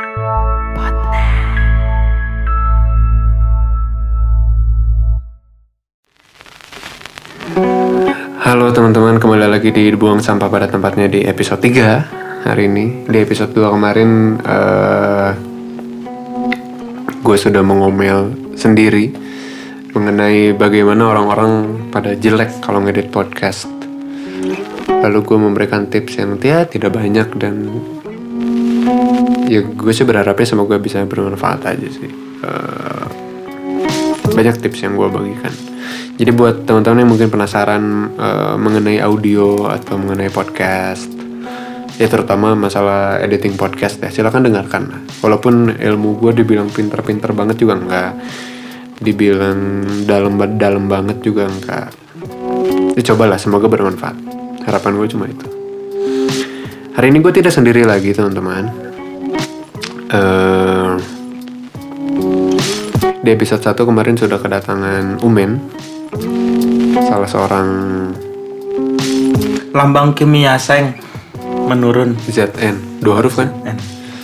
Halo teman-teman, kembali lagi di Buang Sampah pada Tempatnya di episode 3 hari ini. Di episode 2 kemarin gue sudah mengomel sendiri mengenai bagaimana orang-orang pada jelek kalau ngedit podcast. Lalu gue memberikan tips yang tidak banyak dan ya gue sih berharapnya semoga bisa bermanfaat aja sih. Banyak tips yang gue bagikan. Jadi buat teman-teman yang mungkin penasaran mengenai audio atau mengenai podcast, ya terutama masalah editing podcast ya, silakan dengarkan. Walaupun ilmu gue dibilang pinter-pinter banget juga enggak, dibilang dalam banget juga enggak. Ya cobalah, semoga bermanfaat. Harapan gue cuma itu. Hari ini gue tidak sendiri lagi teman-teman. Di episode 1 kemarin sudah kedatangan Umen, salah seorang lambang kimia seng menurun. ZN 2 huruf kan? N.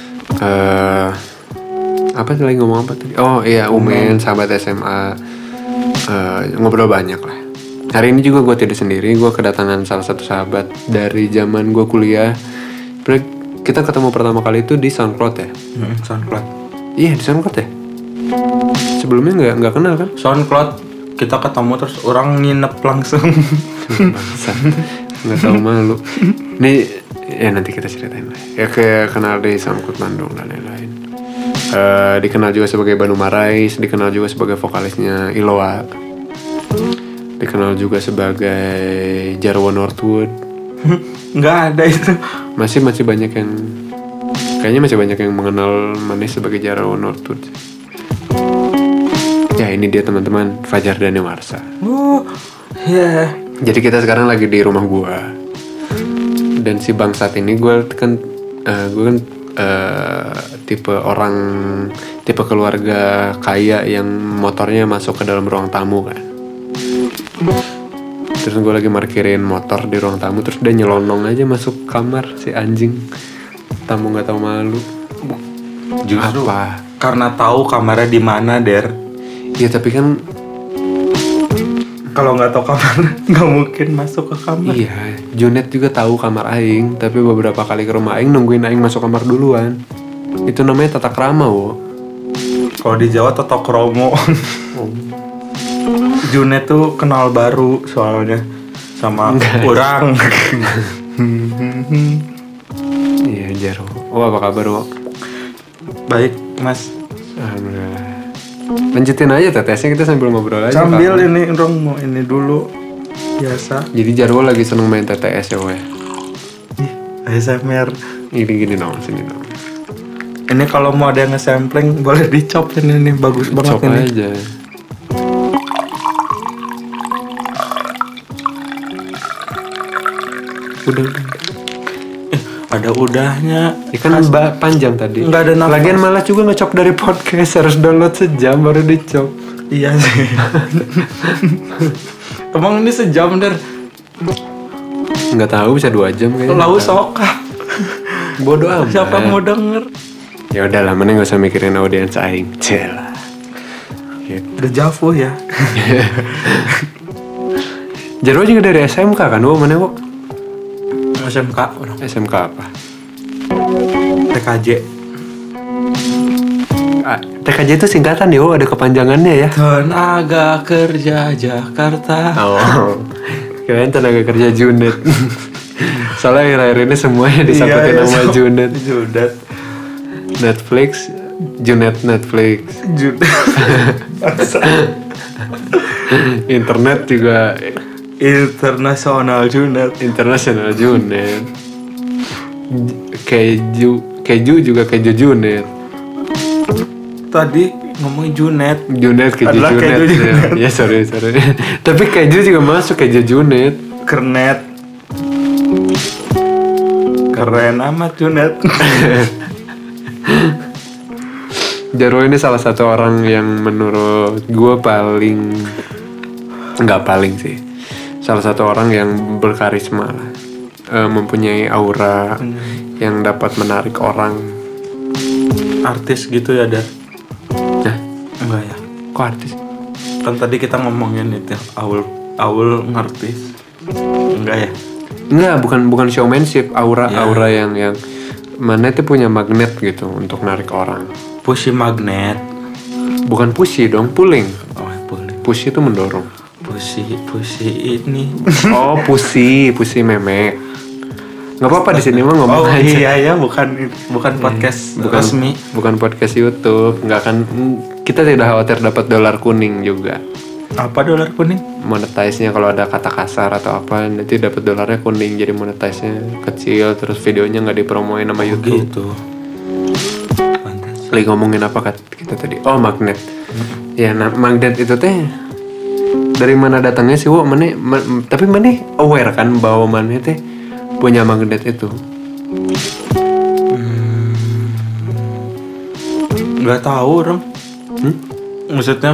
Apa sih lagi ngomong apa tadi? Oh iya, Umen, sahabat SMA. Ngobrol banyak lah. Hari ini juga gue tidak sendiri. Gue kedatangan salah satu sahabat dari zaman gue kuliah. Kita ketemu pertama kali itu di SoundCloud ya? SoundCloud. Iya, di SoundCloud ya? Sebelumnya nggak kenal kan? SoundCloud kita ketemu terus orang nginep langsung. Bangsa, nggak tahu malu. Nih ya nanti kita ceritain lah. Ya kayak kenal di SoundCloud Bandung dan lain-lain. Dikenal juga sebagai Banu Marais, dikenal juga sebagai vokalisnya Iloa, dikenal juga sebagai Jarwo Northwood. Nggak ada itu. Masih banyak yang kayaknya masih banyak yang mengenal Manis sebagai Jarwo Northwood. Ya ini dia teman-teman, Fajar Danewarsa. Yeah. Jadi kita sekarang lagi di rumah gua. Dan si bangsat ini gue kan tipe keluarga kaya yang motornya masuk ke dalam ruang tamu kan. Terus gue lagi parkirin motor di ruang tamu, terus dia nyelonong aja masuk kamar si anjing. Tamu nggak tahu malu. Justru apa? Karena tahu kamarnya di mana, Der. Ya tapi kan kalau nggak tahu kamar nggak mungkin masuk ke kamar. iya, Junet juga tahu kamar Aing, tapi beberapa kali ke rumah Aing nungguin Aing masuk kamar duluan. Itu namanya tata krama, wo. Kalau di Jawa Toto Kromo. Junet tuh kenal baru soalnya sama orang. Iya, Jaro. Oh, apa kabar, wo? Baik, Mas. Alhamdulillah. Lanjutin aja tetesnya, kita sambil ngobrol aja. Sambil ini dong, mau ini dulu. Biasa. Jadi Jarwo lagi seneng main TTS ya, weh. ASMR. Gini dong, sini dong. Ini kalau mau ada yang nge-sampling boleh dicop ini bagus banget Cop ini. aja. Udah. Ada udahnya. Ikan panjang tadi. Nggak ada nafas. Lagian malah juga ngecop dari podcast, harus download sejam baru dicop. Iya sih. Emang ini sejam, Der? Nggak tahu, bisa 2 jam kayaknya. Lalu sokap. Bodoh amat. Siapa mau denger? Ya udahlah, mana nggak usah mikirin audiens aing. Celah. Gitu. Udah javu ya. Jarwo juga dari SMK kan, wo? Mana, wo? SMK orang. SMK apa? TKJ. TKJ itu singkatan ya, wo? Ada kepanjangannya ya? Tenaga Kerja Jakarta. Oh, kirain tenaga kerja Junet. Soalnya akhir-akhir ini semuanya disangkutin nama Junet. Junet. Netflix, Junet Netflix. Junet. Internet juga Internasional Junet. International Junet. Keju juga keju Junet. Tadi ngomongin Junet. Junet keju Adalah Junet. keju Junet. Ya sorry. Tapi keju juga masuk, keju Junet. Kernet. Keren amat Junet. Jarwo ini salah satu orang yang menurut gue nggak paling sih, salah satu orang yang berkarisma lah, mempunyai aura yang dapat menarik orang artis gitu ya, Dar? Nah, Enggak ya? kok artis? Kan tadi kita ngomongin itu Aul ngartis. Enggak ya? Enggak, bukan showmanship, aura Ya. aura yang mana itu punya magnet gitu untuk narik orang. Pushy magnet. Bukan pushy dong, pulling. Oh, boleh. Pushy itu mendorong. Pushy ini. Oh, pushy memek. Nggak apa-apa di sini mah ngomong Oh aja. iya, bukan podcast resmi. Bukan podcast YouTube. Nggak akan, kita tidak khawatir dapat dolar kuning juga. Apa dolar kuning? Monetize-nya kalau ada kata kasar atau apa nanti dapat dolarnya kuning, jadi monetize-nya kecil, terus videonya nggak dipromoin sama YouTube. Gitu. Pantas. Lagi ngomongin apa kita tadi? Oh, magnet. Ya, nah, magnet itu teh dari mana datangnya sih, Wo? Tapi mana aware kan bahwa mana teh punya magnet itu? Nggak tahu orang. Maksudnya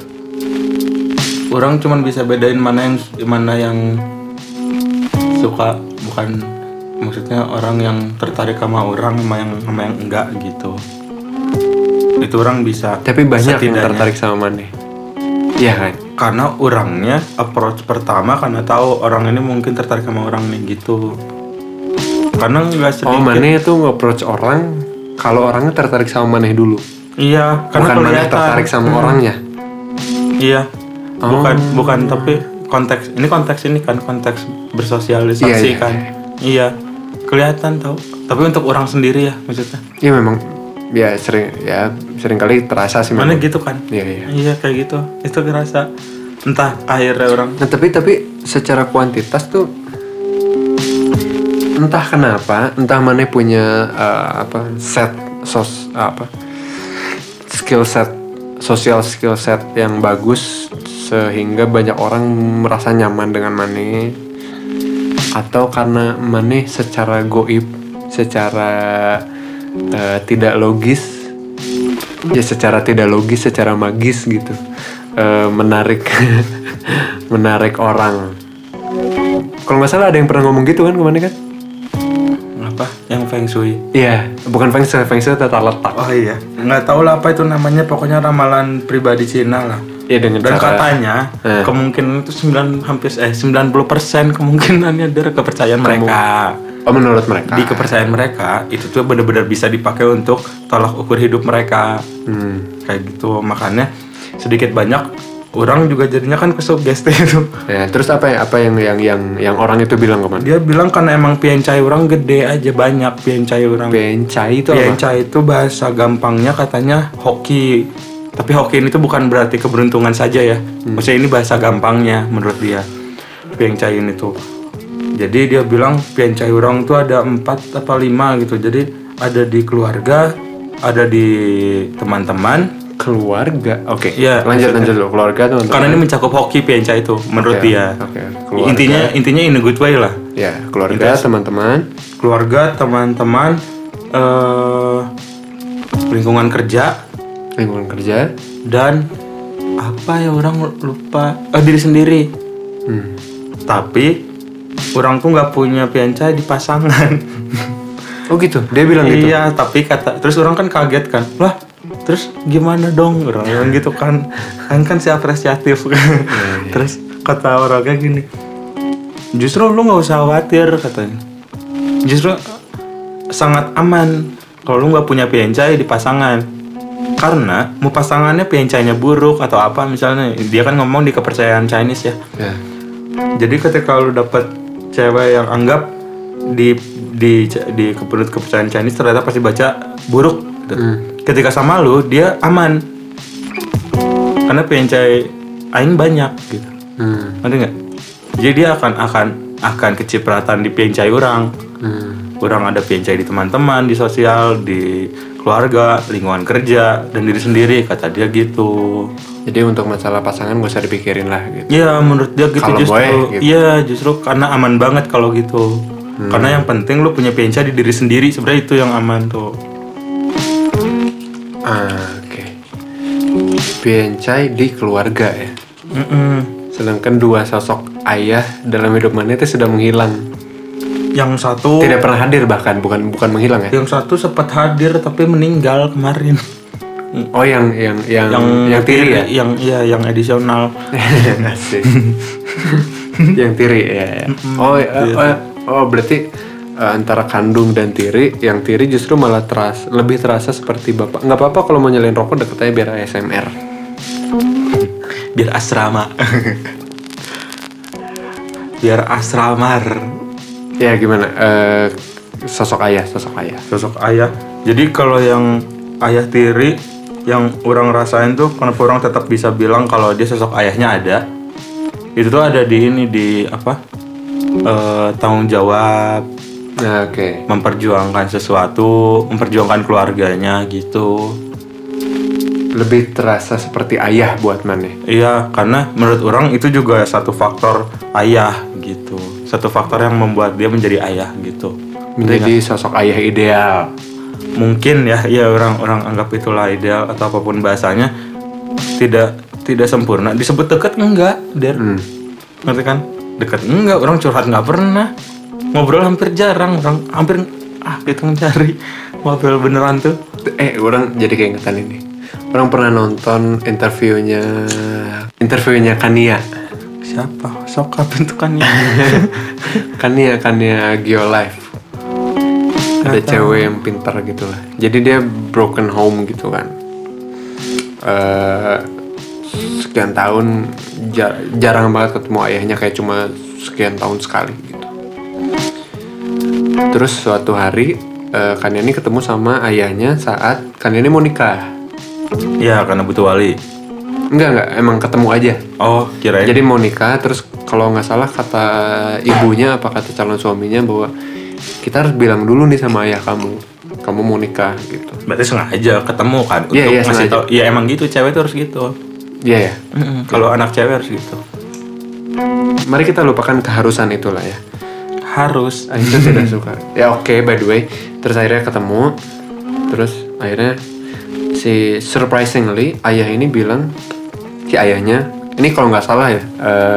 orang cuman bisa bedain mana yang suka, bukan maksudnya orang yang tertarik sama orang sama yang enggak gitu. Itu orang bisa. Tapi banyak yang setidaknya. tertarik sama mana? Iya kan? Karena orangnya approach pertama karena tahu orang ini mungkin tertarik sama orang nih gitu. Karena nggak sedikit. Oh, mana itu nge-approach orang kalau orangnya tertarik sama mana dulu? Iya, karena Bukan mana kelihatan. tertarik sama orangnya. Iya. Oh. Bukan tapi konteks ini kan konteks bersosialisasi Iya. kan. Iya. Kelihatan tahu. Tapi untuk orang sendiri ya maksudnya. Iya memang ya sering kali terasa sih Mana memang. gitu kan? Iya. Iya kayak gitu. Itu kerasa. Entah akhirnya orang. Nah, tapi secara kuantitas tuh entah kenapa, entah mana punya social skill set yang bagus sehingga banyak orang merasa nyaman dengan Mane, atau karena Mane secara goib, secara tidak logis, secara magis gitu, menarik menarik orang. Kalau nggak salah ada yang pernah ngomong gitu kan kemana kan? Apa? Yang Feng Shui. Iya, bukan Feng Shui tata letak. Oh iya. Nggak tahu lah apa itu namanya. Pokoknya ramalan pribadi Cina lah. Iya, dengan Dan cara katanya kemungkinan itu 90% kemungkinannya dari kepercayaan mereka. Oh, menurut mereka. Di kepercayaan mereka itu tuh benar-benar bisa dipakai untuk tolak ukur hidup mereka. Kayak gitu. Makanya sedikit banyak orang juga jadinya kan kesugesti itu. Ya, terus apa yang orang itu bilang kemana? Dia bilang karena emang piencai orang gede aja, banyak piencai orang. Piencai itu apa? Piencai itu bahasa gampangnya katanya hoki. Tapi hoki ini tuh bukan berarti keberuntungan saja ya. Maksudnya ini bahasa gampangnya menurut dia. Piencai ini tuh. Jadi dia bilang piencai orang tuh ada 4 atau 5 gitu. Jadi ada di keluarga, ada di teman-teman. Keluarga. Oke. Iya, Lanjut dulu keluarga teman-teman. Karena ini mencakup hoki piencai itu menurut dia. Oke. Keluarga. Intinya in a good way lah. Ya, keluarga, teman-teman. Keluarga, teman-teman, lingkungan kerja, dan apa ya orang lupa, diri sendiri. Tapi orang tuh nggak punya piencai di pasangan. Oh gitu. Dia bilang gitu. Iya, tapi terus orang kan kaget kan, lah. Terus gimana dong orang bilang gitu kan si apresiatif. Terus kata orangnya gini, justru lu nggak usah khawatir katanya, justru sangat aman kalau lu nggak punya piencai di pasangan, karena mau pasangannya piencainya buruk atau apa misalnya, dia kan ngomong di kepercayaan Chinese ya. Jadi ketika lu dapet cewek yang anggap di kepercayaan Chinese ternyata pasti baca buruk gitu. Ketika sama lu dia aman karena piencai aing banyak gitu. Ngerti nggak? Jadi dia akan kecipratan di piencai orang. Orang ada piencai di teman-teman, di sosial, di keluarga, lingkungan kerja, dan diri sendiri, kata dia gitu. Jadi untuk masalah pasangan gak usah dipikirin lah gitu. Iya, menurut dia gitu. Kalau justru. gitu. Iya, justru karena aman banget kalau gitu. Karena yang penting lu punya piencai di diri sendiri, sebenarnya itu yang aman tuh. Oke. Piencai di keluarga ya. Mm-mm. Sedangkan dua sosok ayah dalam hidup Mane itu sudah menghilang. Yang satu Tidak pernah hadir bahkan, bukan menghilang ya. Yang satu sempat hadir tapi meninggal kemarin. Oh, yang tiri ya? Yang edisional. Asik. Yang tiri ya. Oh, berarti antara kandung dan tiri, yang tiri justru malah lebih terasa seperti bapak. Nggak apa-apa kalau mau nyalain rokok deket aja biar ASMR. Biar asrama. Biar asramar. Ya gimana? Sosok ayah. Sosok ayah. Jadi kalau yang ayah tiri yang orang rasain tuh, kenapa orang tetap bisa bilang kalau dia sosok ayahnya ada, itu tuh ada di ini, di apa, tanggung jawab, Oke. memperjuangkan sesuatu, memperjuangkan keluarganya gitu. Lebih terasa seperti ayah buat Maneh. Iya, karena menurut orang itu juga satu faktor ayah gitu, satu faktor yang membuat dia menjadi ayah gitu. Menjadi sosok ayah ideal. Mungkin ya orang anggap itulah ideal atau apapun bahasanya, tidak sempurna. Disebut dekat enggak, ngerti kan? Dekat enggak, orang curhat nggak pernah, ngobrol hampir jarang, orang hampir kita mencari ngobrol beneran tuh. Orang jadi keingetan ini. Orang pernah nonton interviewnya Kania. Siapa? Sok kapan tuh kan ya? Kania Geolife. Ada cewek yang pintar gitu lah. Jadi dia broken home gitu kan. Sekian tahun jarang banget ketemu ayahnya, kayak cuma sekian tahun sekali gitu. Terus suatu hari Kania ini ketemu sama ayahnya saat Kania ini mau nikah. Iya, karena butuh wali. Enggak, emang ketemu aja. Oh, kirain. Jadi mau nikah, terus kalau nggak salah kata ibunya apa kata calon suaminya bahwa kita harus bilang dulu nih sama ayah kamu mau nikah gitu. Berarti sengaja ketemu kan? Iya, untuk ngasih sengaja. tau. Iya, emang gitu, cewek tuh harus gitu. Iya ya. Kalau anak cewek harus gitu. Mari kita lupakan keharusan itulah ya. Harus. Itu tidak suka. Ya oke, by the way. Terus akhirnya ketemu. Terus akhirnya surprisingly ayah ini bilang, si ayahnya ini kalau nggak salah ya,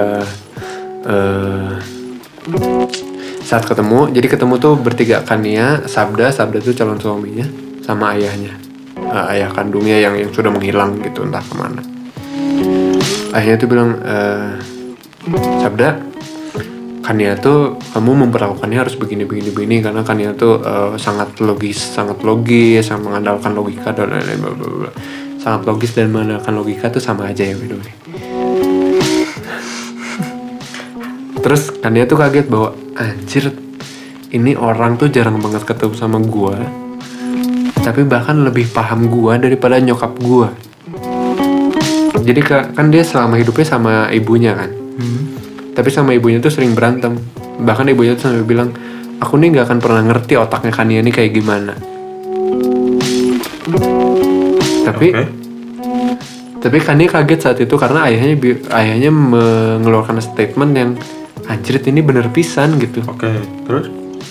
saat ketemu, jadi ketemu tuh bertiga, Kania, Sabda tuh calon suaminya, sama ayahnya, ayah kandungnya yang sudah menghilang gitu entah kemana. Ayahnya tuh bilang, Sabda, Kania tuh kamu memperlakukannya harus begini karena Kania tuh sangat logis, sangat mengandalkan logika dan lain-lain, bla bla bla. Sangat logis dan mengandalkan logika tuh sama aja ya, by the way. Terus Kania tuh kaget bahwa anjir, ini orang tuh jarang banget ketemu sama gua, tapi bahkan lebih paham gua daripada nyokap gua. Jadi kan dia selama hidupnya sama ibunya kan. Tapi sama ibunya tuh sering berantem. Bahkan ibunya tuh sampai bilang, aku nih gak akan pernah ngerti otaknya Kania nih kayak gimana. Tapi Kania kaget saat itu karena ayahnya mengeluarkan statement yang anjir ini bener pisan gitu. Oke, terus?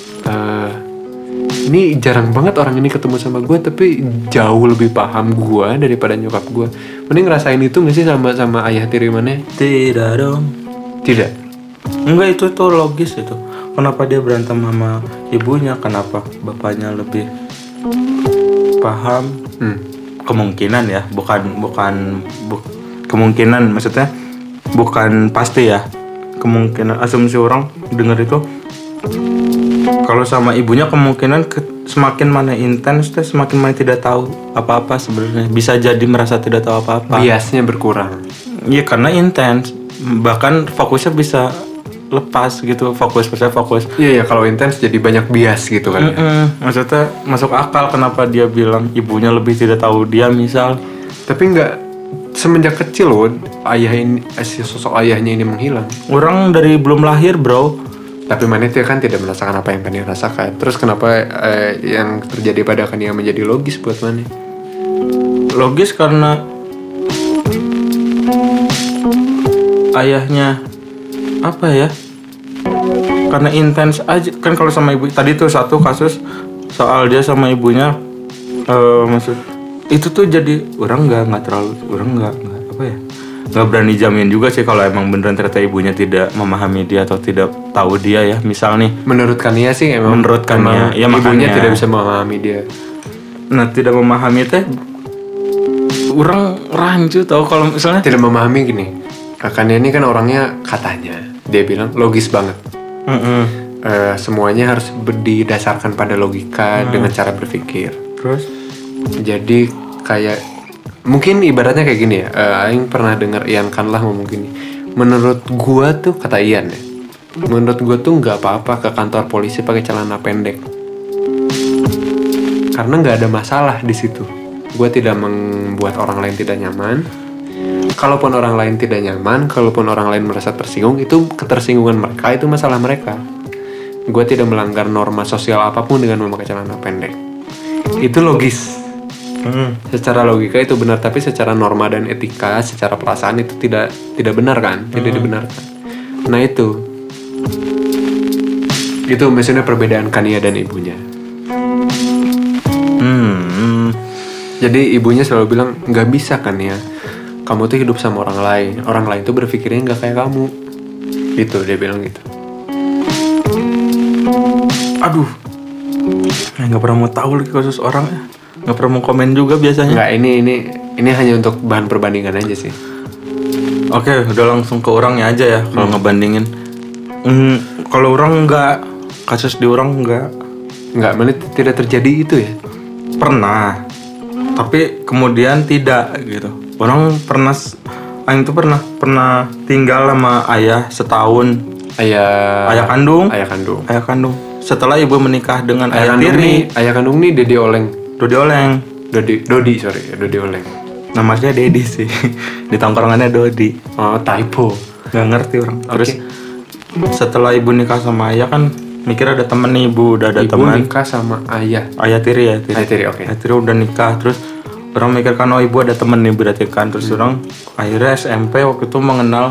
Ini jarang banget orang ini ketemu sama gue, tapi jauh lebih paham gue daripada nyokap gue. Mending ngerasain itu gak sih sama ayah tiri mana? Tidak dong. Tidak. Enggak, itu tuh logis itu. Kenapa dia berantem sama ibunya? Kenapa bapaknya lebih paham? Kemungkinan ya, kemungkinan, maksudnya bukan pasti ya. Kemungkinan, asumsi orang dengar itu, kalau sama ibunya kemungkinan semakin mana intens, semakin mana tidak tahu apa-apa sebenarnya. Bisa jadi merasa tidak tahu apa-apa. Biasnya berkurang. Iya, karena intens. Bahkan fokusnya bisa lepas gitu, fokus. Iya, kalau intens jadi banyak bias gitu kan. Maksudnya masuk akal kenapa dia bilang ibunya lebih tidak tahu dia misal. Tapi nggak semenjak kecil loh sosok ayahnya ini menghilang. Orang dari belum lahir bro. Tapi Manetya kan tidak merasakan apa yang Kania rasakan. Terus kenapa yang terjadi pada Kania menjadi logis buat Mane? Logis karena ayahnya apa ya, karena intens aja kan. Kalau sama ibu tadi tuh satu kasus soal dia sama ibunya, maksud itu tuh jadi orang nggak terlalu, orang nggak apa ya, nggak berani jamin juga sih kalau emang beneran ternyata ibunya tidak memahami dia atau tidak tahu dia ya. Misal nih, Menurut Kania sih emang ya ibunya makanya. tidak bisa memahami dia. Nah tidak memahami teh orang rancu tau kalau misalnya Tidak memahami gini. Kania ini kan orangnya katanya dia bilang logis banget. Semuanya harus didasarkan pada logika dengan cara berpikir. terus Jadi kayak mungkin ibaratnya kayak gini ya. Aing pernah dengar Ian Kanlah ngomong gini. Menurut gua tuh kata Ian ya. Menurut gua tuh nggak apa-apa ke kantor polisi pakai celana pendek. Karena nggak ada masalah di situ. Gua tidak membuat orang lain tidak nyaman. Kalaupun orang lain tidak nyaman, kalaupun orang lain merasa tersinggung, itu ketersinggungan mereka, itu masalah mereka. Gua tidak melanggar norma sosial apapun dengan memakai celana pendek. Itu logis. Secara logika itu benar, tapi secara norma dan etika, secara perasaan itu tidak benar kan, tidak dibenarkan. Nah itu maksudnya perbedaan Kania dan ibunya. Jadi ibunya selalu bilang nggak bisa kan ya, kamu tuh hidup sama orang lain tuh berpikirnya nggak kayak kamu, gitu dia bilang gitu. aduh nggak pernah mau tahu lagi kasus orang ya, nggak pernah mau komen juga biasanya. Nggak, ini hanya untuk bahan perbandingan aja sih. Oke, udah langsung ke orangnya aja ya kalau ngebandingin. Kalau orang nggak, kasus di orang Nggak, mana tidak terjadi itu ya? pernah, tapi kemudian tidak gitu. Orang pernah, Aing tuh pernah tinggal sama ayah setahun. Ayah kandung. Setelah ibu menikah dengan ayah tiri. Ayah kandung nih Dodi Oleng. Dodi Oleng. Dodi Oleng. Namanya Dedi sih. Di tongkrongannya Dodi. Oh, typo. Nggak ngerti orang. Terus setelah ibu nikah sama ayah kan mikir ada temen nih ibu, udah ada teman. Ibu nikah sama ayah. Ayah tiri. Ayah tiri, oke. Ayah tiri udah nikah, terus orang mikir kan, oh ibu ada temen nih berarti kan. Terus orang akhirnya SMP waktu itu mengenal,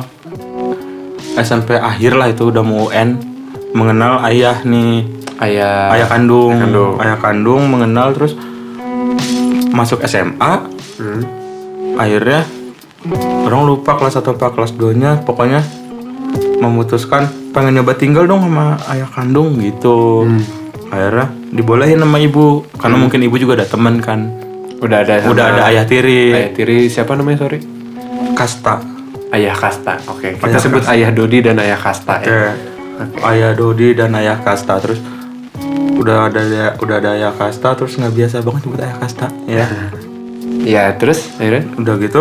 SMP akhir lah itu udah mau UN, mengenal ayah nih. Ayah kandung mengenal, terus masuk SMA. Akhirnya orang lupa kelas 1 apa kelas 2 nya, pokoknya memutuskan pengen nyoba tinggal dong sama ayah kandung gitu. Akhirnya dibolehin sama ibu karena mungkin ibu juga ada teman kan. Udah ada ayah tiri. Ayah tiri siapa namanya, sorry? Kasta. Ayah Kasta. Oke. Kita sebut ayah Dodi dan ayah Kasta ya. Okay. Ayah Dodi dan ayah Kasta, terus udah ada ayah Kasta, terus nggak biasa banget nyebut ayah Kasta ya. Ya, terus akhirnya udah gitu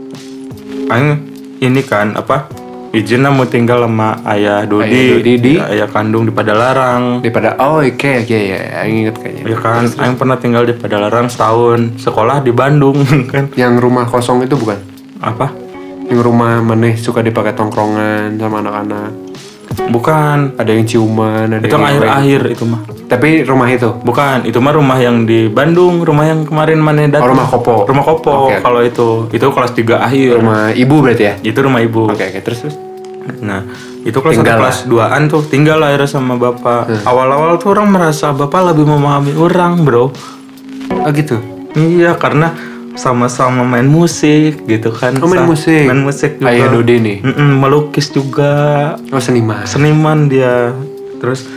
Aing ini kan izin mau tinggal sama ayah Dodi di ayah kandung di Padalarang. Oke ya, Aing inget kayaknya. Ya kan, Aing pernah tinggal di Padalarang setahun, sekolah di Bandung kan. Yang rumah kosong itu bukan? Apa? Yang rumah maneh suka dipakai tongkrongan sama anak-anak. Bukan. Ada yang ciuman, ada itu yang akhir-akhir itu mah. Tapi rumah itu? Bukan, itu mah rumah yang di Bandung, rumah yang kemarin maneh datang. Rumah Kopo. Rumah Kopo. Okay. Kalau itu kelas 3 akhir. Rumah ibu berarti ya? Itu rumah ibu. Oke, terus. Nah, itu kelas 1 kelas 2-an tuh tinggal akhirnya sama bapak. Awal-awal tuh orang merasa bapak lebih memahami orang, bro. Oh gitu? Iya, karena sama-sama main musik gitu kan. Main musik juga. Ayah Dodi nih? Melukis juga. Oh, seniman. Seniman dia. Terus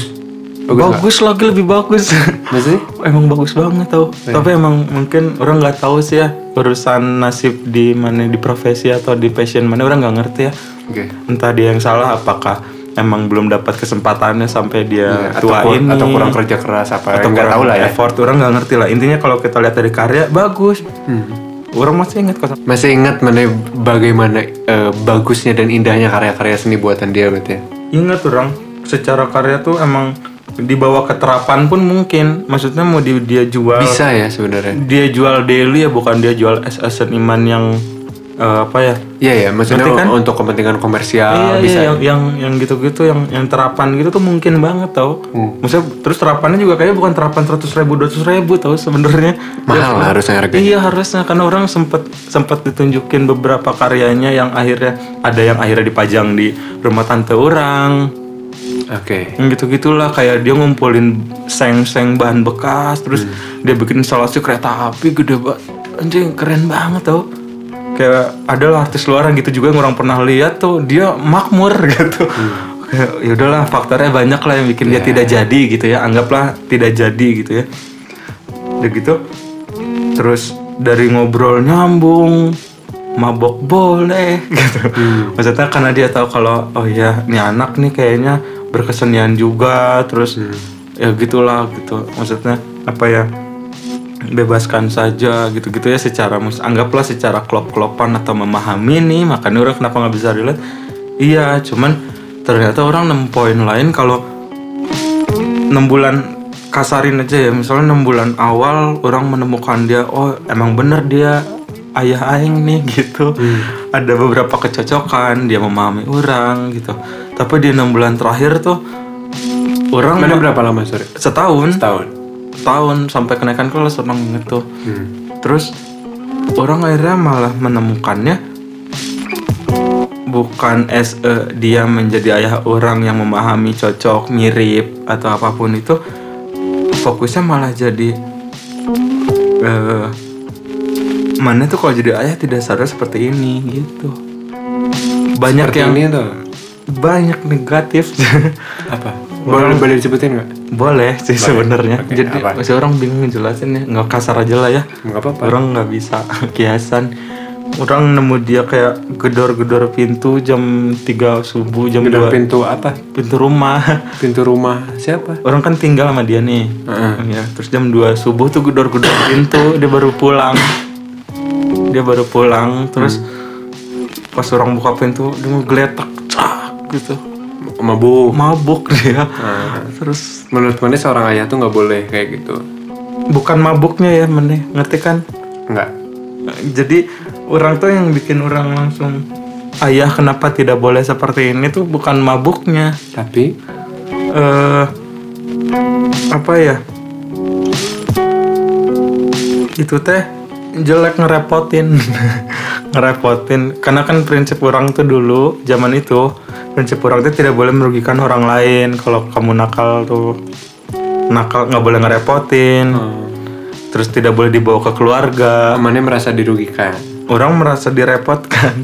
bagus lagi, lebih bagus. Maksudnya? Emang bagus banget tau. Tapi emang mungkin orang nggak tahu sih ya urusan nasib di mana, di profesi atau di passion mana, orang nggak ngerti ya. Entah dia yang salah, apakah emang belum dapat kesempatannya sampai dia tua ini, atau kurang kerja keras apa, atau nggak tahu lah ya. Effort orang nggak ngerti lah. Intinya kalau kita lihat dari karya bagus. Orang masih ingat mana bagaimana bagusnya dan indahnya karya-karya seni buatan dia berarti ya. Ingat orang secara karya tuh emang dibawa ke terapan pun mungkin. Maksudnya mau dia jual, bisa ya sebenarnya. Dia jual daily ya, bukan dia jual as seniman yang Iya, maksudnya kan? Untuk kepentingan komersial bisa. Yang gitu-gitu, yang terapan gitu tuh mungkin banget tau. Maksudnya terus terapannya juga kayaknya bukan terapan 100.000 200.000 tau sebenarnya. Mahal lah harusnya harganya. Iya harusnya, karena orang sempat ditunjukin beberapa karyanya yang akhirnya dipajang di rumah tante orang. Oke. Yang gitu-gitulah, kayak dia ngumpulin seng-seng bahan bekas, terus dia bikin instalasi kereta api gede banget. Anjing keren banget tau. kayak adalah artis luar yang gitu juga yang orang pernah lihat tuh dia makmur gitu. Ya udahlah, faktornya banyak lah yang bikin dia tidak jadi gitu ya, anggaplah tidak jadi gitu ya. Udah gitu terus dari ngobrol nyambung, mabok boleh gitu. Maksudnya karena dia tahu kalau oh ya nih anak nih kayaknya berkesenian juga, terus ya gitulah gitu. Maksudnya apa ya, bebaskan saja gitu-gitu ya, secara anggaplah secara klop-klopan atau memahami nih, makanya orang kenapa nggak bisa relate. Iya, cuman ternyata orang nemu poin lain kalau 6 bulan, kasarin aja ya, misalnya 6 bulan awal orang menemukan dia, oh emang bener dia ayah aing nih gitu. Ada beberapa kecocokan, dia memahami orang gitu. Tapi di 6 bulan terakhir tuh orang mana berapa lama sorry? Setahun sampai kenaikan kelas orang gitu. Terus orang akhirnya malah menemukannya bukan dia menjadi ayah orang yang memahami, cocok, mirip atau apapun itu. Fokusnya malah jadi mana tuh kalau jadi ayah tidak sadar seperti ini gitu. Banyak seperti yang ini tuh banyak negatif. Apa? Boleh disebutin nggak? Boleh sih sebenarnya. Okay, jadi masih orang bingung ngejelasin ya, nggak kasar aja lah ya. Nggak apa-apa. Orang nggak bisa kiasan. Orang nemu dia kayak gedor-gedor pintu jam 3 subuh, jam 2. Pintu apa? Pintu rumah. Pintu rumah siapa? Orang kan tinggal sama dia nih. Ya, terus jam 2 subuh tuh gedor-gedor pintu, dia baru pulang. Terus pas orang buka pintu dia ngegeletak gitu. Mabuk dia. Terus menurut mana seorang ayah tuh nggak boleh kayak gitu? Bukan mabuknya ya, Mene, ngerti kan? Nggak. Jadi orang tuh yang bikin orang langsung ayah kenapa tidak boleh seperti ini tuh bukan mabuknya, tapi apa ya? Itu teh jelek ngerepotin. Karena kan prinsip orang tuh dulu zaman itu, prinsip orang tuh tidak boleh merugikan orang lain. Kalau kamu nakal nggak boleh ngerepotin. Terus tidak boleh dibawa ke keluarga. Mana merasa dirugikan? Orang merasa direpotkan.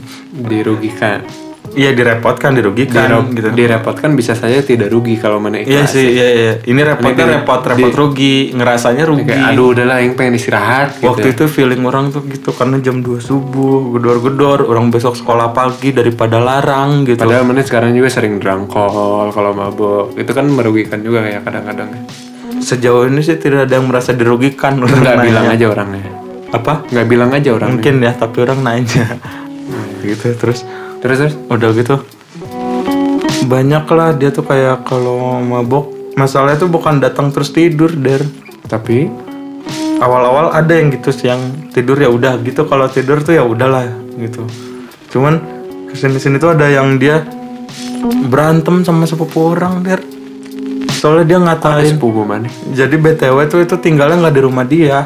Iya, dirugikan gitu. Direpotkan bisa saja tidak rugi kalau mana ikhlas. Iya sih, iya. Ini repot rugi, ngerasanya rugi. Kayak, aduh udahlah yang pengen istirahat gitu. Waktu itu feeling orang tuh gitu, karena jam 2 subuh gedor-gedor, orang besok sekolah pagi daripada larang gitu. Padahal mana sekarang juga sering drangkol kalau mabuk. Itu kan merugikan juga ya kadang-kadang. Sejauh ini sih tidak ada yang merasa dirugikan. Nggak bilang aja orangnya. Apa? Nggak bilang aja orangnya. Mungkin ya, tapi orang nanya. Gitu, terus udah gitu banyak lah dia tuh kayak kalau mabok, masalahnya tuh bukan datang terus tidur tapi awal-awal ada yang gitu sih, yang tidur ya udah gitu, kalau tidur tuh ya udahlah gitu. Cuman kesini tuh ada yang dia berantem sama sepupu orang soalnya dia ngatain sepupu mana. Jadi BTW tuh itu tinggalnya nggak di rumah dia,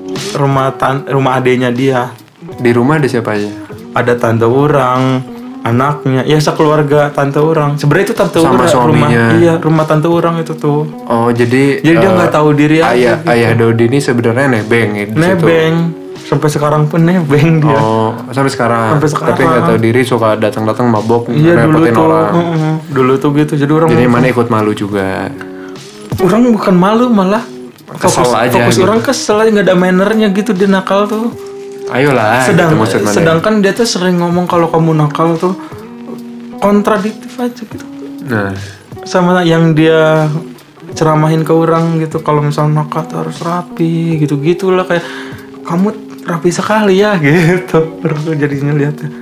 rumah adenya dia. Di rumah ada siapa aja? Ada tante orang, anaknya, ya sekeluarga tante orang. Sebenarnya itu tante sama orang, suaminya. rumah tante orang itu tuh. Oh, jadi dia nggak tahu diri aja. Gitu. Ayah Dodi ini sebenarnya nebeng ya. Nebeng. Sampai sekarang pun nebeng dia. Oh, sampai sekarang. Tapi nggak tahu diri, suka datang-datang mabok, repotin orang. Dulu tuh gitu. Jadi mana ikut malu juga. Orang bukan malu, malah kesel aja. Fokus gitu. orang kesel aja, nggak ada mannernya gitu, dia nakal tuh. Ayolah. Sedangkan dia tuh sering ngomong kalau kamu nakal tuh kontradiktif aja gitu. Nah, sama yang dia ceramahin ke orang gitu, kalau misalnya nakal tuh harus rapi gitu-gitulah, kayak kamu rapi sekali ya gitu. Baru jadinya lihatnya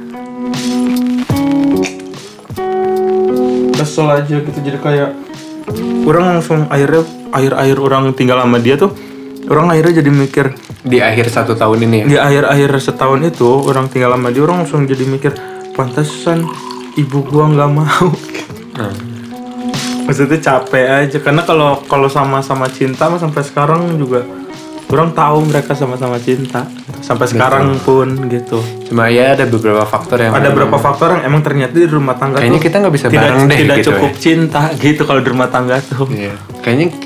kesel aja gitu. Jadi kayak orang langsung akhir orang tinggal sama dia tuh, orang akhirnya jadi mikir di akhir 1 tahun ini ya. Di akhir setahun itu orang tinggal sama dia, orang langsung jadi mikir pantesan ibu gua nggak mau. Maksudnya capek aja, karena kalau sama-sama cinta mah sampai sekarang juga orang tahu mereka sama-sama cinta sampai sekarang pun gitu. Cuma ya ada beberapa faktor yang emang ternyata di rumah tangga kayaknya tuh kita nggak bisa bareng deh tidak gitu cukup ya. Cinta gitu kalau di rumah tangga tuh. Iya. Kayaknya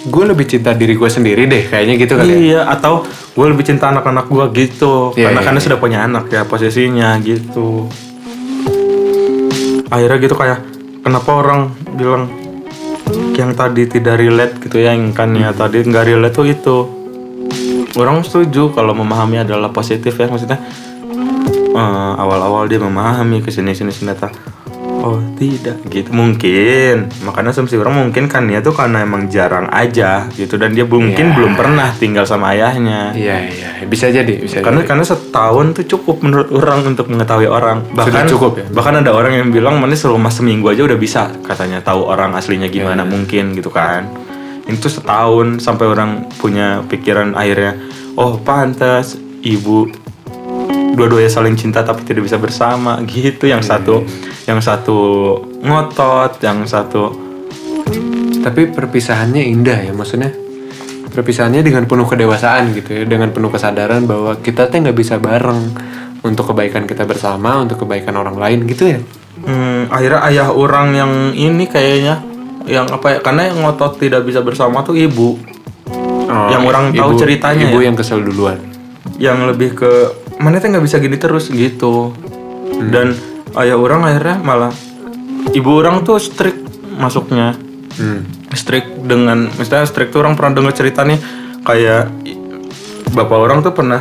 gue lebih cinta diri gue sendiri deh kayaknya gitu kali ya. Iya, atau gue lebih cinta anak-anak gue gitu. Karena sudah punya anak ya posisinya gitu. Akhirnya gitu kayak kenapa orang bilang yang tadi tidak relate gitu ya, yang kan ya tadi nggak relate tuh itu. Orang setuju kalau memahami adalah positif ya, maksudnya awal-awal dia memahami kesini ternyata oh tidak gitu mungkin, makanya asumsi orang mungkin kan ya tuh karena emang jarang aja gitu dan dia mungkin belum pernah tinggal sama ayahnya. Iya bisa jadi karena setahun tuh cukup menurut orang untuk mengetahui orang, bahkan sudah cukup ya. Bahkan ada orang yang bilang mana serumah seminggu aja udah bisa katanya tahu orang aslinya gimana mungkin gitu kan. Itu setahun sampai orang punya pikiran akhirnya oh pantas ibu dua-duanya saling cinta tapi tidak bisa bersama gitu. Yang satu ngotot, yang satu. Tapi perpisahannya indah ya, maksudnya perpisahannya dengan penuh kedewasaan gitu ya, dengan penuh kesadaran bahwa kita tuh nggak bisa bareng untuk kebaikan kita bersama, untuk kebaikan orang lain gitu ya. Akhirnya ayah orang yang ini kayaknya yang apa ya, karena yang ngotot tidak bisa bersama tuh ibu. Yang orang tahu ceritanya ibu ya. Yang kesel duluan. Yang lebih ke mana tuh nggak bisa gini terus gitu. Dan ayah orang akhirnya malah ibu orang tuh strict masuknya. Strict dengan, misalnya strict tuh orang pernah dengar ceritanya kayak bapak orang tuh pernah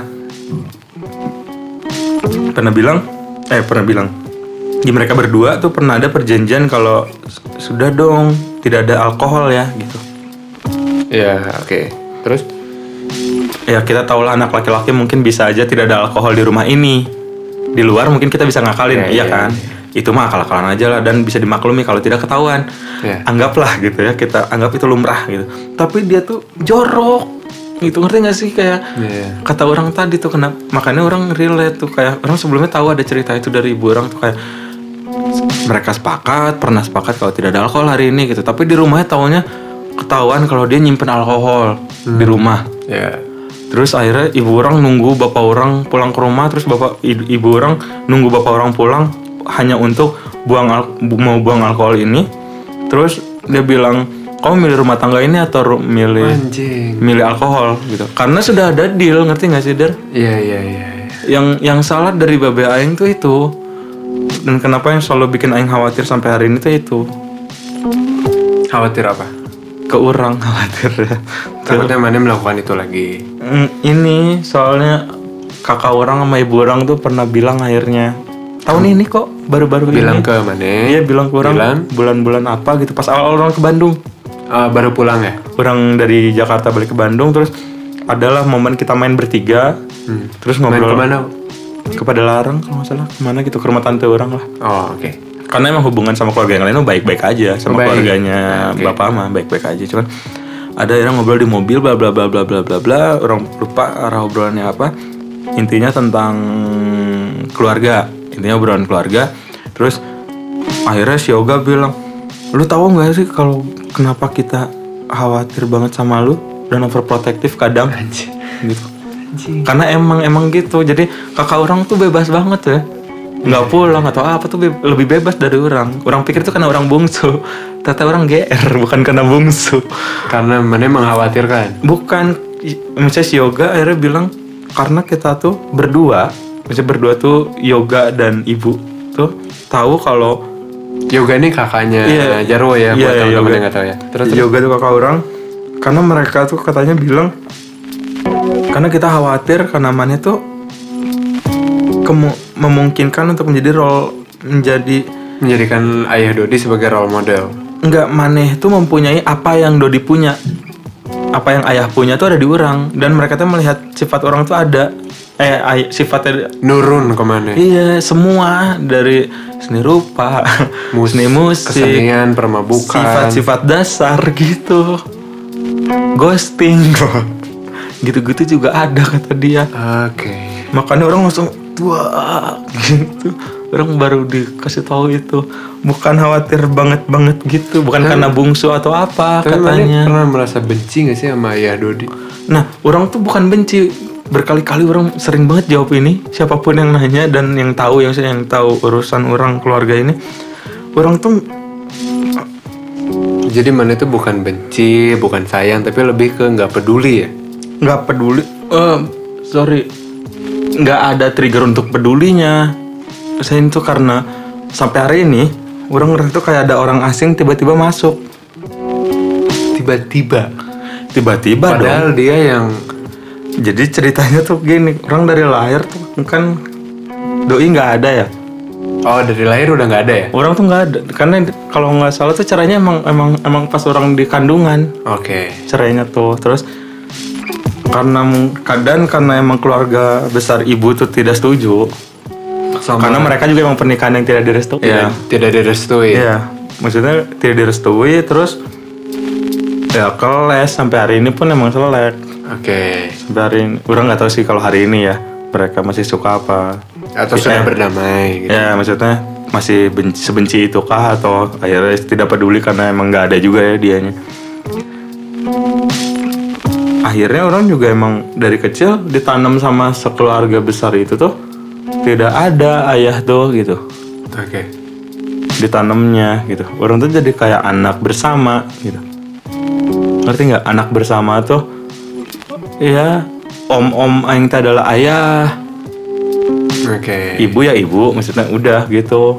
bilang di mereka berdua tuh pernah ada perjanjian kalau sudah dong tidak ada alkohol ya gitu. Ya oke. Terus? Ya kita tahu lah anak laki-laki mungkin bisa aja tidak ada alkohol di rumah ini. Di luar mungkin kita bisa ngakalin, iya kan? Itu mah akal-akalan aja lah dan bisa dimaklumi kalau tidak ketahuan. Anggaplah gitu ya, kita anggap itu lumrah gitu. Tapi dia tuh jorok gitu, ngerti gak sih kayak kata orang tadi tuh kenapa? Makanya orang relate tuh kayak orang sebelumnya tahu ada cerita itu dari ibu orang tuh kayak mereka pernah sepakat kalau tidak ada alkohol hari ini gitu. Tapi di rumahnya taunya ketahuan kalau dia nyimpen alkohol di rumah. Terus akhirnya ibu orang nunggu bapak orang pulang ke rumah, terus ibu orang nunggu bapak orang pulang hanya untuk mau buang alkohol ini. Terus dia bilang, kamu milih rumah tangga ini atau milih alkohol gitu. Karena sudah ada deal, ngerti nggak sih Der? Iya. Yang salah dari babe aing tuh itu. Dan kenapa yang selalu bikin aing khawatir sampai hari ini tuh itu. Khawatir apa? Ke orang khawatir ya. Takutnya mana melakukan itu lagi. Ini soalnya kakak orang sama ibu orang tuh pernah bilang akhirnya tahun ini kok baru-baru bilang ini. Ke mana? Iya bilang ke orang bulan-bulan apa gitu pas awal orang ke Bandung. Baru pulang ya? Orang dari Jakarta balik ke Bandung, terus adalah momen kita main bertiga. Terus ngobrol. Main kemana? Ke Padalarang kalau nggak salah, kemana gitu, ke rumah tante orang lah. Oh oke. Karena emang hubungan sama keluarga yang lain tuh baik-baik aja, sama keluarganya bapak mah baik-baik aja. Cuman ada yang ngobrol di mobil bla bla bla bla bla bla bla, orang lupa arah obrolannya apa. Intinya tentang keluarga, intinya obrolan keluarga. Terus akhirnya si Yoga bilang, lu tahu nggak sih kalau kenapa kita khawatir banget sama lu dan overprotective kadang gitu. Karena emang gitu. Jadi kakak orang tuh bebas banget ya, nggak pulang atau apa tuh lebih bebas dari orang. Orang pikir tuh karena orang bungsu, ternyata orang GR bukan karena bungsu. Karena mana mengkhawatirkan? Bukan, misalnya si Yoga akhirnya bilang karena kita tuh berdua tuh Yoga dan ibu tuh tahu kalau Yoga ini kakaknya Jarwo ya, buat teman-teman yang nggak tahu ya. Terus Yoga tuh kakak orang, karena mereka tuh katanya bilang karena kita khawatir karena Maneh tuh memungkinkan untuk menjadikan ayah Dodi sebagai role model. Enggak, Maneh tuh mempunyai apa yang Dodi punya, apa yang ayah punya tuh ada di orang, dan mereka tuh melihat sifat orang tuh ada sifatnya nurun kemana? Iya, semua dari seni rupa, seni musik, kesenian, permabukan, sifat-sifat dasar gitu, ghosting, gitu-gitu juga ada kata dia. Oke. Makanya orang langsung wah gitu. Orang baru dikasih tahu itu, bukan khawatir banget gitu, bukan karena bungsu atau apa katanya. Pernah merasa benci nggak sih sama ayah Dodi? Nah, orang tuh bukan benci. Berkali-kali orang sering banget jawab ini, siapapun yang nanya dan yang tahu urusan orang keluarga ini, orang tuh Jadi mana itu bukan benci, bukan sayang, tapi lebih ke nggak peduli ya? Nggak peduli. Sorry, nggak ada trigger untuk pedulinya. Saya itu karena sampai hari ini orang ngerasa tuh kayak ada orang asing tiba-tiba masuk. Tiba-tiba dong. Padahal dia yang... Jadi ceritanya tuh gini, orang dari lahir tuh kan doi nggak ada ya. Oh, dari lahir udah nggak ada ya? Orang tuh nggak ada, karena kalau nggak salah tuh caranya emang pas orang di kandungan. Oke. Caranya tuh terus karena emang keluarga besar ibu tuh tidak setuju. Karena mereka juga emang pernikahan yang tidak direstui. Iya, tidak direstui. Iya, maksudnya tidak direstui terus ya keles sampai hari ini pun emang selek. Oke. Sampai hari ini, orang nggak tahu sih kalau hari ini ya mereka masih suka apa. Atau sudah berdamai gitu. Ya maksudnya masih sebenci itu kah atau akhirnya tidak peduli karena emang nggak ada juga ya dianya. Akhirnya orang juga emang dari kecil ditanam sama sekeluarga besar itu tuh tidak ada ayah tuh gitu. Oke. Ditanamnya gitu. Orang tuh jadi kayak anak bersama gitu. Ngerti nggak? Anak bersama tuh ya om aing teh adalah ayah. Oke. Ibu ya ibu, maksudnya udah gitu.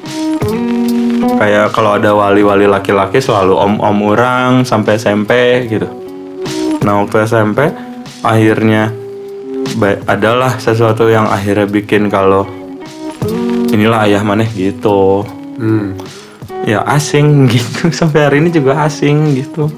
Kayak kalau ada wali-wali laki-laki selalu om orang sampai SMP gitu. Nah waktu SMP akhirnya adalah sesuatu yang akhirnya bikin kalau inilah ayah maneh gitu. Ya asing gitu, sampai hari ini juga asing gitu.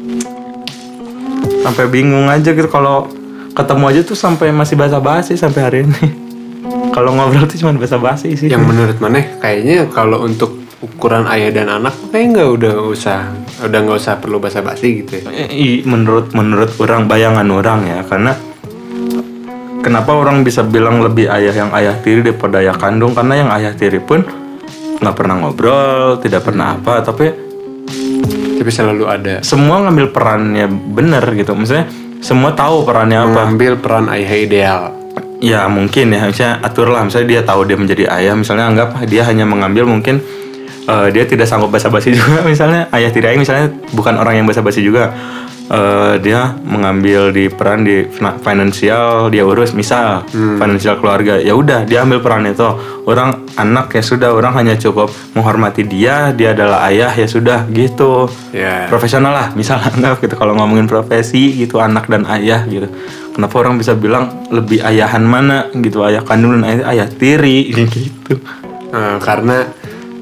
Sampai bingung aja gitu kalau ketemu aja tuh sampai masih basa-basi sampai hari ini. Kalau ngobrol tuh cuma basa-basi sih. Yang menurut maneh kayaknya kalau untuk ukuran ayah dan anak kayaknya udah nggak usah perlu basa-basi gitu ya. Menurut orang, bayangan orang ya, karena kenapa orang bisa bilang lebih ayah yang ayah tiri daripada ayah kandung, karena yang ayah tiri pun nggak pernah ngobrol, tidak pernah apa, tapi selalu ada. Semua ngambil perannya bener gitu, maksudnya semua tahu perannya apa. Mengambil peran ayah ideal. Ya mungkin ya, misalnya aturlah, misalnya dia tahu dia menjadi ayah, misalnya anggap dia hanya mengambil mungkin dia tidak sanggup basa-basi juga, misalnya ayah tiri misalnya bukan orang yang basa-basi juga, dia mengambil di peran di finansial, dia urus misal finansial keluarga, ya udah dia ambil peran itu. Orang anak ya sudah, orang hanya cukup menghormati dia adalah ayah ya sudah gitu. Profesional lah misal anggap gitu, kalau ngomongin profesi gitu, anak dan ayah gitu. Kenapa orang bisa bilang lebih ayahan mana gitu, ayah kandung dan ayah tiri gitu? Karena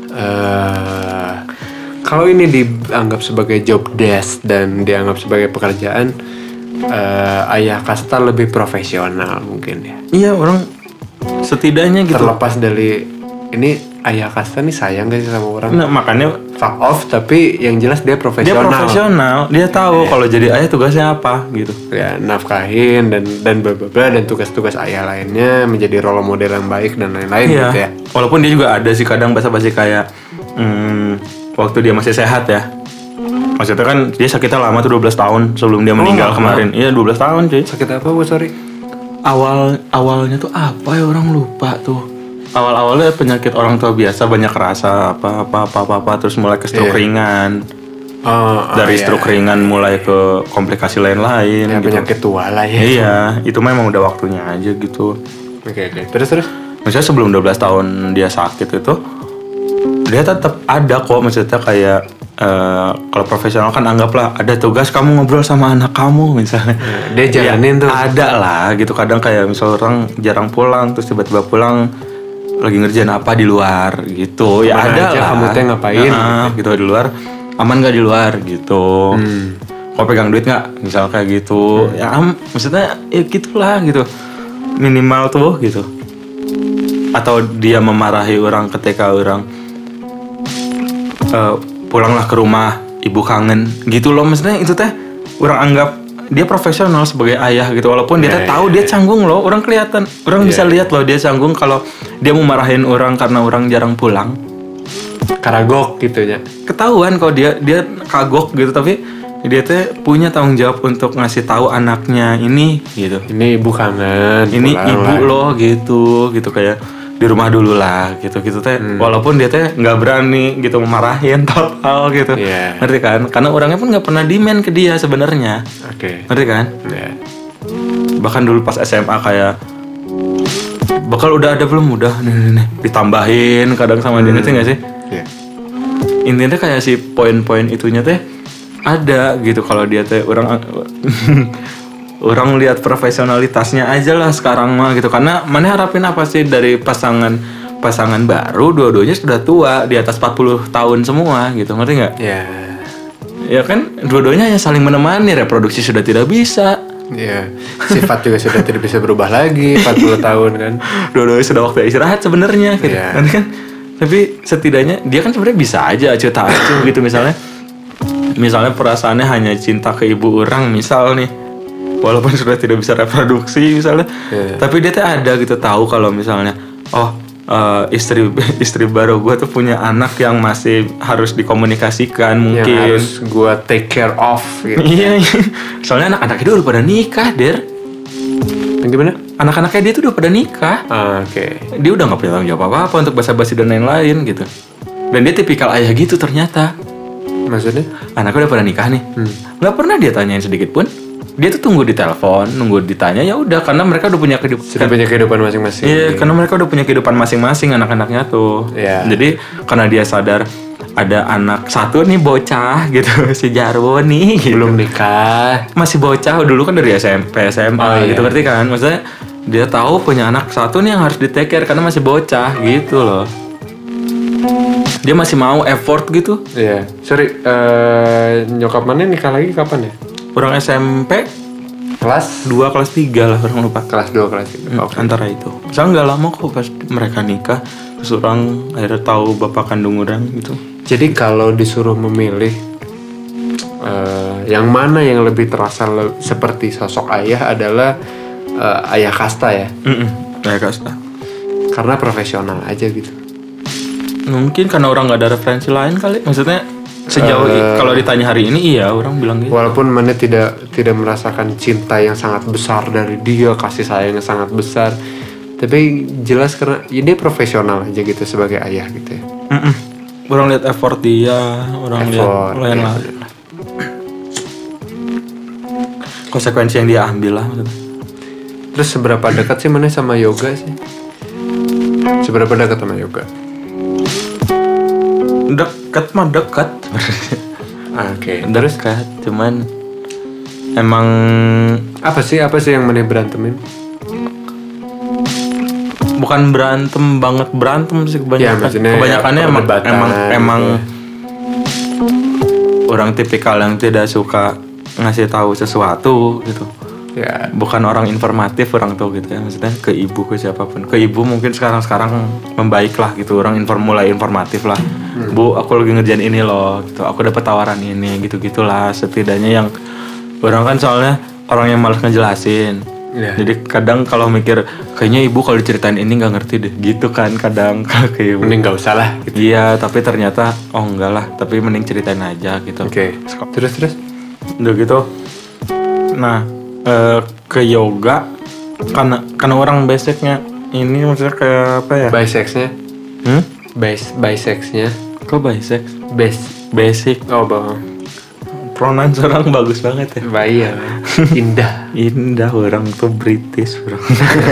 kalau ini dianggap sebagai job desk dan dianggap sebagai pekerjaan, ayah kasta lebih profesional mungkin ya. Iya, orang setidaknya gitu. Terlepas dari ini ayah kasta nih sayang gak sih sama orang? Nah, makanya fuck off, tapi yang jelas dia profesional. Dia profesional, dia tahu kalau jadi ayah tugasnya apa gitu. Ya, nafkahin dan bla bla bla, dan tugas-tugas ayah lainnya, menjadi role model yang baik dan lain-lain gitu ya. Walaupun dia juga ada sih kadang basa-basi kayak waktu dia masih sehat ya. Maksudnya kan dia sakitnya lama tuh 12 tahun sebelum dia meninggal kemarin. Iya 12 tahun cuy. Sakit apa bu, sorry? Awalnya tuh apa ya, orang lupa tuh. Awal-awalnya penyakit orang tua biasa, banyak rasa apa terus mulai ke stroke ringan. Dari stroke ringan mulai ke komplikasi lain-lain ya, gitu. Penyakit tua lah ya. Iya, itu memang udah waktunya aja gitu. Oke. Terus? Maksudnya sebelum 12 tahun dia sakit itu, dia tetap ada kok, maksudnya kayak kalau profesional kan anggaplah ada tugas kamu ngobrol sama anak kamu misalnya. Dia jalanin tuh. Ada lah gitu, kadang kayak misal orang jarang pulang terus tiba-tiba pulang lagi ngerjain apa di luar gitu. Ya ada lah. Kamu teh ngapain? Gitu di luar. Aman gak di luar gitu. Kau pegang duit gak? Misal kayak gitu. Ya maksudnya ya gitulah gitu. Minimal tuh gitu. Atau dia memarahi orang ketika orang pulanglah ke rumah, ibu kangen gitu loh. Maksudnya itu teh orang anggap dia profesional sebagai ayah gitu. Walaupun dia tahu dia canggung loh. Orang kelihatan, orang bisa lihat loh dia canggung kalau dia mau marahin orang karena orang jarang pulang. Karagok gitu ya. Ketahuan kalau dia kagok gitu, tapi dia teh punya tanggung jawab untuk ngasih tahu anaknya ini gitu. Ini ibu kangen. Ini ibu loh gitu kayak di rumah dulu lah gitu teh. Walaupun dia teh nggak berani gitu marahin total gitu. Ngerti kan? Karena orangnya pun nggak pernah demand ke dia sebenarnya. Ngerti kan? Bahkan dulu pas SMA kayak bakal udah ada belum? Udah nih ditambahin kadang sama dia, ngerti nggak sih? Intinya kayak si poin-poin itunya teh ada gitu. Kalau dia teh orang lihat profesionalitasnya aja lah sekarang mah gitu. Karena mana harapin apa sih dari pasangan baru, dua-duanya sudah tua, di atas 40 tahun semua gitu, ngerti nggak? Ya kan, dua-duanya hanya saling menemani, reproduksi sudah tidak bisa. Sifat juga sudah tidak bisa berubah lagi, 40 tahun kan. Dua-duanya sudah waktu istirahat sebenarnya gitu. Nanti kan, tapi setidaknya dia kan sebenarnya bisa aja acuh gitu misalnya perasaannya hanya cinta ke ibu orang misal nih. Walaupun sudah tidak bisa reproduksi misalnya, tapi dia tuh ada gitu tahu kalau misalnya istri baru gue tuh punya anak yang masih harus dikomunikasikan mungkin. Yang harus gue take care of gitu. Iya. Soalnya anak-anaknya dia udah pada nikah, Der. Gimana? Anak-anaknya dia tuh udah pada nikah. Dia udah gak punya tanggung jawab apa-apa untuk basa-basi dan lain-lain gitu. Dan dia tipikal ayah gitu ternyata. Maksudnya? Anaknya udah pada nikah nih. Gak pernah dia tanyain sedikit pun. Dia tuh tunggu di telepon, nunggu ditanya, ya udah karena mereka udah punya kehidupan masing-masing. Iya, karena mereka udah punya kehidupan masing-masing anak-anaknya tuh. Jadi karena dia sadar ada anak satu nih bocah gitu, si Jarwo nih gitu. Belum nikah, masih bocah, dulu kan dari SMP, SMA gitu, ngerti kan? Maksudnya dia tahu punya anak satu nih yang harus di take care karena masih bocah gitu loh. Dia masih mau effort gitu. Sorry, nyokap mana nikah lagi kapan ya? Orang SMP kelas 2, kelas 3 lah, orang lupa. Kelas 2, kelas 3. Antara itu. Soalnya gak lama kok pas mereka nikah, terus orang akhirnya tahu bapak kandung orang gitu. Jadi kalau disuruh memilih yang mana yang lebih terasa seperti sosok ayah adalah ayah kasta ya? Ayah kasta. Karena profesional aja gitu. Mungkin karena orang gak ada referensi lain kali. Maksudnya sejauh kalau ditanya hari ini iya orang bilang gitu. Walaupun mana tidak merasakan cinta yang sangat besar dari dia, kasih sayang yang sangat besar, tapi jelas karena ya dia profesional aja gitu sebagai ayah gitu ya. Orang lihat effort dia, orang lihat lain-lain. Konsekuensi yang dia ambil lah maksudnya. Terus seberapa dekat sih mana sama yoga sih? Seberapa dekat sama yoga? Dekat mah dekat. Terus dekat, cuman emang apa sih yang mana berantemin? Bukan berantem sih kebanyakan. Kebanyakannya emang orang tipikal yang tidak suka ngasih tahu sesuatu gitu. Bukan orang informatif orang tuh gitu ya, maksudnya ke ibu, ke siapapun. Ke ibu mungkin sekarang membaik lah gitu, orang mulai informatif lah. Bu, aku lagi ngerjain ini loh gitu, aku dapat tawaran ini gitu-gitulah. Setidaknya yang orang kan soalnya orang yang malas ngejelasin. Jadi kadang kalau mikir kayaknya ibu kalau diceritain ini nggak ngerti deh gitu kan, kadang kalau ke ibu mending nggak usah lah gitu. Iya, tapi ternyata enggak lah, tapi mending ceritain aja gitu. Terus udah gitu. Nah, ke yoga karena orang basicnya ini maksudnya kayak apa ya? Bisexnya? Bisexnya? Kok bisex? Basic. Oh bohong. Pronoun orang bagus banget ya. Bayar. Indah orang tuh British orang.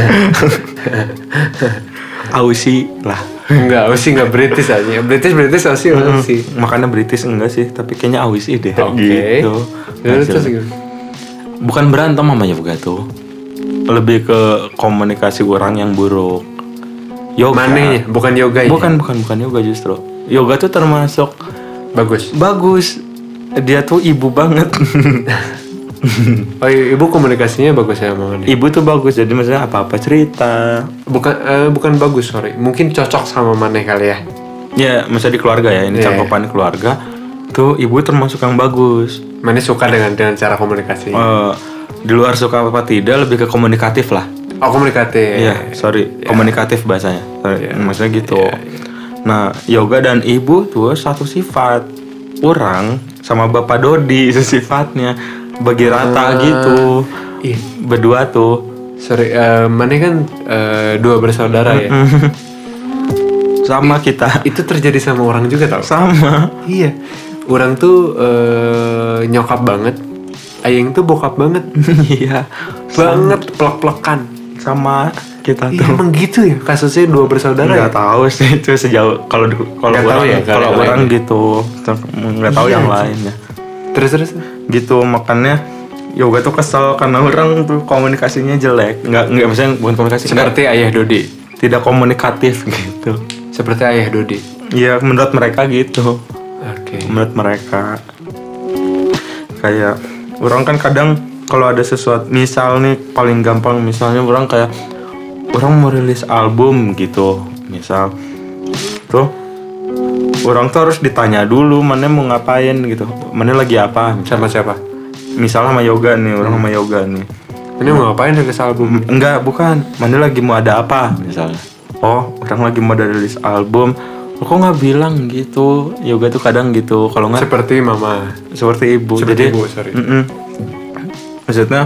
Aussie lah. Enggak British aja. British Aussie. Makanya British enggak sih, tapi kayaknya Aussie deh. Gitu. Terus bukan berantem namanya begitu. Lebih ke komunikasi orang yang buruk. Yoga. Mananya? Bukan yoga ya? Bukan yoga justru. Yoga tuh termasuk bagus. Dia tuh ibu banget. Oh, ibu komunikasinya bagus ya sama Ibu tuh bagus, jadi maksudnya apa-apa cerita. Bukan bagus, sorry. Mungkin cocok sama Maneh kali ya. Ya, misalnya di keluarga ya, ini cakupan keluarga. Tuh ibu termasuk yang bagus. Maneh suka dengan cara komunikasi. Di luar suka apa tidak, lebih ke komunikatif lah. Oh, komunikatif. Iya, komunikatif bahasanya. Maksudnya gitu. Nah, yoga dan ibu tuh satu sifat. Orang sama Bapak Dodi sifatnya bagi rata gitu. Berdua tuh. Sorry, Maneh kan 2 bersaudara ya. sama kita. Itu terjadi sama orang juga tau. Sama. Iya. Orang tuh nyokap banget. Aing tuh bokap banget. Iya. Banget plek-plekan. Sama kita Iya, tuh. emang gitu ya kasusnya dua bersaudara. Nggak tahu sih itu sejauh kalau Nggak tahu orang ya, kalau yang orang lain. gitu nggak tahu Iya, yang anjing. lainnya. Terus. Gitu makanya Yoga tuh kesel karena orang tuh komunikasinya jelek. Nggak misalnya bukan komunikasi. Seperti ayah Dodi. Tidak komunikatif gitu. Seperti ayah Dodi. Iya menurut mereka gitu. Oke. Menurut mereka kayak orang kan kadang kalau ada sesuatu misal nih paling gampang misalnya orang kayak orang mau rilis album gitu misal tuh orang tuh harus ditanya dulu mana mau ngapain gitu, mana lagi apa Sama siapa? misal sama Yoga nih, orang sama Yoga nih. Ini mau ngapain rilis album? Enggak, bukan. Mana lagi mau ada apa misalnya. Oh, orang lagi mau ada rilis album. Oh, kok nggak bilang gitu? Yoga tuh kadang gitu. Kalau nggak Seperti mama. seperti ibu. Seperti Jadi, ibu, sorry. maksudnya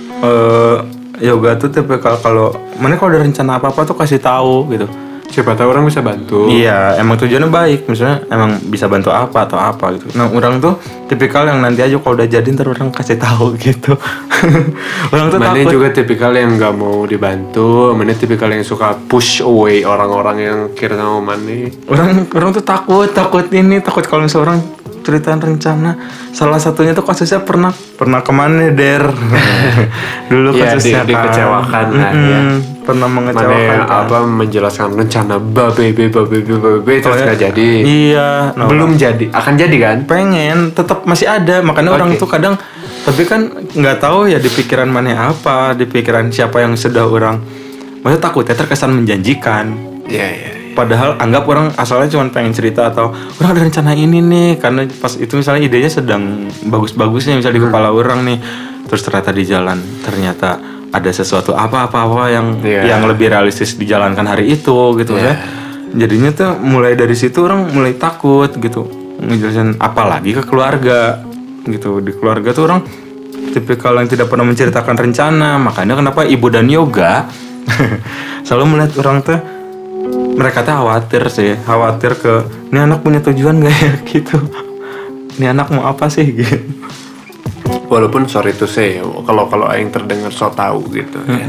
Yoga tuh tipe kalau mana kalau ada rencana apa-apa tuh kasih tahu gitu. Siapa tahu orang bisa bantu. Iya, emang tujuannya baik. Misalnya emang bisa bantu apa atau apa gitu. Nah, orang tuh tipikal yang nanti aja kalau udah jadi ntar orang kasih tahu gitu. Orang tuh Mana takut. juga tipikal yang nggak mau dibantu. Mana tipikal yang suka push away orang-orang yang kira sama Mana. Orang tuh takut kalau misalnya orang ceritain rencana. Salah satunya tuh kasusnya pernah kemana Der. Dulu Iya, kasusnya kan. dikecewakan lah ya. Pernah Mana mengecewakan kan. apa menjelaskan rencana babe terus nggak jadi. Iya, nah, Belum jadi, akan jadi kan? pengen tetap masih ada, makanya orang Oke. tuh kadang tapi kan nggak tahu ya di pikiran mana apa, di pikiran siapa yang sudah orang maksudnya takutnya terkesan menjanjikan. Iya. Padahal anggap orang asalnya cuma pengen cerita atau orang ada rencana ini nih karena pas itu misalnya idenya sedang bagus-bagusnya misalnya di kepala orang nih, terus ternyata di jalan ternyata ada sesuatu apa yang Iya. lebih realistis dijalankan hari itu gitu ya. Jadinya tuh mulai dari situ orang mulai takut gitu ngejelasin apalagi ke keluarga gitu. Di keluarga tuh orang tipikal yang tidak pernah menceritakan rencana, makanya kenapa ibu dan Yoga selalu melihat orang tuh mereka tuh khawatir ke ini anak punya tujuan gak ya gitu, ini anak mau apa sih gitu. Walaupun sorry to say kalau aing terdengar so tahu gitu ya.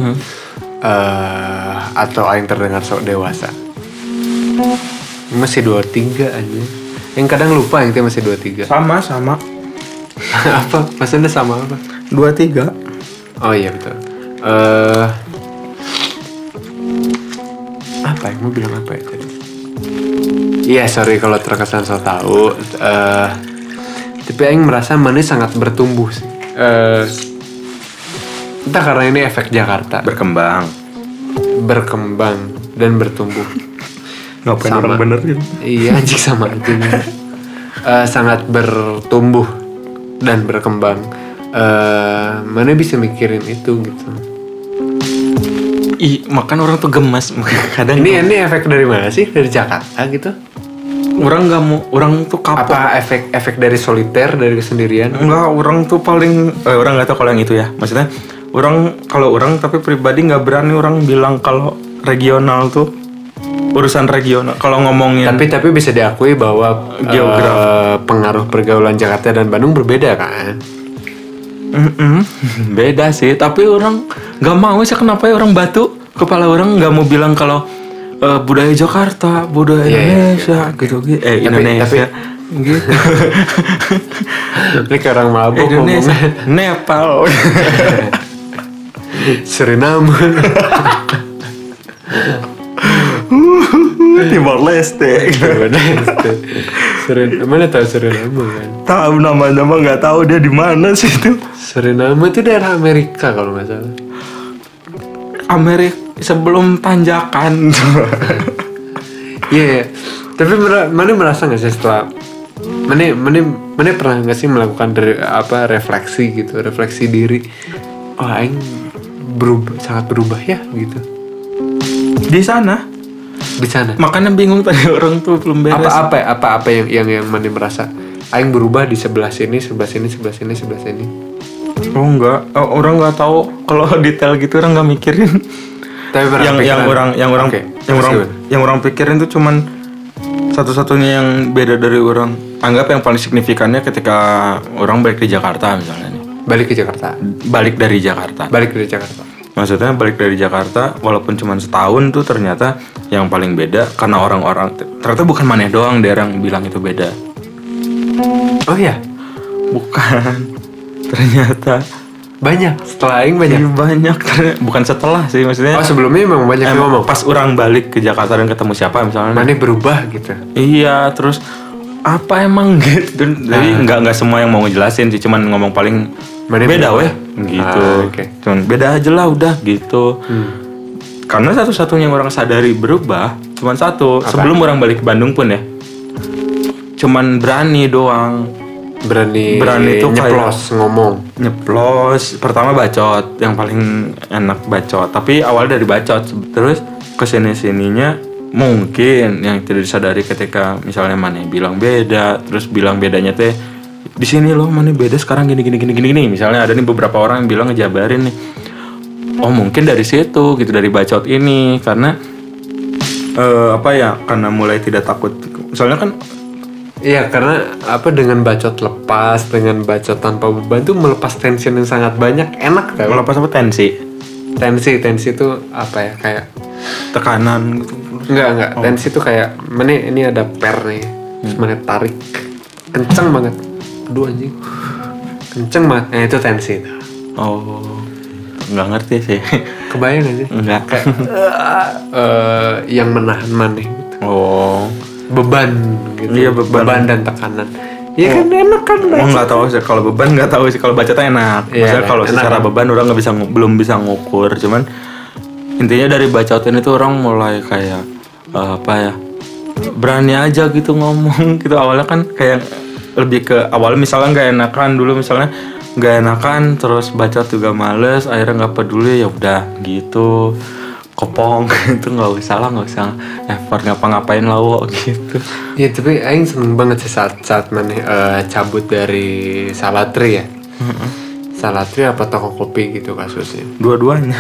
Atau aing terdengar so dewasa. Masih 23 aja. Yang kadang lupa yang masih 23. Sama Apa? Maksudnya sama apa? 23. Oh iya betul. Apa yang mau bilang apa ya tadi? Iya sorry kalau terkesan so tahu. Tapi aing merasa Mana sangat bertumbuh sih. Entah karena ini efek Jakarta Berkembang dan bertumbuh. ngapain Sama. orang bener gitu. Iya anjing sama aja. Sangat bertumbuh dan berkembang. Mana bisa mikirin itu gitu. Makan orang tuh gemas kadang. Ini efek dari mana sih? Dari Jakarta gitu? Orang nggak mau, orang tuh kapok. Apa efek dari soliter, dari kesendirian? Enggak, orang tuh paling orang nggak tahu kalau yang itu ya. Maksudnya kalau orang tapi pribadi nggak berani orang bilang kalau regional tuh urusan regional. Kalau ngomongin Tapi bisa diakui bahwa Geografi. pengaruh pergaulan Jakarta dan Bandung berbeda kan? beda sih. Tapi orang nggak mau sih kenapa ya orang Batu kepala orang nggak mau bilang kalau budaya Jakarta, budaya Indonesia gitu. Indonesia gitu. Ini kayak orang mabuk Indonesia, ngomongnya. Nepal. Suriname. Timor Leste. Mana tahu Suriname kan? Tahu nama-nama nggak tahu dia di mana sih itu. Suriname itu daerah Amerika kalau nggak salah. Amerika sebelum tanjakan. Iya. Tapi Mana merasa nggak sih setelah Mana pernah nggak sih melakukan refleksi gitu, refleksi diri? Oh, aing sangat berubah ya gitu. Di sana. Makanya bingung tadi orang tuh belum beres. Apa yang Mana merasa aing berubah di sebelah sini. Oh enggak, orang nggak tahu kalau detail gitu orang nggak mikirin. Tapi yang orang pikirin tuh cuman Satu-satunya yang beda dari orang, anggap yang paling signifikannya ketika orang balik di Jakarta misalnya nih. Balik ke Jakarta. Balik dari Jakarta. Maksudnya balik dari Jakarta, walaupun cuma setahun tuh ternyata yang paling beda karena orang-orang ternyata bukan maneh doang deh yang bilang itu beda. Oh iya? Bukan. Ternyata banyak. Setelah aing banyak. Iya, banyak. Bukan setelah sih maksudnya. Oh sebelumnya memang banyak yang ngomong. Pas orang balik ke Jakarta dan ketemu siapa misalnya. Maneh berubah gitu. Iya, terus apa emang gitu. Jadi nggak semua yang mau ngejelasin sih, cuman ngomong paling Maneh beda weh gitu. Okay. Cuman beda aja lah udah gitu. Karena satu-satunya yang orang sadari berubah cuman satu. Apa? Sebelum orang balik ke Bandung pun ya. Cuman berani doang. Berani tuh nyeplos ngomong. Nyeplos. Pertama bacot, yang paling enak bacot. Tapi awal dari bacot. Terus kesini-sininya mungkin yang tidak disadari ketika misalnya Maneh bilang beda, terus bilang bedanya teh di sini loh Maneh beda sekarang gini. Misalnya ada nih beberapa orang yang bilang ngejabarin nih. Oh mungkin dari situ gitu, dari bacot ini karena karena mulai tidak takut. Soalnya kan iya, karena dengan bacot lepas, dengan bacot tanpa beban tuh melepas tension yang sangat banyak, enak kan? Melepas apa tensi itu apa ya, kayak tekanan gitu. Enggak. Tensi itu kayak Maneh ini ada per nih. Terus Maneh tarik kenceng banget. Aduh anjing. Kenceng banget. Nah, itu tensi itu. Oh. Enggak ngerti sih. Kebayang gak sih? Enggak. Kayak yang menahan Maneh gitu. Oh. Beban gitu. Iya, beban dan tekanan. Ya kan enak kan. Nggak tahu sih kalau beban, nggak tahu sih kalau bacotnya enak. Maksudnya kalau secara beban orang belum bisa ngukur. Cuman intinya dari bacotin itu orang mulai kayak berani aja gitu ngomong gitu. Awalnya kan kayak lebih ke awal misalnya nggak enakan dulu, misalnya nggak enakan terus bacot juga males, akhirnya nggak peduli, ya udah gitu kopong gitu, nggak usah effort ngapa-ngapain lah gitu. Ya tapi aing seneng banget sih saat Maneh cabut dari Salatri ya. Salatri apa toko kopi gitu kasusnya? Dua-duanya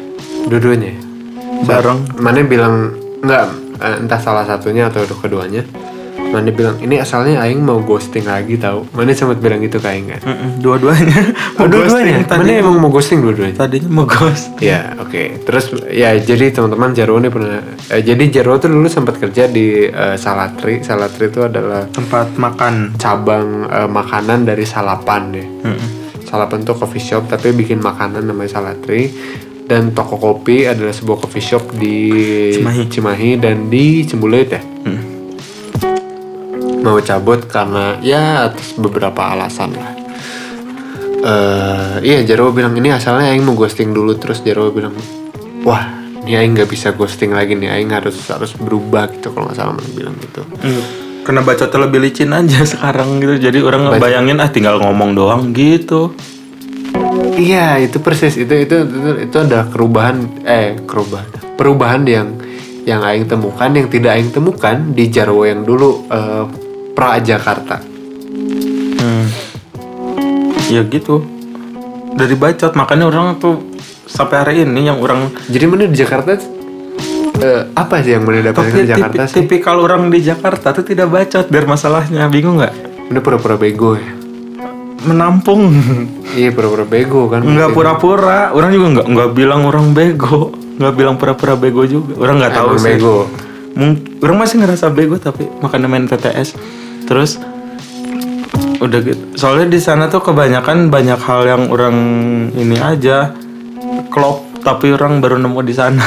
bareng. Maneh bilang nggak, entah salah satunya atau keduanya. Maneh bilang ini asalnya aing mau ghosting lagi tahu. Maneh sempat bilang gitu ke aing kan? Dua-duanya. Dua-duanya. Maneh emang mau ghosting dua-duanya. Tadinya mau ghosting. Ya oke. Terus ya jadi teman-teman Jarwo ini pernah. Jadi Jarwo tuh dulu sempat kerja di Salatri. Salatri itu adalah tempat makan, cabang makanan dari Salapan ya. Salapan tuh coffee shop tapi bikin makanan namanya Salatri. Dan toko kopi adalah sebuah coffee shop di Cimahi dan di Ciumbulit ya. Mau cabut karena ya atas beberapa alasan lah. Iya Jarwo bilang ini asalnya aing mau ghosting dulu, terus Jarwo bilang wah ini aing nggak bisa ghosting lagi nih, aing harus berubah gitu kalau nggak salah bilang gitu. Karena bacotnya lebih licin aja sekarang gitu, jadi orang ngebayangin tinggal ngomong doang gitu. Iya itu persis itu ada perubahan yang aing temukan, yang tidak aing temukan di Jarwo yang dulu pra Jakarta. Ya gitu. Dari bacot, makanya orang tuh sampai hari ini yang orang. Jadi mana di Jakarta apa sih yang mana dapat di Jakarta sih? Tipikal orang di Jakarta tuh tidak bacot, biar masalahnya, bingung nggak? Mana pura-pura bego ya? Menampung. Iya pura-pura bego kan? Nggak pura-pura. Orang juga nggak bilang orang bego, nggak bilang pura-pura bego juga. Orang nggak tahu sih. Bego. Orang masih ngerasa bego tapi makanya main TTS. Terus udah gitu. Soalnya di sana tuh kebanyakan banyak hal yang orang ini aja klop, tapi orang baru nemu di sana.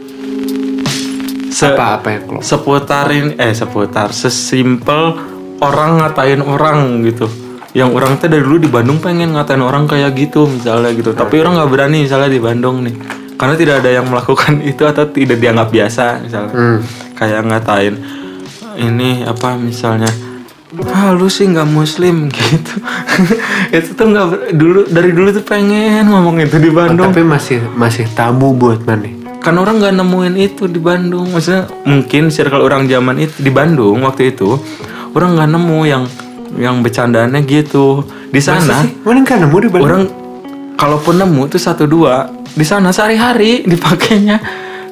Apa yang klop? Seputar sesimpel orang ngatain orang gitu. Yang orang tuh dari dulu di Bandung pengen ngatain orang kayak gitu misalnya gitu. Tapi orang nggak berani misalnya di Bandung nih. Karena tidak ada yang melakukan itu atau tidak dianggap biasa misalnya. Kayak ngatain ini apa misalnya, lu sih nggak muslim gitu. Itu tuh nggak dari dulu tuh pengen ngomong itu di Bandung. Tapi masih tabu buat Maneh. Kan orang nggak nemuin itu di Bandung. Maksudnya mungkin circle orang zaman itu di Bandung waktu itu orang nggak nemu yang bercandaannya gitu. Di sana mana nggak nemu di Bandung? Orang kalaupun nemu tuh 1-2 di sana sehari-hari dipakainya.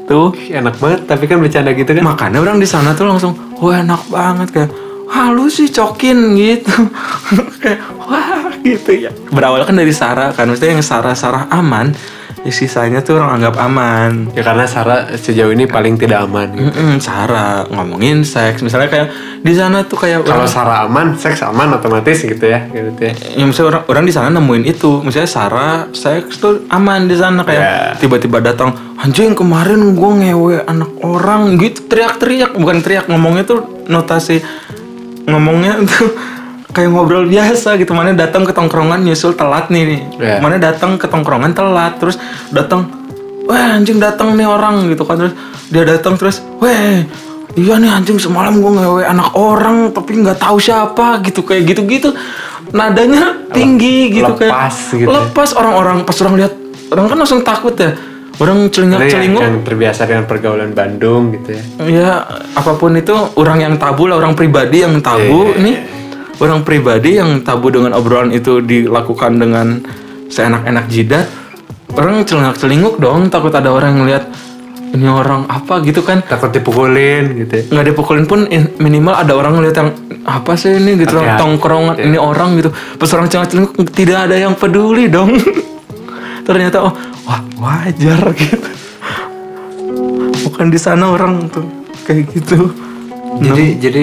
gitu. Enak banget, tapi kan bercanda gitu kan. Makanya orang di sana tuh langsung, wah enak banget kayak, wah lu sih cokin gitu. Kayak wah gitu ya. Berawal kan dari Sarah kan, maksudnya yang Sarah aman, ya sisanya tuh orang anggap aman. Ya karena Sarah sejauh ini paling tidak aman gitu. Sarah ngomongin seks, misalnya kayak di sana tuh kayak Kalau Sarah aman, seks aman otomatis gitu ya, gitu ya. ya misalnya orang di sana nemuin itu, misalnya Sarah seks tuh aman di sana kayak tiba-tiba datang, anjing kemarin gue ngewe anak orang gitu, teriak-teriak, bukan teriak, ngomongnya tuh notasi ngomongnya tuh kayak ngobrol biasa gitu. Mana datang ke tongkrongan nyusul telat nih. Mana datang ke tongkrongan telat terus datang, wah anjing datang nih orang gitu kan, terus dia datang terus, weh iya nih anjing semalam gue ngewe anak orang tapi nggak tahu siapa gitu, kayak gitu-gitu nadanya tinggi gitu, lepas kayak gitu. Lepas orang-orang pas orang lihat, orang kan langsung takut ya, orang celingak-celinguk yang terbiasa dengan pergaulan Bandung gitu ya. Ya apapun itu orang yang tabu lah, orang pribadi yang tabu. Orang pribadi yang tabu dengan obrolan itu dilakukan dengan seenak-enak jidat, orang celingak-celinguk dong, takut ada orang yang lihat ini orang apa gitu kan, takut dipukulin gitu ya. Nggak dipukulin pun minimal ada orang ngeliat yang apa sih ini gitu, tongkrongan ini orang gitu. Pas orang celingak-celinguk tidak ada yang peduli dong. Ternyata wah wajar gitu. Bukan di sana orang tuh kayak gitu. Jadi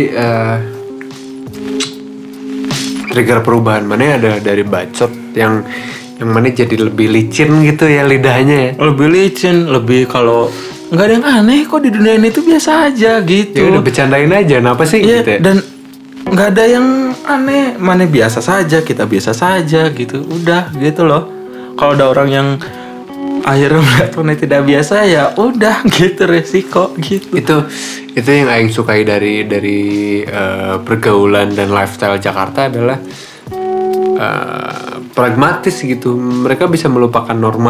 trigger perubahan mana ada dari bacot yang mana jadi lebih licin gitu ya lidahnya ya. Lebih licin, lebih kalau nggak ada yang aneh kok di dunia ini tuh biasa aja gitu. Ya udah bercandain aja, kenapa sih gitu ya? Dan nggak ada yang aneh, mana biasa saja, kita biasa saja gitu. Udah gitu loh. Kalau ada orang yang akhirnya melihat mana tidak biasa ya udah gitu, resiko gitu. Itu yang aing sukai dari pergaulan dan lifestyle Jakarta adalah pragmatis gitu. Mereka bisa melupakan norma.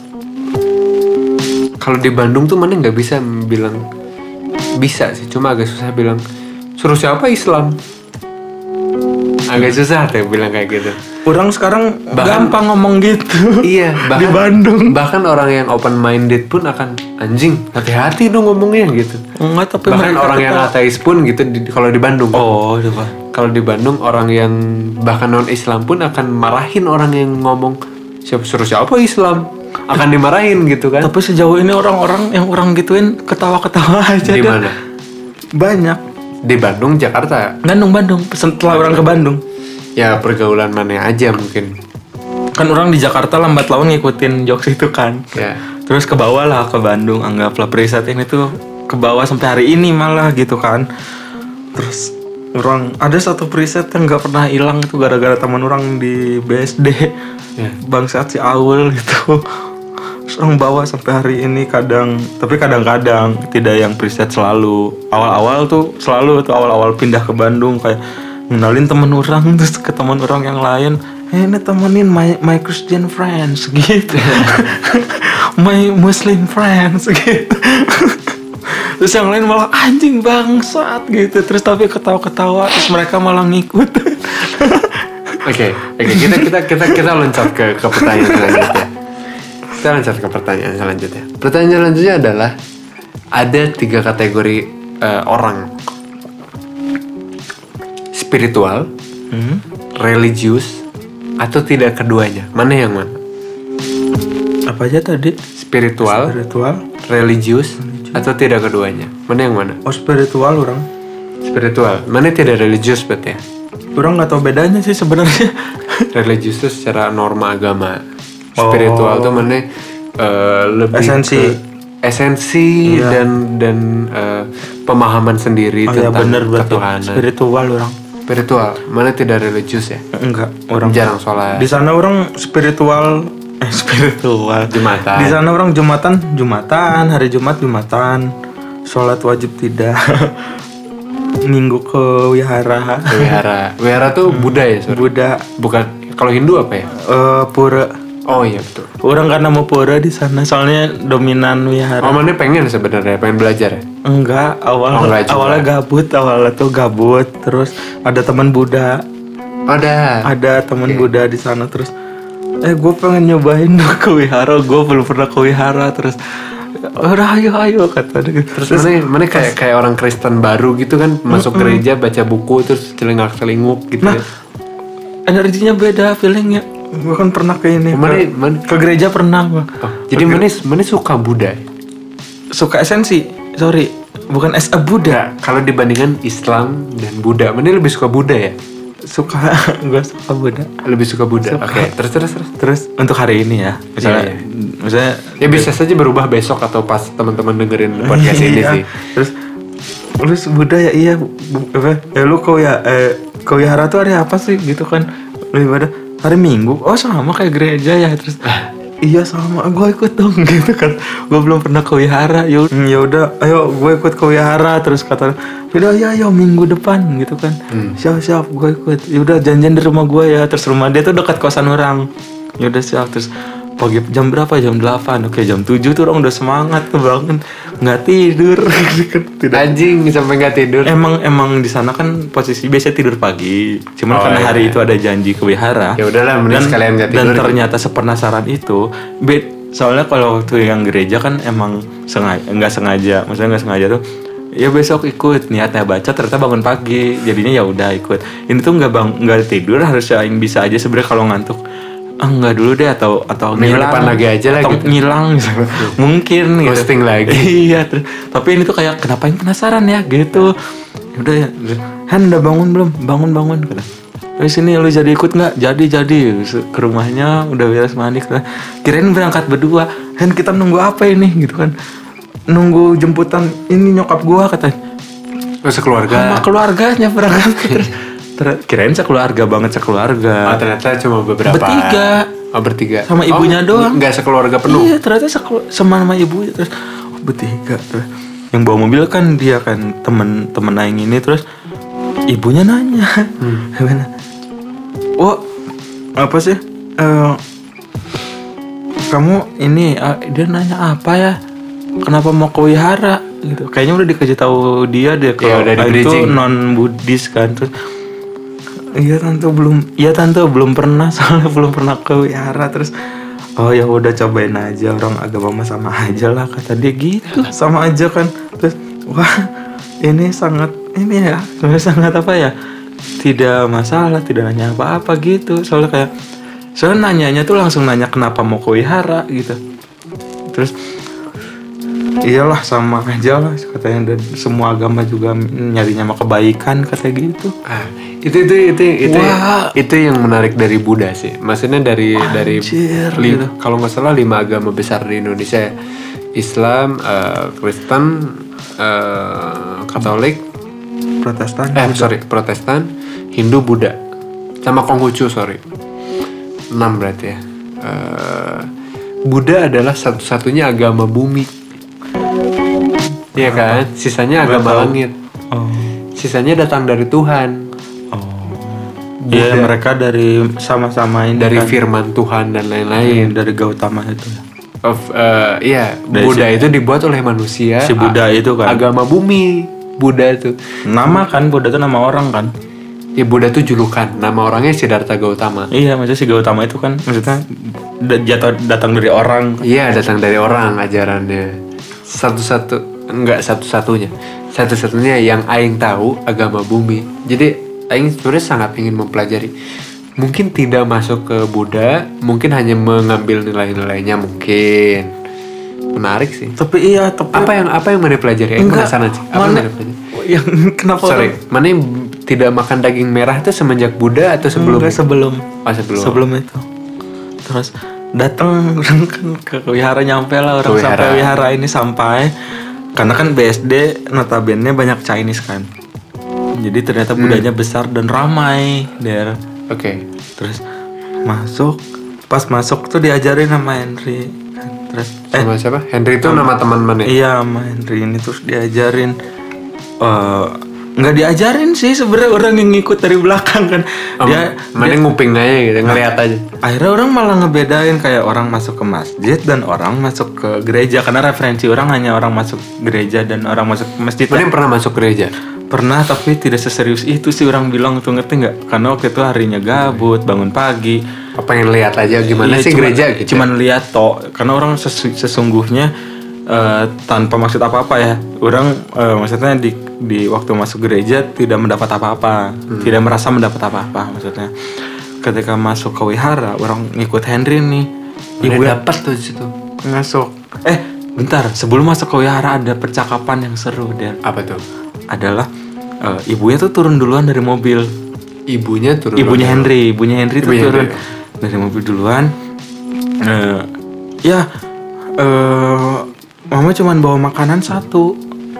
Kalau di Bandung tuh mana nggak bisa bilang, bisa sih, cuma agak susah bilang suruh siapa Islam. Agak susah tuh bilang kayak gitu. Orang sekarang gampang ngomong gitu. Iya, di Bandung. Bahkan orang yang open minded pun akan anjing, hati-hati dong ngomongnya gitu. Enggak, tapi bahkan orang yang ateis pun gitu kalau di Bandung. Oh, coba. Kalau di Bandung orang yang bahkan non Islam pun akan marahin orang yang ngomong suruh siapa Islam, akan dimarahin gitu kan. Tapi sejauh ini orang-orang yang orang gituin ketawa-ketawa aja. Di mana? Banyak. Di Bandung, Jakarta. Bandung. Setelah orang ke Bandung. Ya pergaulan mana aja mungkin. Kan orang di Jakarta lambat laun ngikutin jokes itu kan. Ya. Terus ke bawah lah ke Bandung, anggaplah preset ini tuh ke bawah sampai hari ini malah gitu kan. Terus orang ada satu preset yang nggak pernah hilang itu gara-gara teman orang di BSD. Ya. Bangsat si Aul gitu. Terus orang bawa sampai hari ini tapi kadang-kadang tidak yang preset selalu. Awal-awal tuh selalu tuh awal-awal pindah ke Bandung kayak ngenalin teman orang terus ke teman orang yang lain, ini temenin my Christian friends gitu. My Muslim friends gitu. Terus yang lain malah anjing bangsat gitu, terus tapi ketawa-ketawa terus mereka malah ngikut. Oke, kita loncat ke pertanyaan selanjutnya. Kita loncat ke pertanyaan selanjutnya. Pertanyaan selanjutnya adalah ada 3 kategori orang: spiritual, religius, atau tidak keduanya. Mana yang mana? Apa aja tadi? Spiritual, religius, atau tidak keduanya. Mana yang mana? Oh, spiritual orang. Spiritual. Mana tidak religius berarti ya? Orang nggak tahu bedanya sih sebenarnya. Religius itu secara norma agama. Spiritual tuh mana lebih esensi iya. dan pemahaman sendiri tentang ketuhanan. Spiritual, mana tidak religius ya? Enggak, orang jarang sholat. Di sana orang spiritual. Jumatan. Di sana orang Jumatan, hari Jumat Jumatan. Sholat wajib tidak. Minggu ke wihara. Wihara tuh Buddha ya? Sorry. Buddha. Bukan, kalau Hindu apa ya? Pura. Oh iya betul. Orang karena mau pura di sana, soalnya dominan wihara. Oh, mana pengen sebenarnya, pengen belajar ya? Enggak, awalnya gabut, terus ada teman Buddha. Ada teman Buddha di sana, terus gue pengen nyobain ke wihara, gue belum pernah ke wihara, terus udah ayo kata dia. Terus mana kayak orang Kristen baru gitu kan, masuk gereja baca buku terus celingak-celinguk gitu. Nah, energinya beda, feelingnya. Gue kan pernah ke ini. Mana ke gereja pernah gua. jadi mana suka Buddha? Suka esensi, sorry, bukan as a Buddha. Nah, kalau dibandingkan Islam dan Buddha, mana lebih suka Buddha ya? Suka, gue suka Buddha. Lebih suka Buddha. Oke, terus Untuk hari ini ya, misalnya ya bisa saja berubah besok atau pas teman-teman dengerin podcast ini sih. Terus lu Buddha ya, iya apa? Ya lu kau wihara tuh hari apa sih gitu kan? Lu ibadah hari Minggu. Oh sama kayak gereja ya. Terus iya sama, gue ikut dong gitu kan. Gue belum pernah ke wihara. Ya udah, ayo gue ikut ke wihara. Terus kata, udah ya minggu depan gitu kan. Siap gue ikut. Ya udah janjian di rumah gue ya. Terus rumah dia tuh dekat kosan orang. Ya udah siap. Terus pagi jam berapa? Jam 8. Oke, jam 7 tuh orang udah semangat tuh bangun. Nggak tidur. Tidak. Anjing sampai nggak tidur. Emang di sana kan posisi biasa tidur pagi. Cuman karena hari itu ada janji ke wihara. Ya udahlah, mending sekalian nggak tidur. Dan ternyata sepenasaran itu. Soalnya kalau waktu yang gereja kan emang nggak sengaja. Maksudnya nggak sengaja tuh. Ya besok ikut, niatnya baca ternyata bangun pagi. Jadinya ya udah ikut. Ini tuh nggak tidur, harusnya yang bisa aja sebenarnya kalau ngantuk. Enggak dulu deh atau minggu depan lagi aja lah atau gitu. Ngilang mungkin gitu. Posting lagi. Iya, tapi ini tuh kayak kenapa yang penasaran ya gitu. Udah ya, Han udah bangun belum? Bangun kata. Sini lu jadi ikut nggak? Jadi ke rumahnya udah beres mandi. Kirain berangkat berdua. Han kita nunggu apa ini gitu kan? Nunggu jemputan ini nyokap gua katanya. Sekeluarga. Sama keluarganya berangkat terus. Kirain sekeluarga banget. Oh, ternyata cuma beberapa. Bertiga. Sama ibunya doang. Enggak sekeluarga penuh. Iya, ternyata sama ibunya terus. Bertiga terus. Yang bawa mobil kan dia kan temen Aing ini, terus ibunya nanya. Oh, apa sih? Kamu ini dia nanya apa ya? Kenapa mau ke wihara gitu? Kayaknya udah dikasih tahu dia kalau itu non Buddhis kan. Terus Iya tante belum pernah, soalnya belum pernah ke wihara. Terus oh ya udah cobain aja, orang agama sama aja lah kata dia gitu, sama aja kan. Terus wah ini sangat apa ya, tidak masalah, tidak nanya apa-apa gitu. Soalnya nanyanya tuh langsung nanya kenapa mau ke wihara gitu. Terus iyalah sama aja lah katanya, dan semua agama juga nyarinya mah kebaikan kata gitu. Itu yang menarik dari Buddha sih. Maksudnya dari gitu. Kalau nggak salah 5 agama besar di Indonesia ya. Islam, Kristen, Katolik, Protestan, Hindu, Buddha, sama Konghucu 6 berarti ya. Buddha adalah satu-satunya agama bumi. Iya kan? Sisanya agama langit. Sisanya datang dari Tuhan. Iya, mereka dari sama-sama ini dari kan, firman Tuhan dan lain-lain. Dari Gautama itu. Iya, Buddha itu dibuat oleh manusia. Si Buddha itu kan agama bumi. Buddha itu nama kan, Buddha itu nama orang kan. Ya Buddha itu julukan, nama orangnya Siddhartha Gautama. Iya, maksudnya si Gautama itu kan maksudnya datang dari orang. Iya, datang dari orang ajarannya. Satu-satunya yang Aing tahu agama bumi. Jadi Aing sebenarnya sangat ingin mempelajari. Mungkin tidak masuk ke Buddha, mungkin hanya mengambil nilai-nilainya mungkin. Menarik sih. Tapi apa yang mana pelajari? Aing penasaran sih. Apa yang mana pelajari? Yang kenapa? Mana yang tidak makan daging merah itu semenjak Buddha atau sebelum? Enggak, sebelum. Sebelum itu. Terus datang ke wihara, nyampe lah orang sampai wihara ini sampai. Karena kan BSD notabene banyak Chinese kan. Jadi ternyata Buddhanya besar dan ramai der. Oke. Terus pas masuk tuh diajarin sama Henry. Terus sama siapa? Henry itu nama teman mana? Iya, sama Henry ini terus diajarin. Nggak diajarin sih sebenarnya, orang yang ngikut dari belakang kan. Dia nguping aja gitu, ngeliat aja. Akhirnya orang malah ngebedain kayak orang masuk ke masjid dan orang masuk ke gereja, karena referensi orang hanya orang masuk gereja dan orang masuk masjid. Mana pernah masuk gereja? Pernah, tapi tidak seserius itu sih orang bilang tuh, ngerti nggak? Karena waktu itu harinya gabut, bangun pagi. Pengen lihat aja gimana sih gereja gitu. Cuman lihat toh, karena orang sesungguhnya tanpa maksud apa-apa ya. Orang maksudnya di waktu masuk gereja tidak mendapat apa-apa, tidak merasa mendapat apa-apa maksudnya. Ketika masuk ke wihara, orang ngikut Henry nih. Ibu dapat tuh di situ. Masuk. Bentar, sebelum masuk ke wihara ada percakapan yang seru, Der. Apa tuh? Adalah ibunya tuh turun duluan dari mobil. Ibunya turun. Ibunya Henry tuh turun dari mobil duluan. Mama cuman bawa makanan satu.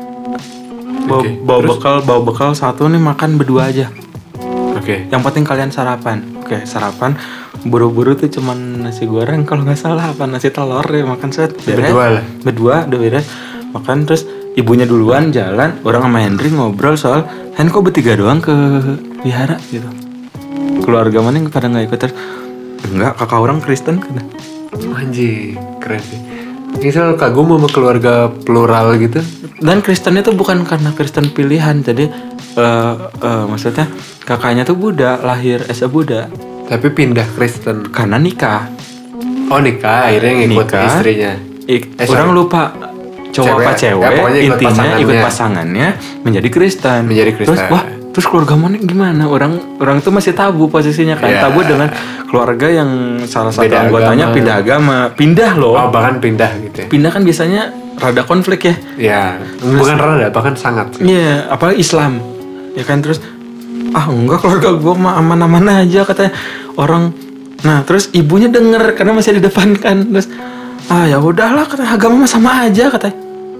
Bawa bekal satu nih, makan berdua aja. Oke. Yang penting kalian sarapan. Oke, sarapan. Buru-buru tuh cuman nasi goreng kalau nggak salah, apa nasi telur ya, makan set. Berdua udah beres. Makan terus ibunya duluan jalan, orang sama Henry ngobrol soal kok bertiga doang ke wihara gitu. Keluarga mana yang pada nggak ikut? Terus enggak, kakak orang Kristen kan. Anjir, keren sih. Misal kagum sama keluarga plural gitu. Dan Kristennya tuh bukan karena Kristen pilihan, jadi maksudnya kakaknya tuh Buddha, lahir as a Buddha. Tapi pindah Kristen karena nikah. Oh nikah, akhirnya ngikut istrinya. Orang lupa cowok apa cewek, intinya ikut pasangannya menjadi Kristen. Terus keluarga mana gimana? Orang tuh masih tabu posisinya kan, tabu dengan keluarga yang salah satu beda anggotanya agama. Pindah agama, pindah loh. Oh bahkan pindah gitu ya? Pindah kan biasanya rada konflik ya? Iya, bukan rada, bahkan sangat. Iya, apalagi Islam, ya kan. Terus enggak, keluarga gue mah aman-aman aja katanya orang. Nah terus ibunya denger karena masih di depan kan, terus ya udahlah katanya, agama mah sama aja katanya.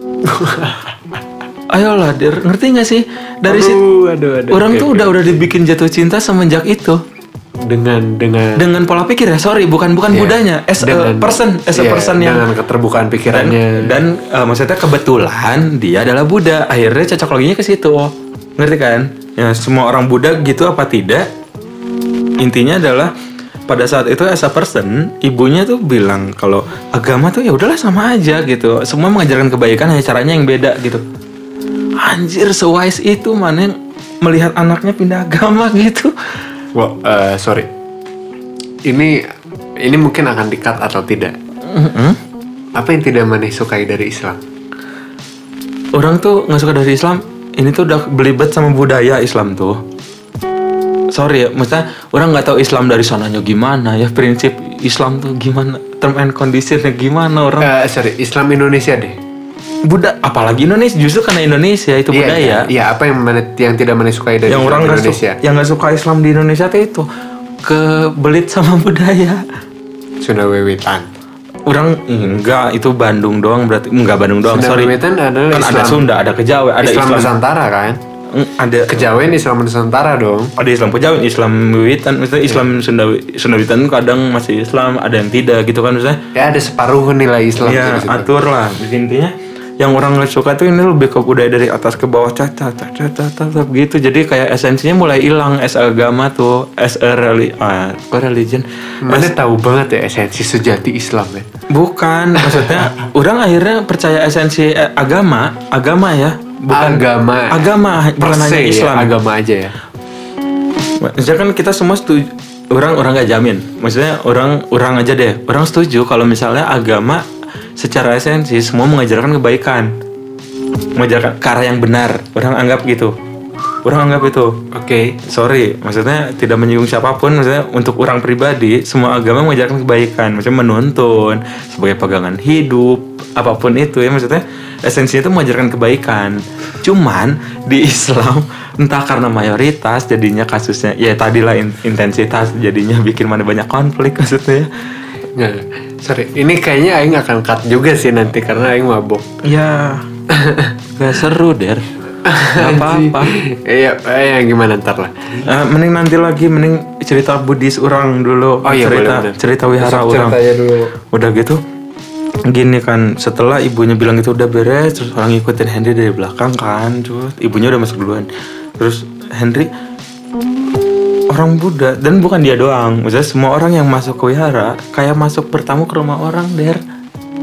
Ayolah, Der, ngerti nggak sih dari situ orang tuh udah dibikin jatuh cinta semenjak itu dengan pola pikir ya, bukan budanya, as a person yang dengan keterbukaan pikirannya dan maksudnya kebetulan dia adalah Buddha, akhirnya cocok loginya ke situ, ngerti kan? Ya semua orang Buddha gitu apa tidak? Intinya adalah pada saat itu as a person, ibunya tuh bilang kalau agama tuh ya udahlah sama aja gitu. Semua mengajarkan kebaikan, hanya caranya yang beda gitu. Anjir, sewise itu mana yang melihat anaknya pindah agama gitu. Wow, sorry. Ini mungkin akan di-cut atau tidak. Apa yang tidak Maneh sukai dari Islam? Orang tuh nggak suka dari Islam. Ini tuh udah belibet sama budaya Islam tuh. Sorry ya, maksudnya orang nggak tahu Islam dari sananya gimana ya, prinsip Islam tuh gimana, term and conditionnya gimana orang. Islam Indonesia deh. Buddha, apalagi Indonesia, justru karena Indonesia itu budaya. Iya, apa yang tidak Maneh sukai dari yang Islam orang Indonesia? Yang nggak suka Islam di Indonesia tuh itu kebelit sama budaya. Sunda Wewitan. Orang enggak, itu Bandung doang berarti. Enggak Bandung doang, Sunda Wewitan adalah kan Islam, ada Sunda, ada Kejawen, ada Islam Nusantara kan? Ada Kejawen, Islam Nusantara dong. Ada Islam Kejawen, Islam Wewitan, maksudnya Islam Sunda Wewitan kadang masih Islam, ada yang tidak gitu kan maksudnya. Ya ada separuh nilai Islam. Ya atur lah intinya. Yang orang nggak suka tuh ini lebih ke budaya dari atas ke bawah, cacat gitu. Jadi kayak esensinya mulai hilang as agama tuh, as a religion. Mana tahu banget ya esensi sejati Islam ya? Bukan, maksudnya orang akhirnya percaya esensi agama ya, bukan agama bukan hanya Islam. Ya, agama aja ya. Maksudnya kan kita semua setuju. Orang nggak jamin, maksudnya orang aja deh. Orang setuju kalau misalnya agama secara esensi semua mengajarkan kebaikan, mengajarkan ke arah yang benar. Orang anggap gitu. Orang anggap itu. Oke. Sorry, maksudnya tidak menyinggung siapapun. Maksudnya untuk orang pribadi, semua agama mengajarkan kebaikan. Maksudnya menuntun sebagai pegangan hidup, apapun itu ya. Maksudnya esensinya itu mengajarkan kebaikan. Cuman di Islam entah karena mayoritas jadinya kasusnya ya tadilah intensitas jadinya bikin mana banyak konflik maksudnya. Nggak, sorry. Ini kayaknya Aing akan cut juga sih nanti karena Aing mabok. Ya, gak seru Der. Gak apa-apa. Iya, gimana ntar lah. Mending nanti lagi, mending cerita Buddhis orang dulu. Oh iya, cerita wihara orang. Ceritanya dulu. Udah gitu, gini kan, setelah ibunya bilang itu udah beres, terus orang ngikutin Henry dari belakang kan, terus ibunya udah masuk duluan. Terus Henry orang Buddha, dan bukan dia doang, maksudnya semua orang yang masuk ke wihara kayak masuk bertamu ke rumah orang Der.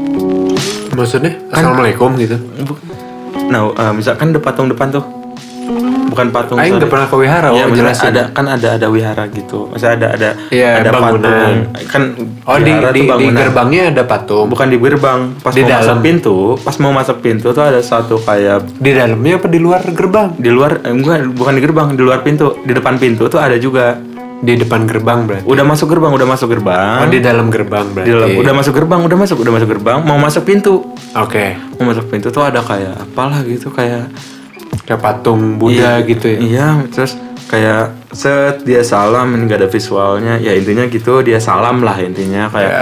Maksudnya? Assalamualaikum gitu? Nah, misalkan patung depan tuh Bukan patung. Aing nggak pernah ke wihara. Ya, Jelasin. ada wihara gitu. Maksudnya ada Iya, bangunan. patung. Kan wihara tuh di bangunan. gerbangnya ada patung. Bukan di gerbang, pas Di mau dalam. masuk pintu tuh ada satu kayak Di dalamnya apa di luar gerbang? di luar bukan di gerbang, di luar pintu, di depan pintu tuh ada juga. Di depan gerbang berarti. Udah masuk gerbang. Oh, di dalam gerbang berarti. Udah masuk gerbang, udah masuk gerbang, mau masuk pintu. Oke. Mau masuk pintu tuh ada kayak apalah gitu, kayak Kayak patung Buddha gitu ya. Iya, terus kayak dia salam, nggak ada visualnya. Ya intinya gitu, dia salam lah intinya kayak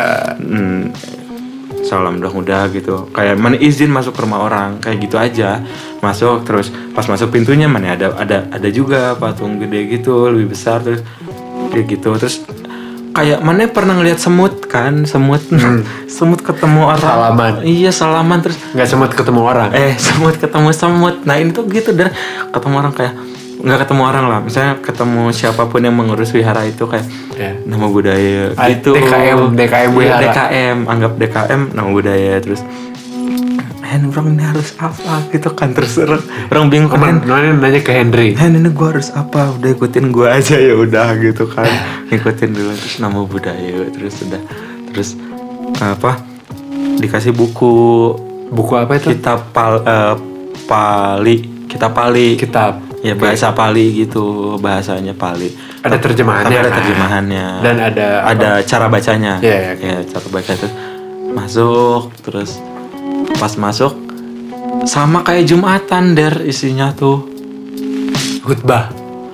salam udah gitu. Kayak mana izin masuk ke rumah orang, kayak gitu aja. Masuk terus pas masuk pintunya mana ada juga patung gede gitu, lebih besar terus kayak gitu. Terus kayak mana pernah ngeliat semut kan, semut ketemu orang. Salaman. Iya, salaman terus Nggak semut ketemu orang. semut ketemu semut. Nah ini tuh gitu, dan ketemu orang kayak nggak ketemu orang lah, misalnya ketemu siapapun yang mengurus wihara itu kayak nama budaya gitu. DKM wihara. Anggap DKM nama budaya. Terus orang ini harus apa gitu kan, terus orang bingung kan. Nanya ke Henry. Ini gue harus apa, udah ikutin gue aja ya udah gitu kan. Ngikutin dulu, terus nama budaya, terus apa, dikasih buku apa itu? kitab Pali ya, bahasa Pali gitu, bahasanya Pali. Ada terjemahannya. Tapi ada terjemahannya. Dan ada cara bacanya. Iya. Ya, cara baca itu masuk. Terus pas masuk sama kayak Jumatan isinya tuh khutbah.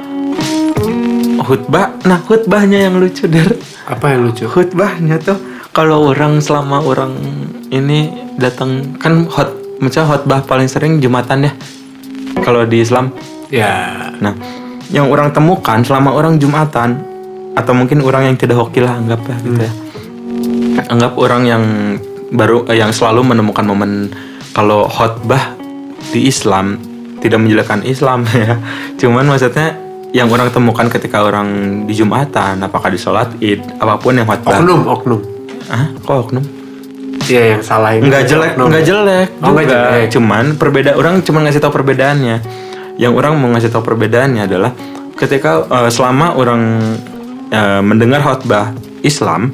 Nah khutbahnya yang lucu Apa yang lucu? Khutbahnya tuh kalau selama orang ini datang kan khutbah paling sering Jumatan ya kalau di Islam. Ya. Nah, yang orang temukan selama orang Jumatan, atau mungkin orang yang tidak hoki lah anggaplah gitu ya. Anggap orang yang yang selalu menemukan momen kalau khutbah di Islam tidak menjelekkan Islam ya. Cuman maksudnya yang orang temukan ketika orang di Jumatan, apakah di sholat Id, apapun yang khutbah. Oknum. Hah? Kok oknum? Iya, yang salah itu. Enggak jelek juga. Cuman orang cuma ngasih tahu perbedaannya. Yang orang mau ngasih tahu perbedaannya adalah ketika selama orang mendengar khutbah Islam,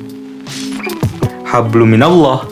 hablum minallah,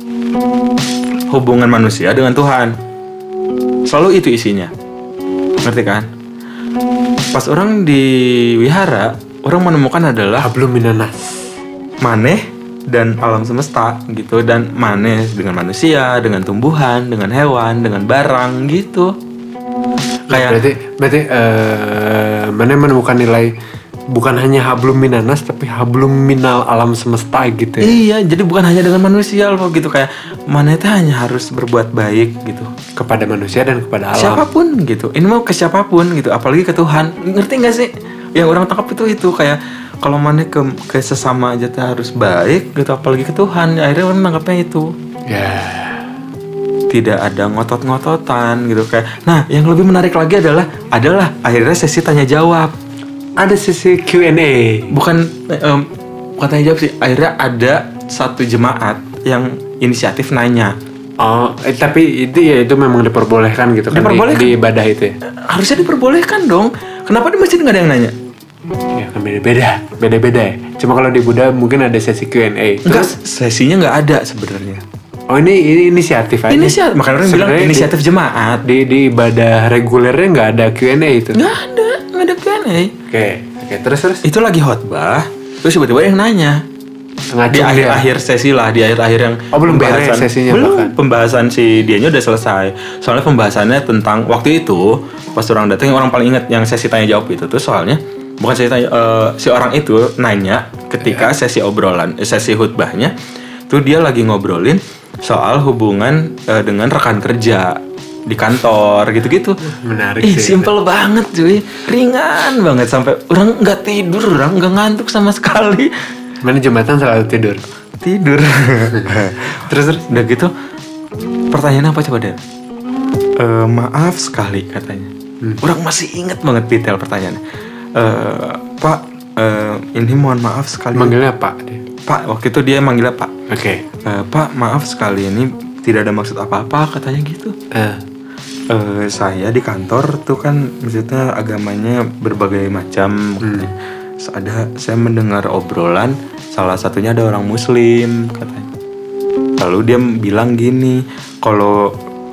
hubungan manusia dengan Tuhan. Selalu itu isinya. Ngerti kan? Pas orang di wihara, orang menemukan adalah hablum minanas. Maneh dan alam semesta gitu, dan maneh dengan manusia, dengan tumbuhan, dengan hewan, dengan barang gitu. Kayak berarti mana menemukan nilai bukan hanya hablum minanas tapi hablum minal alam semesta gitu ya. Iya, jadi bukan hanya dengan manusia loh gitu, kayak mana itu hanya harus berbuat baik gitu kepada manusia dan kepada alam. Siapapun gitu. Ini mau ke siapapun gitu, apalagi ke Tuhan. Ngerti enggak sih? Yang orang tangkap itu kayak kalau mana ke sesama aja harus baik gitu, apalagi ke Tuhan. Akhirnya orang nangkapnya itu. Ya. Tidak ada ngotot-ngototan gitu kayak. Nah, yang lebih menarik lagi adalah akhirnya sesi tanya jawab. Ada sesi Q&A. Bukan tanya jawab sih. Akhirnya ada satu jemaat yang inisiatif nanya. Oh, tapi itu memang diperbolehkan gitu kan. Diperbolehkan. Di ibadah itu ya. Harusnya diperbolehkan dong. Kenapa di masjid nggak ada yang nanya? Ya kan beda-beda ya. Cuma kalau di Buddha mungkin ada sesi Q&A. Enggak, sesinya nggak ada sebenarnya. Oh, ini inisiatif aja. Makanya orang bilang inisiatif jemaat. Di ibadah regulernya nggak ada Q&A itu. Nggak ada Q&A. Oke, terus. Itu lagi khotbah, terus tiba-tiba yang nanya. Di akhir sesi lah, di akhir yang belum beres sesinya. Belum, pembahasan si dianya udah selesai. Soalnya pembahasannya tentang waktu itu pas orang datang, yang orang paling ingat yang sesi tanya jawab itu tuh soalnya bukan sesi tanya, si orang itu nanya ketika sesi khutbahnya tuh dia lagi ngobrolin soal hubungan dengan rekan kerja di kantor gitu-gitu. Menarik sih. Simple banget cuy, ringan banget sampai orang nggak tidur, orang nggak ngantuk sama sekali. Mana jembatan selalu tidur. Terus udah gitu pertanyaannya apa coba deh? Maaf sekali katanya. Orang masih inget banget detail pertanyaannya. Pak, ini mohon maaf sekali. Manggilnya Pak. Pak, waktu itu dia manggilnya Pak. Oke. Pak, maaf sekali ini tidak ada maksud apa-apa katanya gitu. Saya di kantor tuh kan maksudnya agamanya berbagai macam. Saya mendengar obrolan salah satunya ada orang muslim katanya. Lalu dia bilang gini, kalau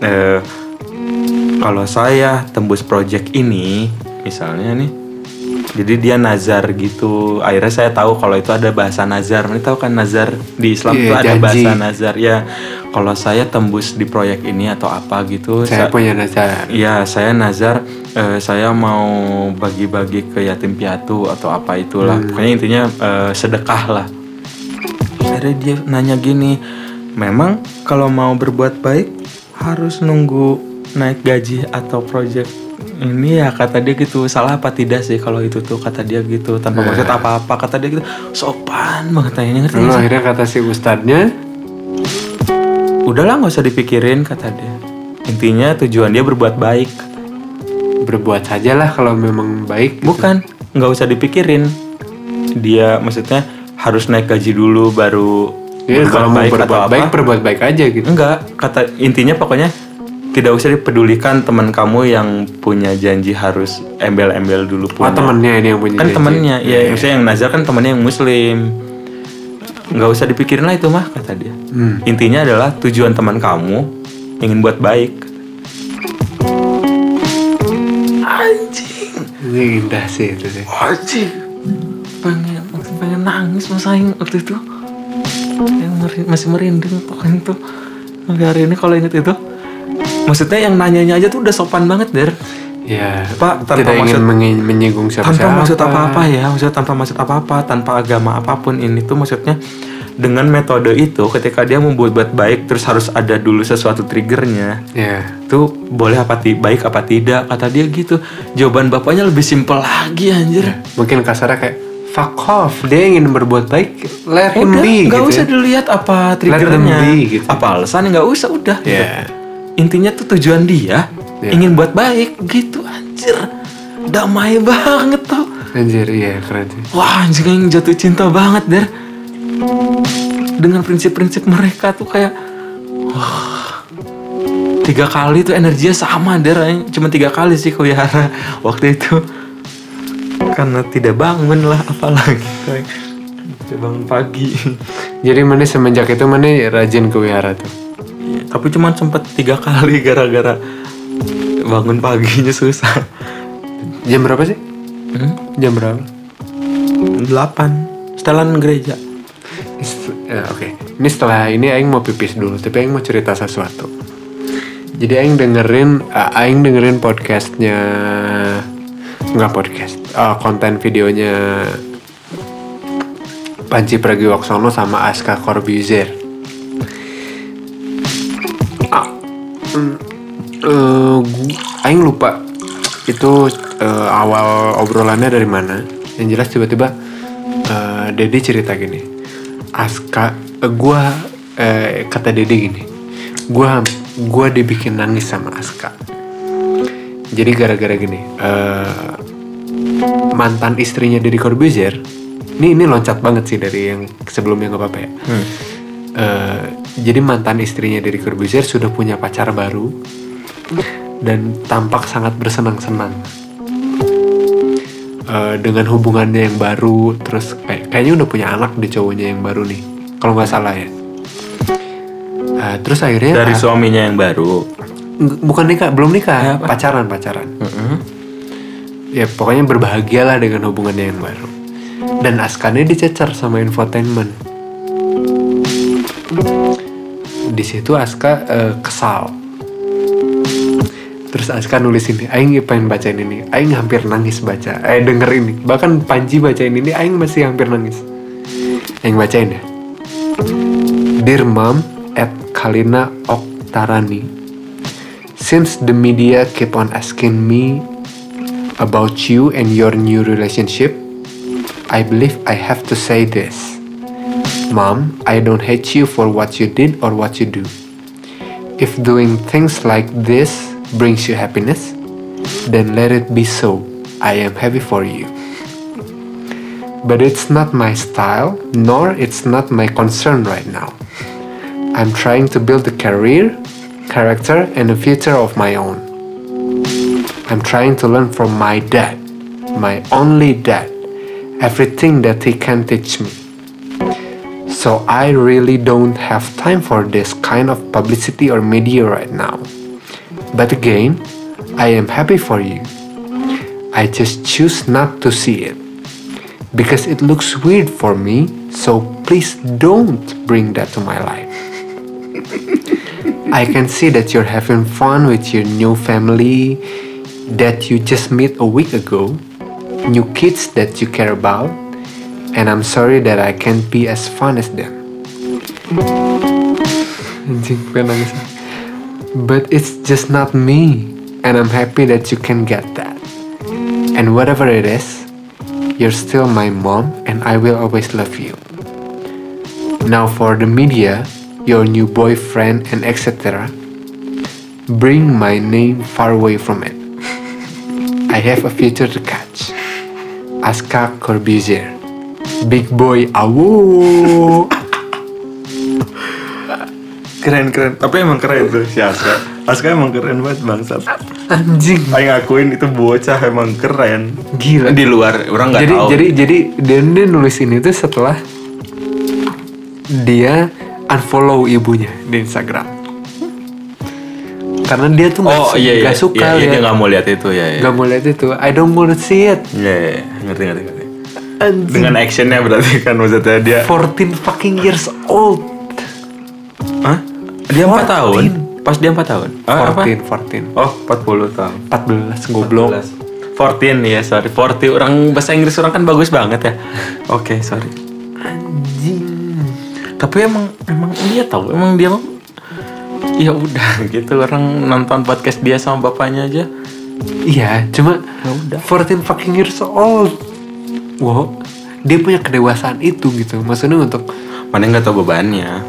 saya tembus project ini misalnya nih, jadi dia nazar gitu. Akhirnya saya tahu kalau itu ada bahasa nazar. Mana tahu kan nazar di Islam itu ada janji. bahasa nazar ya. Kalau saya tembus di proyek ini atau apa gitu, Saya punya nazar. ya saya nazar, saya mau bagi-bagi ke yatim piatu atau apa itulah. Pokoknya intinya sedekah lah. Akhirnya dia nanya gini, memang kalau mau berbuat baik harus nunggu naik gaji atau project ini ya, kata dia gitu. Salah apa tidak sih kalau itu tuh, kata dia gitu, tanpa maksud apa-apa, kata dia gitu. Sopan banget tanya, ngerti Lalu nggak sih? akhirnya kata si ustadznya, Udahlah nggak usah dipikirin, kata dia. Intinya tujuan dia berbuat baik. berbuat sajalah kalau memang baik. Bukan, nggak usah dipikirin. Dia maksudnya harus naik gaji dulu baru Iya, berbuat kalau mau baik atau berbuat apa. baik, berbuat baik aja gitu. Enggak, kata intinya pokoknya tidak usah dipedulikan teman kamu yang punya janji harus embel-embel dulu Oh, punya. temennya ini yang punya Kan janji. temennya, ya misalnya yang nazar kan temennya yang muslim. Nggak usah dipikirin lah itu mah, kata dia. Intinya adalah tujuan teman kamu ingin buat baik. Anjing. Ini indah sih itu sih. Anjing. Pengen nangis mas Aing waktu itu. Masih merinding pokoknya tuh. Sampai hari ini kalau inget itu. Maksudnya yang nanyanya aja tuh udah sopan banget, Der. Ya, Pak, tanpa tidak ingin maksud- menyinggung siapa-siapa. Tanpa maksud apa-apa ya, maksudnya tanpa maksud apa-apa, tanpa agama apapun ini tuh maksudnya dengan metode itu ketika dia membuat baik terus harus ada dulu sesuatu triggernya. Ya, Tuh boleh baik apa tidak, kata dia gitu. Jawaban bapaknya lebih simpel lagi anjir. mungkin kasarnya kayak fuck off. Dia ingin berbuat baik, let him Udah, be nggak gitu. usah ya. dilihat apa Let them triggernya, be, gitu. apa alasannya, nggak usah, udah. Ya. Gitu. Intinya tuh tujuan dia Ya. ingin buat baik gitu anjir. Damai banget tuh. Anjir, iya keren sih. Wah anjing yang jatuh cinta banget Der. Dengan prinsip-prinsip mereka tuh kayak wah, 3 kali tuh energinya sama Der. Cuma 3 kali sih ke wihara waktu itu. Karena tidak bangun lah apalagi kayak tidak bangun pagi. Jadi mana semenjak itu mana rajin ke wihara tuh. Tapi cuma sempet 3 kali gara-gara bangun paginya susah. Jam berapa sih? Jam berapa? 8 setelan gereja. Ya, oke. Ini setelah ini Aing mau pipis dulu, tapi Aing mau cerita sesuatu. Jadi Aing dengerin podcastnya, nggak podcast, konten videonya Panji Pragiwaksono sama Aska Corbuzier. Aing lupa itu awal obrolannya dari mana. Yang jelas tiba-tiba Dede cerita gini, Aska, kata Dede gini, gua dibikin nangis sama Aska. Jadi gara-gara gini, mantan istrinya Deddy Corbuzier, ini loncat banget sih dari yang sebelumnya, nggak apa-apa ya. Jadi mantan istrinya Deddy Corbuzier sudah punya pacar baru dan tampak sangat bersenang-senang dengan hubungannya yang baru. Terus kayaknya udah punya anak di cowoknya yang baru nih, kalau nggak salah ya. Terus akhirnya Dari suaminya yang baru. bukan nikah, belum nikah, pacaran. Ya pokoknya berbahagialah dengan hubungannya yang baru. Dan Askanya dicecer sama infotainment. Di situ Aska kesal. Terus Aska nulis ini, Aing pengen bacain ini, Aing hampir nangis baca, denger ini. Bahkan Panji bacain ini, Aing masih hampir nangis. Aing bacain ya. Dear Mom @Kalina Oktarani, since the media keep on asking me about you and your new relationship, I believe I have to say this. Mom, I don't hate you for what you did or what you do. If doing things like this brings you happiness, then let it be so. I am happy for you. But it's not my style, nor it's not my concern right now. I'm trying to build a career, character, and a future of my own. I'm trying to learn from my dad, my only dad, everything that he can teach me. So I really don't have time for this kind of publicity or media right now. But again, I am happy for you. I just choose not to see it because it looks weird for me, so please don't bring that to my life. I can see that you're having fun with your new family that you just met a week ago, new kids that you care about, and I'm sorry that I can't be as fun as them. Anjing, pengen nangis. But it's just not me, and I'm happy that you can get that. And whatever it is, you're still my mom, and I will always love you. Now for the media, your new boyfriend and etc. Bring my name far away from it. I have a future to catch. Aska Corbuzier, big boy, awo. Keren. Tapi emang keren tuh si Aska. Aska emang keren banget bangsat. Anjing. Aing ngakuin itu bocah emang keren. Gila. Di luar orang nggak tahu. Jadi dia nulis ini tuh setelah dia unfollow ibunya di Instagram. Karena dia tuh nggak suka lihat. Dia nggak mau lihat itu ya. Nggak mau lihat itu. I don't want to see it. Iya, ngerti. Anjing. Dengan actionnya berarti kan maksudnya dia 14 fucking years old. Hah? Dia 4 tahun? Pas dia 4 tahun? 14. Oh, 40 tahun. 14, goblok. 14 ya, sorry. 40 orang bahasa Inggris orang kan bagus banget ya. Oke, sorry. Anjing. Tapi emang dia tahu, emang dia ya udah gitu, orang nonton podcast dia sama bapaknya aja. Iya, cuma ya udah. 14 fucking years old. Wow, dia punya kedewasaan itu gitu. Maksudnya untuk mana nggak tahu bebannya.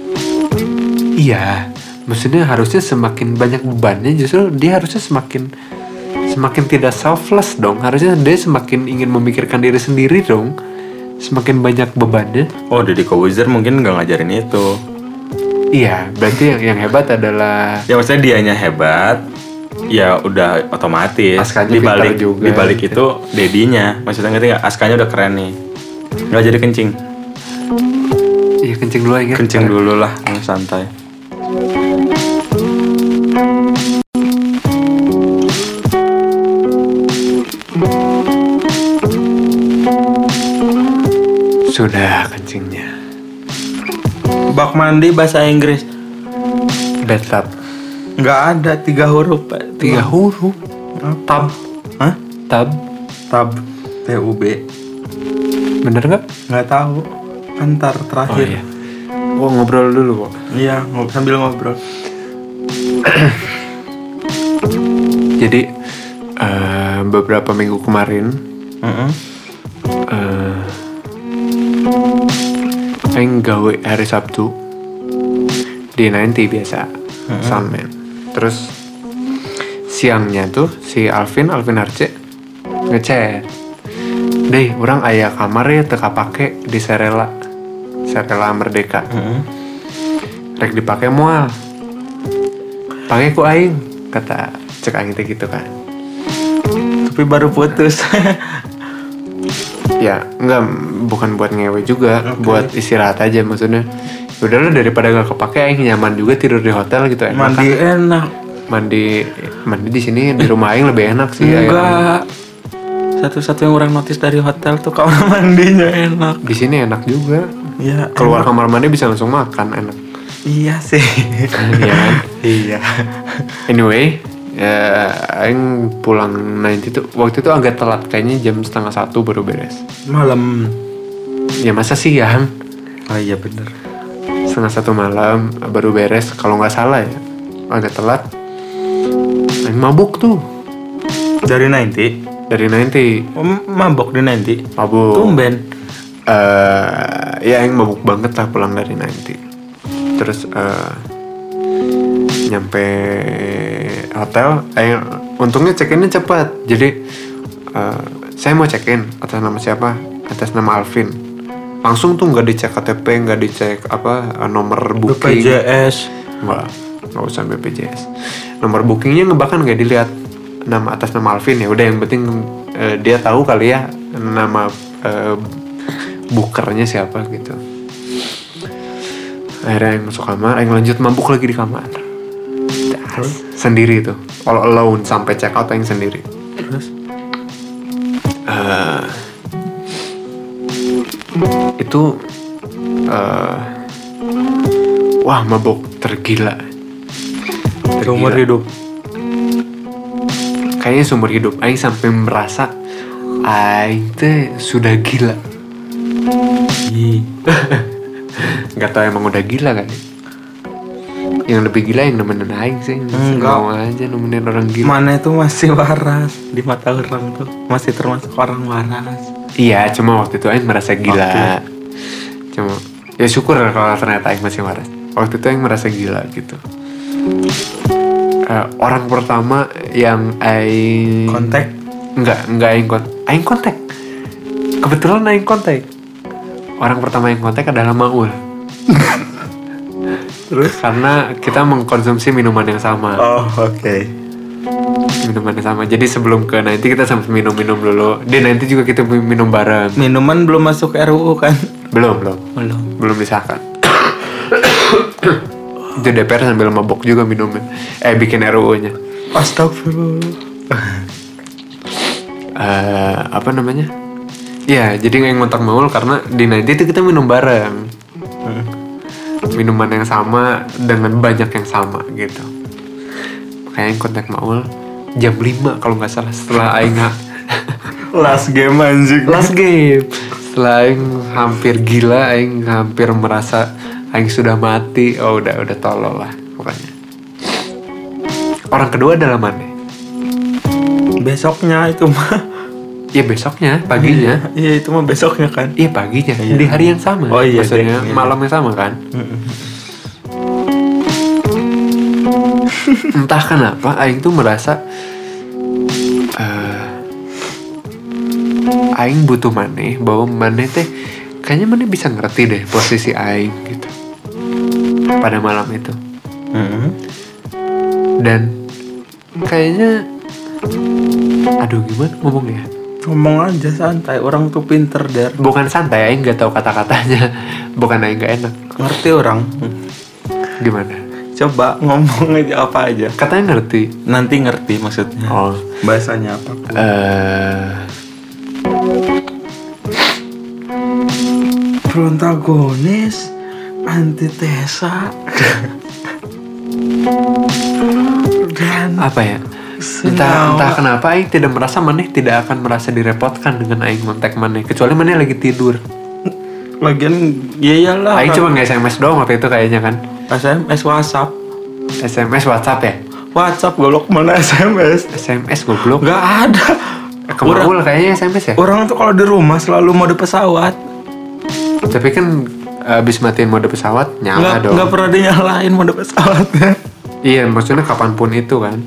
Iya, maksudnya harusnya semakin banyak bebannya, justru dia harusnya semakin tidak selfless dong. Harusnya dia semakin ingin memikirkan diri sendiri dong. Semakin banyak bebannya. Oh, Deddy Corbuzier mungkin nggak ngajarin itu. Iya, berarti yang hebat adalah ya maksudnya dianya hebat. Ya udah otomatis. Askanya pintar juga. Di balik itu Dedinya. Maksudnya ngerti nggak? Askanya udah keren nih. Nggak jadi kencing. Iya, kencing dulu aja. Kencing dulu lah, santai. Sudah kencingnya. Bak mandi bahasa Inggris. Bathtub. Nggak ada 3 huruf, Pak. 3 huruf. Tab. Hah? Tab. TUB. Bener nggak? Nggak tahu. Antar terakhir. Oh iya. Oh, ngobrol dulu kok. Iya, sambil ngobrol. Jadi beberapa minggu kemarin, Aing gawe hari Sabtu di 90 biasa, Soundman. Terus siangnya tuh si Alvin Arce ngechat, "Deh, orang aya kamar ya teka pake di Serela Merdeka. Rek dipake moal. Pake ku aing," kata cek aing teh gitu kan. Tapi baru putus. Ya, enggak, bukan buat ngewe juga, buat istirahat aja maksudnya. Udahlah, daripada gak kepake, aing nyaman juga tidur di hotel gitu, enak. Mandi kan? Enak. Mandi di sini di rumah aing lebih enak sih. Enggak. Satu-satu yang orang notice dari hotel tuh kamar mandinya enak. Di sini enak juga. Iya. Keluar kamar mandi bisa langsung makan, enak. Iya sih. Iya kan? Iya. Anyway, aing pulang 90 tuh waktu itu agak telat, kayaknya jam 12:30 baru beres. Malam. Ya masa siang? Oh iya bener. 12:30 malam baru beres kalau nggak salah ya, agak telat. Aing mabuk tuh. Dari 90? Dari 90. Oh, mabok di 90? Mabuk. Tumben. Ya aing mabuk banget lah pulang dari 90. Terus nyampe hotel, untungnya check-innya cepat. Jadi saya mau check-in atas nama siapa? Atas nama Alvin. Langsung tuh nggak dicek KTP, nggak dicek nomor booking. BPJS. Nggak usah BPJS. Nomor bookingnya bahkan nggak dilihat. nama atas nama Alvin, ya udah yang penting dia tahu kali ya nama bukernya siapa gitu. Akhirnya Aing masuk kamar, Aing lanjut mabuk lagi di kamar. Sendiri tuh, all alone sampai check out Aing sendiri. Terus itu wah, mabuk tergila. seumur hidup. Kayaknya seumur hidup. Aing sampai merasa Aing teh sudah gila. Gak tau emang udah gila kan. Yang lebih gila yang nemenin Aing sih. Enggak. Mau aja nemenin orang gila. Mana itu masih waras di mata orang tuh, masih termasuk orang waras. Iya, cuma waktu itu Aing merasa gila. Cuma ya syukur lah kalau ternyata Aing masih waras. Waktu itu Aing merasa gila gitu. Orang pertama yang Aing Kontak? Enggak Aing kontak. Kebetulan Aing kontak. Orang pertama yang kontak adalah Maul. Terus? Karena kita mengkonsumsi minuman yang sama. Oh, oke. Minuman yang sama. Jadi sebelum ke nanti kita sampai minum-minum dulu. Di nanti juga kita minum bareng. Minuman belum masuk RUU kan? Belum. Belum disahkan. Itu DPR sambil mabok juga minumnya. Bikin RUU-nya. Astagfirullah. Apa namanya? Ya, jadi nggak ngontak Maul karena di nanti itu kita minum bareng. Minuman yang sama dengan banyak yang sama gitu. Makanya yang kontak Maul jam 5 kalau nggak salah, setelah Aing Last game anjing. last game. Setelah Aing hampir gila, Aing hampir merasa Aing sudah mati. Oh udah tolol lah pokoknya. Orang kedua adalah mana? Besoknya itu mah. Ya besoknya, paginya. Iya, itu mah besoknya kan. Iya paginya, Iya. di hari yang sama. Oh iya, maksudnya iya. malamnya sama kan. Entah kenapa Aing tuh merasa Aing butuh Maneh, bahwa Maneh teh kayaknya Maneh bisa ngerti deh posisi Aing gitu pada malam itu. Dan kayaknya aduh gimana ngomongnya. Ngomong aja santai, orang tuh pinter der. Bukan santai, Aing gak tahu kata-katanya. Bukan Aing gak enak. Ngerti orang. Gimana? Coba ngomong aja apa aja. Katanya ngerti. Nanti ngerti maksudnya. Oh, Bahasanya apa? Protagonis, antitesa, dan apa ya? Entah kenapa Aing tidak merasa Maneh tidak akan merasa direpotkan dengan Aing kontak Maneh, kecuali Maneh lagi tidur. Lagian ya iyalah. Aing cuma nge-SMS doang waktu itu kayaknya kan. SMS WhatsApp. SMS WhatsApp ya? WhatsApp goblok, mana SMS? SMS goblok. Gak ada. Ke Maul kayaknya SMS ya? Orang tuh kalau di rumah selalu mode pesawat. Tapi kan abis matiin mode pesawat nyala dong. Nggak pernah dinyalain mode pesawatnya. Iya, maksudnya kapanpun itu kan.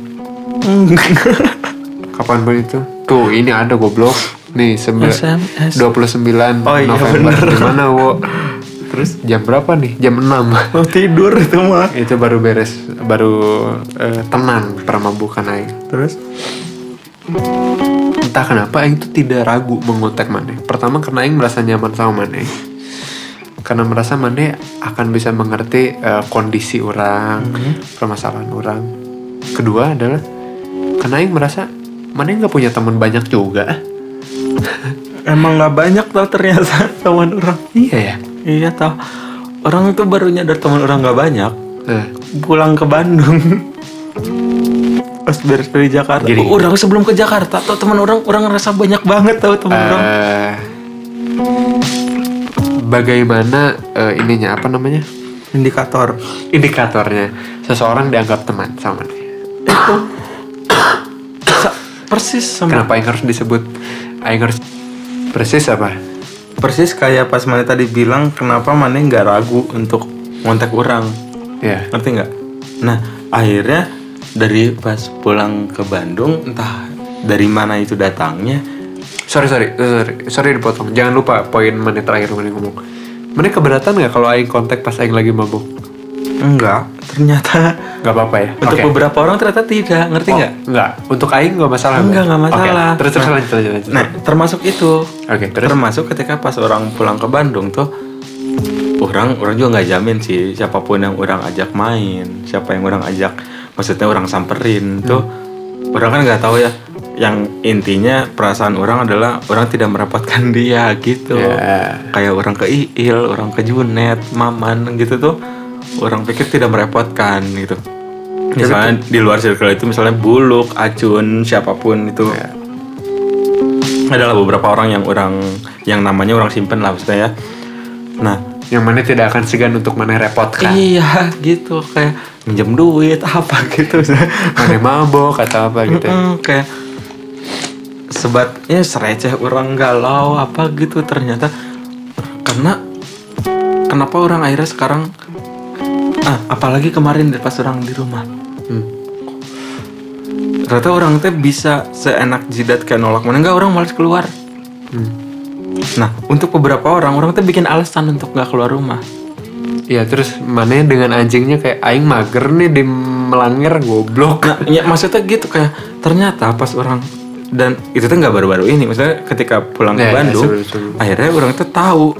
Kapanpun itu. Tuh, ini ada goblok. Nih, SMS. 29 Oh, iya, November. bener. Gimana, Wo? Terus Jam berapa nih? Jam 6. mau tidur itu mah. Itu baru beres, baru tenang permabukan Aing. Terus Entah kenapa Aing tuh tidak ragu mengontak Maneh. Pertama karena Aing merasa nyaman sama Maneh. Karena merasa Maneh akan bisa mengerti kondisi orang, permasalahan orang. Kedua adalah karena Aing merasa Maneh nggak punya teman banyak juga. emang nggak banyak tau ternyata teman orang. Iya ya. Iya tau. Orang itu baru nyadar teman orang nggak banyak. Pulang ke Bandung. Pas beres dari Jakarta. Jadi- Orang sebelum ke Jakarta tau teman orang ngerasa banyak banget tau teman orang. Bagaimana ininya apa namanya? Indikator. Indikatornya seseorang dianggap teman sama Maneh. Itu persis sama. Kenapa Aing harus disebut? Aing harus persis apa? Persis kayak pas Mane tadi bilang kenapa Mane nggak ragu untuk ngontak orang. Ya. Ngerti nggak? Nah akhirnya dari pas pulang ke Bandung entah dari mana itu datangnya. Sorry dipotong. Jangan lupa poin menit terakhir Maneh ngomong. Maneh keberatan nggak kalau Aing kontak pas Aing lagi mabuk? Enggak, ternyata Nggak apa-apa ya. untuk Oke. beberapa orang ternyata tidak, ngerti nggak? Enggak. Untuk aing nggak masalah. Enggak Bang? masalah. Oke. Terus lanjut. Nah, termasuk itu. Oke, terus. Termasuk ketika pas orang pulang ke Bandung tuh, orang juga nggak jamin sih siapapun yang orang ajak main, siapa yang orang ajak, maksudnya orang samperin tuh, orang kan nggak tahu ya. Yang intinya perasaan orang adalah orang tidak merepotkan dia gitu. Ya. Kayak orang ke Iil, orang ke Junet, Maman gitu tuh, orang pikir tidak merepotkan gitu. Misalnya di luar circle itu misalnya Buluk, Acun, siapapun itu. Ya. Adalah beberapa orang yang namanya orang simpen lah maksudnya ya. Nah, Yang mana tidak akan segan untuk mana repotkan. iya gitu, kayak minjem duit apa gitu. Mana mabok atau apa gitu. Kayak sebatnya sereceh orang galau apa gitu, ternyata karena kenapa orang akhirnya sekarang apalagi kemarin pas orang di rumah. Ternyata orang teh bisa seenak jidat kayak nolak mana enggak, orang malas keluar. Nah, untuk beberapa orang tuh bikin alasan untuk nggak keluar rumah. Iya, terus mana dengan anjingnya kayak aing mager nih di melangir goblok. Nah, ya maksudnya gitu, kayak ternyata pas orang, dan itu tuh nggak baru-baru ini, maksudnya ketika pulang ke Bandung, akhirnya orang tuh tahu,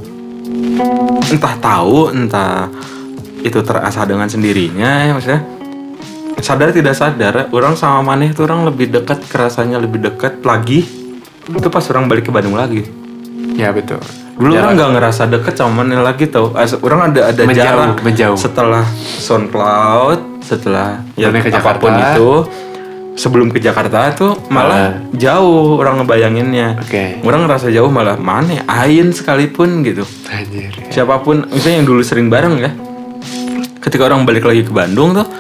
entah itu terasa dengan sendirinya ya, maksudnya sadar tidak sadar, orang sama Maneh itu orang lebih dekat, kerasanya lebih dekat lagi itu pas orang balik ke Bandung lagi. Ya betul. Dulu orang nggak ngerasa deket sama Maneh lagi tau. Orang ada jarak menjauh. setelah SoundCloud, setelah ya ke Jakarta. apapun itu, sebelum ke Jakarta tuh malah jauh orang ngebayanginnya. Oke. Orang ngerasa jauh malah Maneh, Ain sekalipun gitu. Anjir. Siapapun, misalnya yang dulu sering bareng ya. Ketika orang balik lagi ke Bandung tuh,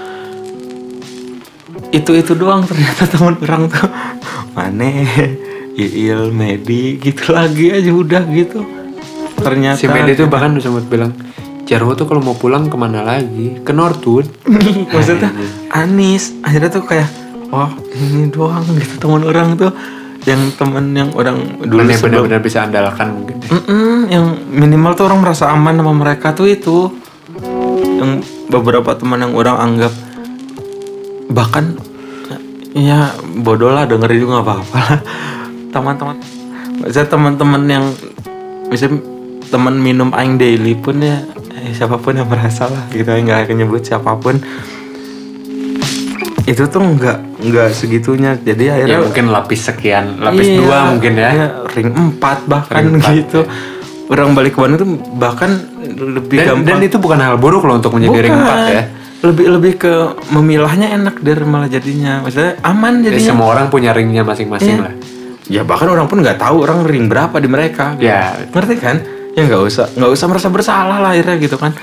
itu doang ternyata teman orang tuh. Maneh, Iil, Medi gitu lagi aja udah gitu. Ternyata Si Medi tuh bahkan sempat bilang, Jarwo tuh kalau mau pulang kemana lagi? Ke Northwood. maksudnya Anis. Akhirnya tuh kayak, wah ini doang gitu teman orang tuh, yang teman yang orang dulu Mana benar-benar bisa andalkan mungkin. yang minimal tuh orang merasa aman sama mereka tuh itu. Yang beberapa teman yang orang anggap bahkan ya bodoh lah, dengerin juga nggak apa-apa lah. Teman-teman, saya teman-teman yang misalnya teman minum aing daily pun ya, siapapun yang merasa lah gitu, nggak akan nyebut siapapun, itu tuh nggak segitunya. Jadi akhirnya Ya mungkin lapis sekian, lapis 2 mungkin ya. ring 4 bahkan Ring 4, gitu. Orang balik ke Bandung tuh bahkan lebih gampang. Dan itu bukan hal buruk loh untuk menjadi ring 4 ya. Lebih ke memilahnya enak dari malah jadinya, maksudnya aman Jadi jadinya. semua orang punya ringnya masing-masing lah. Ya bahkan orang pun nggak tahu orang ring berapa di mereka. Gitu. Ya. Ngerti kan? Ya nggak usah merasa bersalah lah akhirnya gitu kan.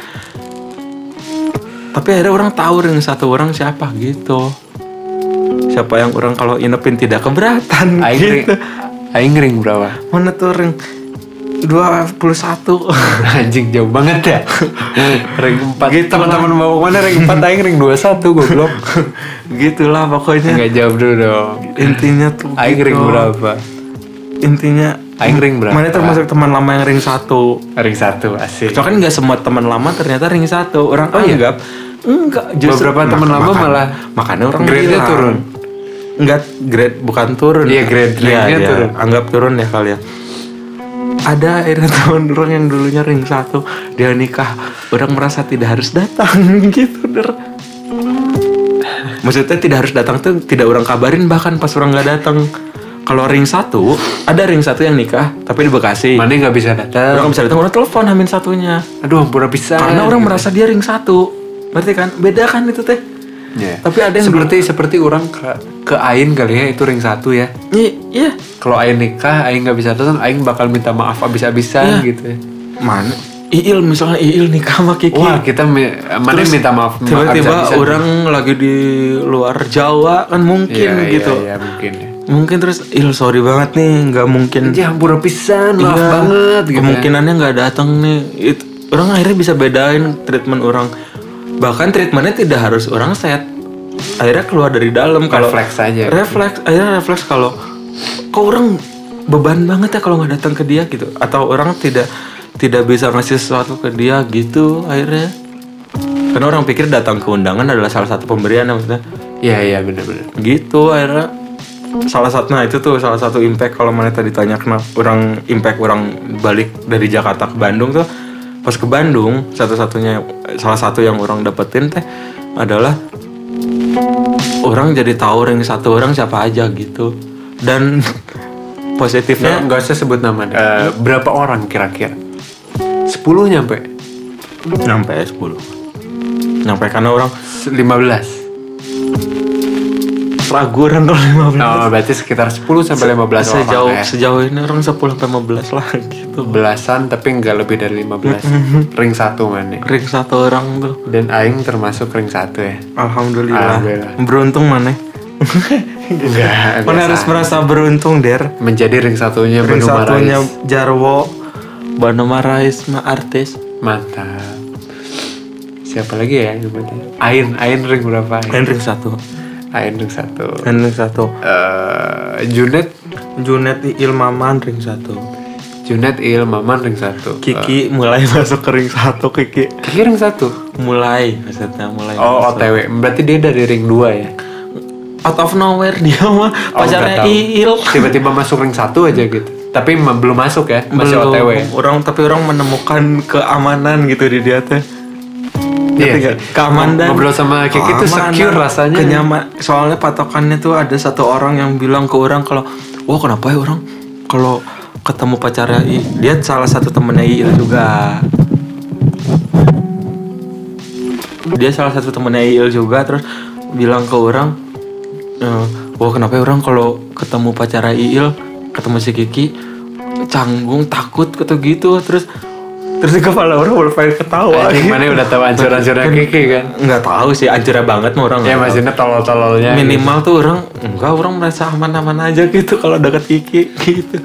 Tapi akhirnya orang tahu ring satu orang siapa gitu. Siapa yang orang kalau inepin tidak keberatan gitu. Aing ring berapa? Mana tuh ring 21. Anjing jauh banget ya. Ring 4. Gitu Teman-teman mau mana ring 4, aing ring 21 goblok. Gitulah pokoknya. Enggak jawab dulu dong. Intinya tuh Aing gitu. ring berapa? Intinya Aing ring berapa? mana termasuk teman lama yang ring 1. Ring 1 asik. Soalnya kan nggak semua teman lama ternyata ring 1. Orang anggap enggak, justru Beberapa teman lama malah makanya orang grade-nya bilang. turun. Enggak, grade bukan turun. Iya, grade-nya Iya, turun. Anggap turun ya kali ya. Ada akhirnya teman orang yang dulunya ring 1, dia nikah, orang merasa tidak harus datang gitu der. Maksudnya tidak harus datang tuh tidak orang kabarin, bahkan pas orang nggak datang. Kalau ring 1, ada ring 1 yang nikah tapi di Bekasi. Mana nggak bisa datang? Orang nggak bisa datang, orang telepon hamin satunya. Aduh, ampura bisa. Karena orang merasa dia ring 1. Berarti kan beda kan itu teh. Yeah. Tapi ada yang seperti orang ke Ain kali ya, itu ring 1 ya. Iya. Kalau Ain nikah, Ain nggak bisa datang, Ain bakal minta maaf abis-abisan gitu ya. Mana? Iil misalnya Iil nikah sama Kiki. Wah, kita mana minta maaf Tiba-tiba abis-abisan. orang lagi di luar Jawa kan mungkin gitu. Iya, mungkin ya. Mungkin terus Il sorry banget nih, nggak mungkin. Ya ampura pisan, maaf Iya, banget gitu. kemungkinannya nggak datang nih. Itu orang akhirnya bisa bedain treatment orang. Bahkan treatmentnya tidak harus orang set. Akhirnya keluar dari dalam kalau Refleks aja. Akhirnya refleks kalau kok orang beban banget ya kalau nggak datang ke dia gitu, atau orang tidak bisa ngasih sesuatu ke dia gitu akhirnya. Karena orang pikir datang ke undangan adalah salah satu pemberian maksudnya. Iya benar-benar. Gitu akhirnya salah satu impact kalau mana tadi tanya kenapa orang balik dari Jakarta ke Bandung tuh. Pas ke Bandung salah satu yang orang dapetin teh adalah orang jadi tahu ring satu orang siapa aja gitu. Dan positifnya nggak usah sebut nama deh. Berapa orang kira-kira? 10 nyampe 10. Nyampe karena orang 15. ragu orang kalau 15. Oh, berarti sekitar 10 sampai 15 orang ya. Sejauh ini orang 10 sampai 15 lah gitu. Belasan tapi nggak lebih dari 15. Ring 1 mana? Ring 1 orang tuh. Dan aing termasuk ring 1 ya. Alhamdulillah. Beruntung mana? Enggak. Mana harus merasa beruntung, Der. Menjadi ring satunya Ring Banu satunya Marais. Jarwo Banu Marais mah artis. Mantap. Siapa lagi ya yang nyebutnya? Ain ring berapa? Ring 1. Ain ring 1. Ring 1. Junet Ilmaman ring 1. Junet Il Maman ring 1. Kiki mulai masuk ke ring 1. Kiki ring 1. mulai maksudnya mulai Oh, masuk. OTW. Berarti dia dari ring 2 ya. Out of nowhere dia mah pacarnya nggak tahu. Il. Tiba-tiba masuk ring 1 aja gitu. Tapi belum masuk ya, masih OTW. Orang menemukan keamanan gitu di dia teh. Iya, keamanan. ngobrol sama Kiki tuh secure rasanya. Soalnya patokannya tuh ada satu orang yang bilang ke orang kalau, wah kenapa ya orang kalau ketemu pacarnya dia salah satu temennya Il juga. Dia salah satu temennya Il juga terus bilang ke orang, wah kenapa ya orang kalau ketemu pacarnya Il, ketemu si Kiki canggung takut gitu terus di kepala orang udah pengen ketawa. Mana udah tahu ancur-ancurnya Kiki kan? Nggak tahu sih, ancurnya banget mah orang. Ya maksudnya tolol-tololnya. Minimal gitu. Tuh orang merasa aman-aman aja gitu kalau deket Kiki gitu.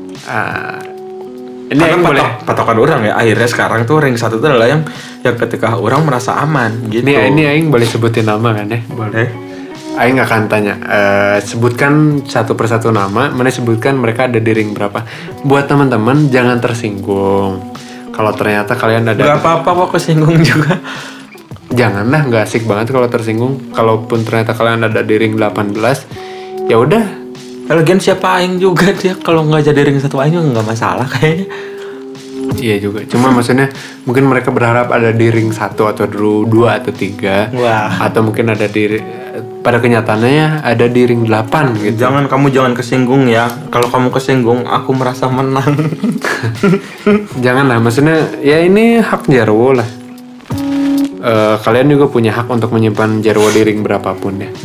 Ini yang boleh patokan orang ya. Akhirnya sekarang tuh ring 1 itu adalah yang ketika orang merasa aman gitu. Ini aing boleh sebutin nama kan ya? Boleh. Aing akan tanya, sebutkan satu persatu nama, mana sebutkan mereka ada di ring berapa. Buat teman-teman jangan tersinggung. Kalau ternyata kalian ada... Gak apa-apa kok kesinggung juga. Janganlah, gak asik banget kalau tersinggung. Kalaupun ternyata kalian ada di ring 18, ya udah. Lagian siapa aing juga dia kalau nggak jadi ring 1 aing juga nggak masalah kayaknya. Iya juga. Cuma maksudnya mungkin mereka berharap ada di ring 1 atau 2 atau 3. Wah. Atau mungkin ada di... Pada kenyataannya ada di ring 8 gitu. Kamu jangan kesinggung ya. Kalau kamu kesinggung, aku merasa menang. Janganlah, maksudnya ya ini hak Jarwo lah. Kalian juga punya hak untuk menyimpan Jarwo di ring berapapun ya.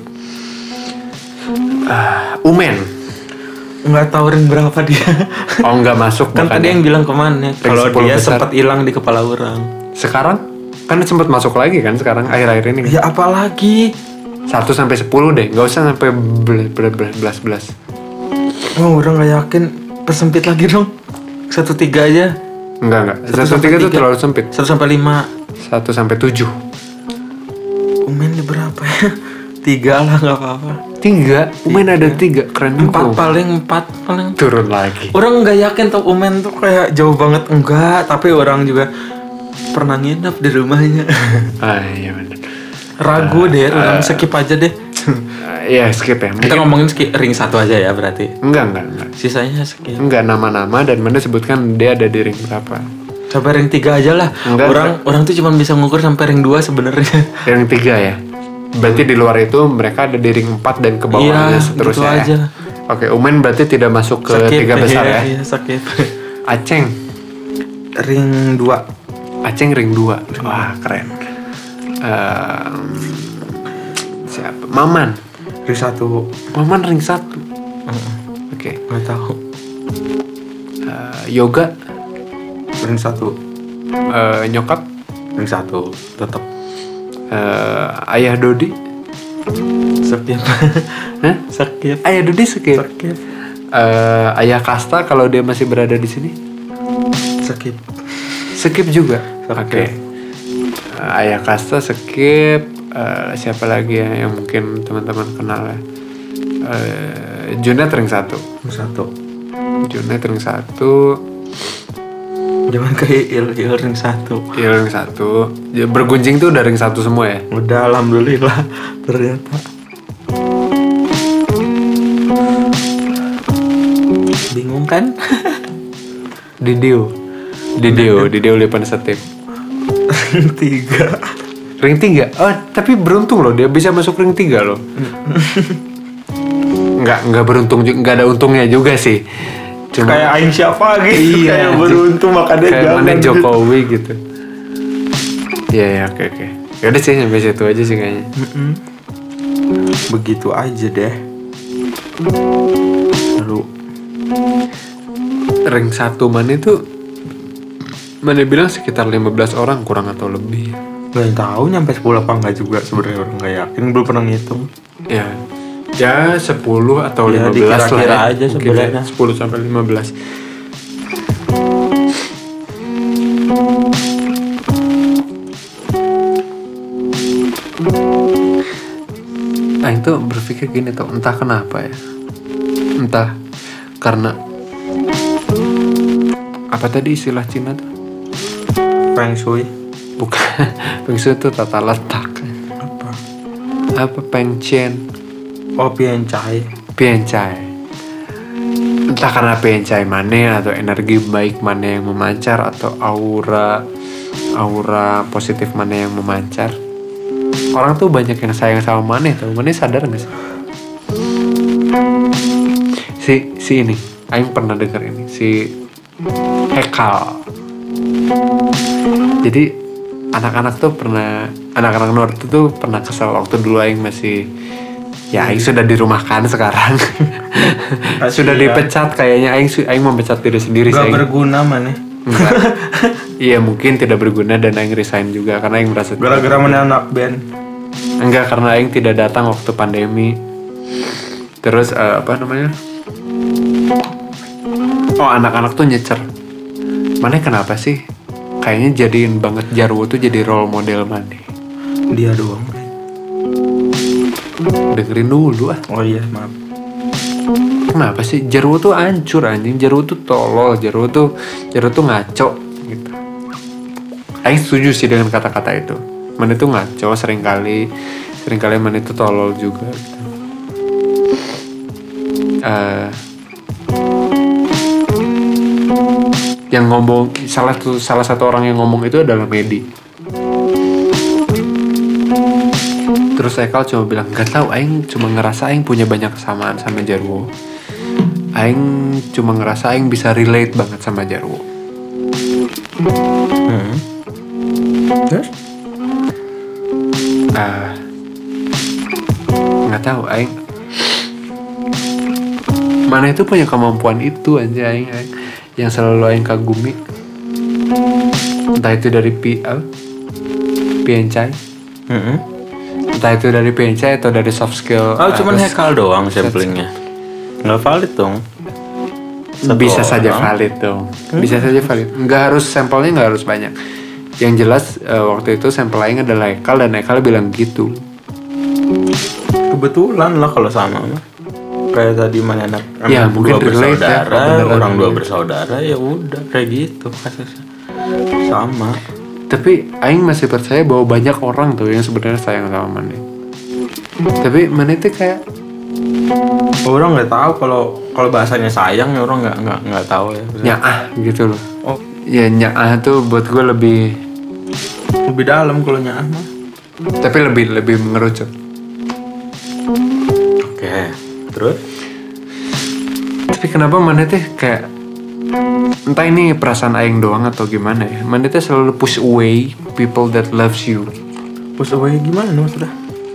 Umen. Nggak tahu ring berapa dia. Oh nggak masuk Kan tadi yang bilang kemana? Kalau 10 dia besar. sempat hilang di kepala orang. Sekarang kan sempat masuk lagi kan sekarang akhir-akhir ini kan? Ya apalagi 1 sampai 10 deh, nggak usah sampai belas. Oh orang nggak yakin. Persempit lagi dong. 1-3 aja. Enggak 1-3 itu terlalu sempit. 1 sampai 5. 1 sampai 7. Umen di berapa ya? 3 lah nggak apa-apa. 3, Umen ada 3, keren juga. 4 paling turun lagi. Orang nggak yakin tuh Umen tuh kayak jauh banget enggak, tapi orang juga pernah nginep di rumahnya. Iya benar. Ragu deh, orang skip aja deh. Iya skip ya. Kita ngomongin ring 1 aja ya berarti. Enggak. Sisanya skip. Enggak nama-nama dan mana sebutkan dia ada di ring berapa. Sampai ring 3 aja lah. Orang tuh cuma bisa ngukur sampai ring 2 sebenarnya. Ring 3 ya. Berarti di luar itu mereka ada di ring 4 dan ke bawahnya seterusnya gitu aja. ya. Oke, Umen berarti tidak masuk ke 3 besar ya. Iya, skip. Aceng Ring 2. Aceng ring 2. Wah, keren. Siapa? Maman Ring 1. Maman ring 1. Oke. Nggak tahu. Yoga Ring 1. Nyokap Ring 1 tetap. Ayah Dodi Skip. Hah? Skip. Ayah Dodi skip. Ayah Kasta kalau dia masih berada di sini skip juga. Oke. Ayah Kasta skip. Siapa lagi ya yang mungkin teman-teman kenal ya? Junet ring 1. Ring 1. Junet ring 1. Jangan kayak il ring 1. Iya ring 1. Ya, bergunjing tuh udah ring 1 semua ya. Udah alhamdulillah ternyata. Bingung kan? Didio Lipan Setip. Ring 3. Ring 3. Oh, tapi beruntung loh dia bisa masuk ring 3 loh. Enggak beruntung juga, enggak ada untungnya juga sih. Cuma Kayak aing siapa gitu. iya, Kayak beruntung makanya kayak jangan mana gitu. Jokowi gitu. Iya, oke. Ya udah sih sampai situ aja sih kayaknya. Begitu aja deh. Lalu Ring 1 mana itu mana bilang sekitar 15 orang kurang atau lebih. nggak tahu nyampe 10 apa enggak juga sebenarnya, orang nggak yakin, belum pernah ngitung. Ya 10 atau Ya, 15 lah dikira-kira ya. aja Mungkin sebenarnya. 10 sampai 15. Nah itu berpikir gini tuh, entah kenapa ya, entah karena apa tadi istilah Cina tuh? Feng Shui. Bukan, Feng Shui itu tata letak. Apa Peng Chen? Oh, Piancai. Piancai. Entah karena piancai mana atau energi baik mana yang memancar atau aura positif mana yang memancar. Orang tuh banyak yang sayang sama Maneh tuh. Maneh sadar gak sih? Si ini, Aing pernah denger ini, si Hekal. Jadi anak-anak Nur tuh pernah kesel waktu dulu Aing masih, ya Aing sudah dirumahkan sekarang. Sudah dipecat kayaknya. Aing memecat diri sendiri. Gak berguna mana? Enggak. Iya mungkin tidak berguna dan Aing resign juga karena Aing merasa Gara-gara mana anak band? enggak, karena Aing tidak datang waktu pandemi. Terus oh anak-anak tuh nyecer, Maneh kenapa sih kayaknya jadiin banget Jarwo tuh jadi role model Maneh. Dia doang. Dengerin dulu ah. Oh iya, maaf. Kenapa sih Jarwo tuh hancur anjing, Jarwo tuh tolol, Jarwo tuh ngaco gitu. Aing setuju sih dengan kata-kata itu. Maneh tuh ngaco seringkali Maneh tuh tolol juga gitu. Yang ngomong salah satu orang yang ngomong itu adalah Medi. Terus Ekal cuma bilang nggak tahu, Aing cuma ngerasa Aing punya banyak kesamaan sama Jarwo. Aing cuma ngerasa Aing bisa relate banget sama Jarwo. Terus? Nggak tahu Aing. Mana itu punya kemampuan itu aja Aing yang selalu Aing kagumi. Entah itu dari Piancai. Entah itu dari PNC atau dari soft skill. Oh, cuman Hekal doang samplingnya. Nggak valid dong. Bisa saja valid dong. Bisa saja valid. Nggak harus, sampelnya nggak harus banyak. Yang jelas waktu itu sampel Aing adalah Hekal dan Hekal bilang gitu. Kebetulan lah kalau sama mah. Kayak tadi mana anak Ya, mungkin dua relate ya, bersaudara, orang dua relate. bersaudara, ya udah kayak gitu kasusnya. Sama. Tapi Aing masih percaya bahwa banyak orang tuh yang sebenarnya sayang sama Maneh. Tapi Maneh itu kayak Orang nggak tahu kalau bahasanya sayang ya, orang nggak tahu ya. nyaah gitu loh. Oh, Ya nyaah tuh buat gue lebih dalam kalau nyaah mah. tapi lebih mengerucut. Oke. Terus? Tapi kenapa Maneh tuh kayak, entah ini perasaan Aing doang atau gimana ya, Maneh tuh selalu push away people that loves you. Push away gimana maksudnya?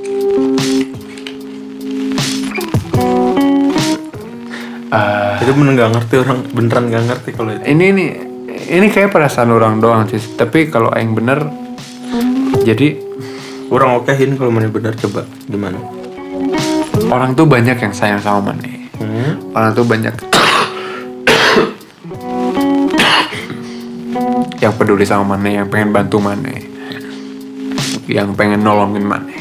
Itu bener nggak ngerti, orang beneran nggak ngerti kalau itu. Ini kayak perasaan orang doang sih. Tapi kalau Aing bener, jadi Orang okehin kalau mana bener, coba gimana? orang tuh banyak yang sayang sama Maneh. Orang tuh banyak yang peduli sama Maneh, yang pengen bantu Maneh, yang pengen nolongin Maneh.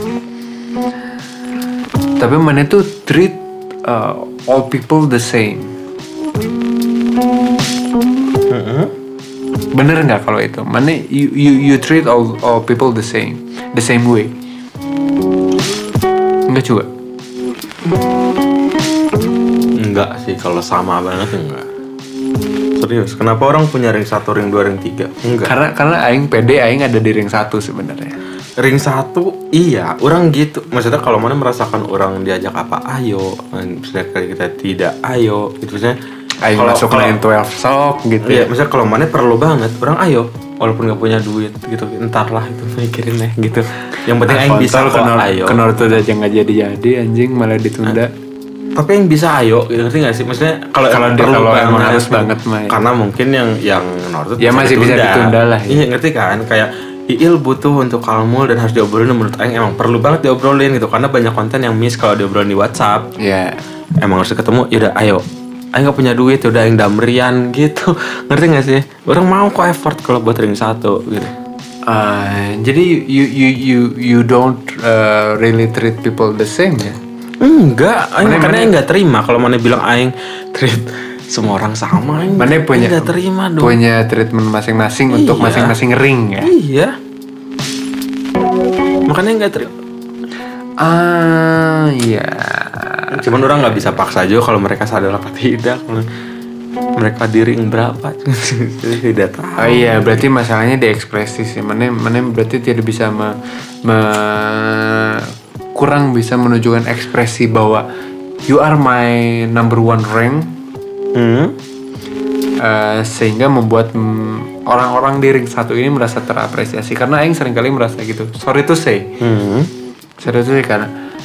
Tapi Maneh tuh treat all people the same. Bener nggak kalau itu? Mana you treat all people the same way? Enggak juga. Enggak sih, kalau sama banget enggak. Serius, kenapa orang punya ring 1, ring 2, ring 3? Enggak. Karena aing pede aing ada di ring 1 sebenarnya. Ring 1, iya, orang gitu. Maksudnya kalau mana merasakan orang diajak apa, ayo. Misalnya kita tidak, ayo. Gitu maksudnya. Aing masuk line 12 sok gitu. Iya, misalnya kalau mana perlu banget, orang ayo. Walaupun gak punya duit gitu, entar lah itu mikirin deh gitu. Yang penting aing bisa kok ayo. Kenor tuh aja nggak jadi anjing malah ditunda. Tapi yang bisa ayo, gitu, ngerti gak sih? Maksudnya kalau emang harus banget mah. Karena mungkin yang Nortut ya masih bisa ditunda lah. Ya. Iya, ngerti kan? Kayak Iil butuh untuk kalmul dan harus diobrolin, menurut aing emang perlu banget diobrolin gitu, karena banyak konten yang miss kalau diobrolin di WhatsApp. Iya. Emang harus ketemu, yaudah ayo. Aing gak punya duit, yaudah aing damrian gitu. Ngerti gak sih? Orang mau kok effort kalau buat ring 1 gitu. Jadi you don't really treat people the same ya? Enggak, karena aing gak terima kalau mana bilang aing treat semua orang sama. Mana punya gak terima dong. Punya treatment masing-masing untuk masing-masing ring ya? Iya. Makanya gak terima. Iya. Cuman orang nggak bisa paksa juga kalau mereka sadar apa tidak. Mereka di ring berapa? Tidak tahu. Oh iya, berarti masalahnya di ekspresi sih. Mana berarti tidak bisa kurang bisa menunjukkan ekspresi bahwa you are my number one rank. Sehingga membuat orang-orang di ring 1 ini merasa terapresiasi. Karena aing seringkali merasa gitu. Sorry to say. Sorry to say karena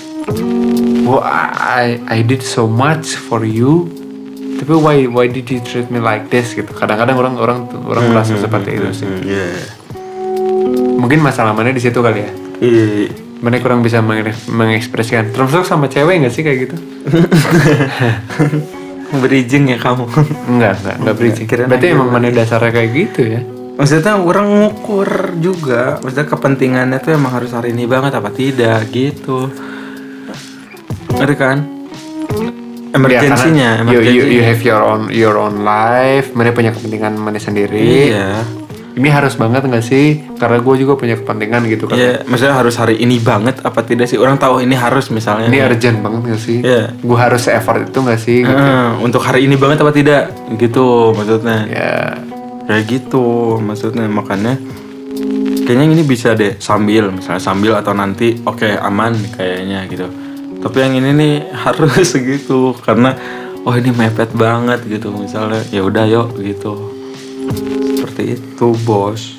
I did so much for you, tapi why did you treat me like this gitu. Kadang-kadang orang merasa seperti itu sih. Mungkin masalah mana di situ kali ya. Mana kurang bisa mengekspresikan. Termasuk sama cewek nggak sih kayak gitu? Bridging ya kamu? Enggak bridging. Berarti emang mana dasarnya kayak gitu ya? Maksudnya orang ngukur juga. Maksudnya kepentingannya tuh emang harus hari ini banget apa tidak gitu. Ngerti kan? Emergensinya. You have your own life. Mana punya kepentingan mana sendiri. Iya. Ini harus banget nggak sih? Karena gue juga punya kepentingan gitu kan. Iya, maksudnya harus hari ini banget apa tidak sih? Orang tahu ini harus misalnya. Ini urgent banget nggak sih? Iya. Gue harus effort itu nggak sih? Gitu. Untuk hari ini banget apa tidak? Gitu maksudnya. Ya. Kayak gitu maksudnya, makanya kayaknya ini bisa deh sambil atau nanti oke, aman kayaknya gitu. Tapi yang ini nih harus gitu karena ini mepet banget gitu misalnya. Ya udah yuk gitu. Seperti itu, Bos.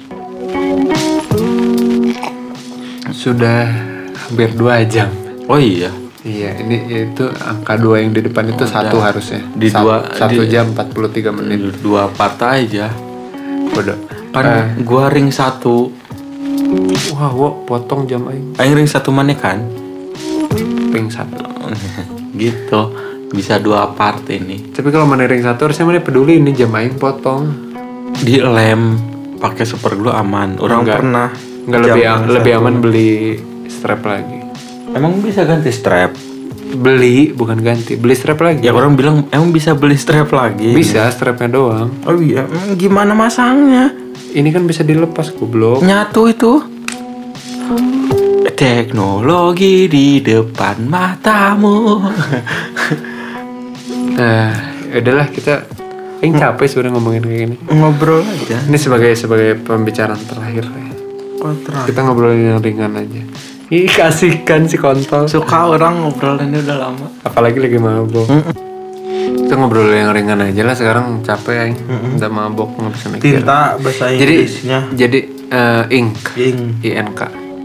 Sudah hampir 2 jam. Oh iya. Iya, ini itu angka 2 yang di depan itu 1 harusnya. Di 1 jam 43 menit. 2 part aja. Bodoh. Kan gua ring 1. Wah, potong jam aing. Aing ring 1 mana kan? Ring 1. Gitu. Bisa 2 part ini. Tapi kalau mana ring 1 harusnya mana peduli ini jam aing potong. Di lem pakai super glue aman. Orang pernah. Enggak lebih aman beli strap lagi. Emang bisa ganti strap? Beli, bukan ganti. Beli strap lagi. Ya orang bilang emang bisa beli strap lagi. Bisa, strapnya doang. Oh iya, gimana masangnya? Ini kan bisa dilepas, goblok. Nyatu itu. Teknologi di depan matamu. Udahlah kita capek sudah ngomongin kayak gini. Ngobrol aja. Ini sebagai pembicaraan terakhir ya. Kita ngobrolin yang ringan aja. Ih, kasihkan si kontol. Suka orang ngobrolinnya udah lama. Apalagi lagi mabok. Kita ngobrol yang ringan aja lah, sekarang capek aing. Udah mabok, nggak bisa mikir. Tinta bahasa Inggrisnya. Jadi ink. INK.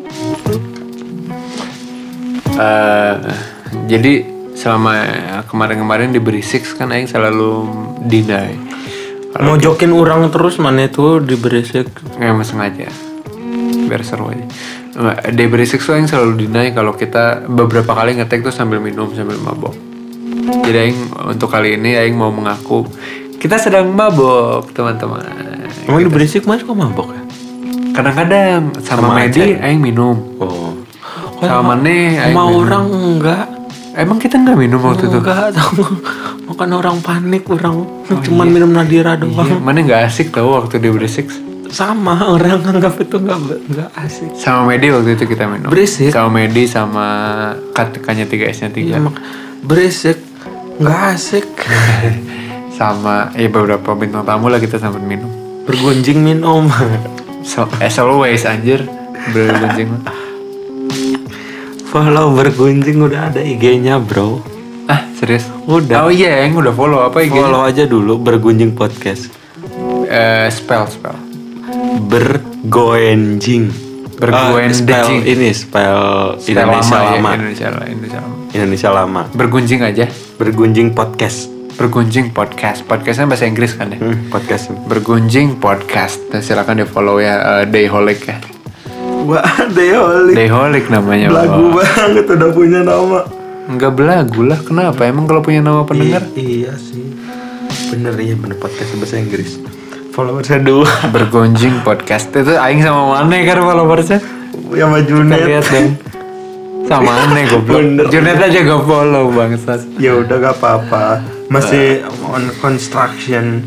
Jadi selama kemarin-kemarin di Berisik kan aing selalu deny. Mojokin orang terus mana itu di Berisik. Nggak sengaja. Biar seru aja. Di Berisik tuh aing selalu deny kalau kita beberapa kali ngetek tuh sambil minum, sambil mabok. Jadi aing untuk kali ini aing mau mengaku kita sedang mabok, teman-teman. Emang di Berisik mas kok mabok ya? Kadang-kadang sama Medi aing minum. Oh. Sama Mane aing sama minum. Orang enggak. Emang kita enggak minum waktu itu? Enggak tahu. Bukan orang panik, orang cuman minum Nadira doang. Iya, mana nggak asik tau waktu di berisik. Sama orang anggap itu nggak asik. Sama Medi waktu itu kita minum. Berisik. Sama Medi sama KTK-nya 3S-nya 3. Iya, berisik, nggak asik. Sama beberapa bintang tamu lah kita sampai minum. Bergunjing minum. So, as always anjir, bergunjing. Follow Bergunjing udah ada IG-nya bro. Ah serius? Udah. Oh iya, yang udah follow apa IG-nya? Follow aja dulu Bergunjing Podcast. Spell. Bergoenjing. Bergoenjing. Spell Indonesia lama. Indonesia lama. Bergunjing aja. Bergunjing Podcast. Bergunjing Podcast. Podcastnya bahasa Inggris kan ya? Podcast. Bergunjing Podcast. Nah, silakan di follow ya. Dayholic ya. Wah, Dayholic. Dayholic namanya. Belagu banget udah punya nama. Enggak belagu lah. Kenapa? Emang kalau punya nama pendengar? Iya sih. Bener podcast bahasa Inggris. Followersnya 2. Bergunjing Podcast. Itu aing sama Mane kan followersnya. Ya sama Junet. Kita lihat dong. Sama aneh goblok. Junet aja gak follow bangsat. Ya udah gak apa-apa. Masih on construction.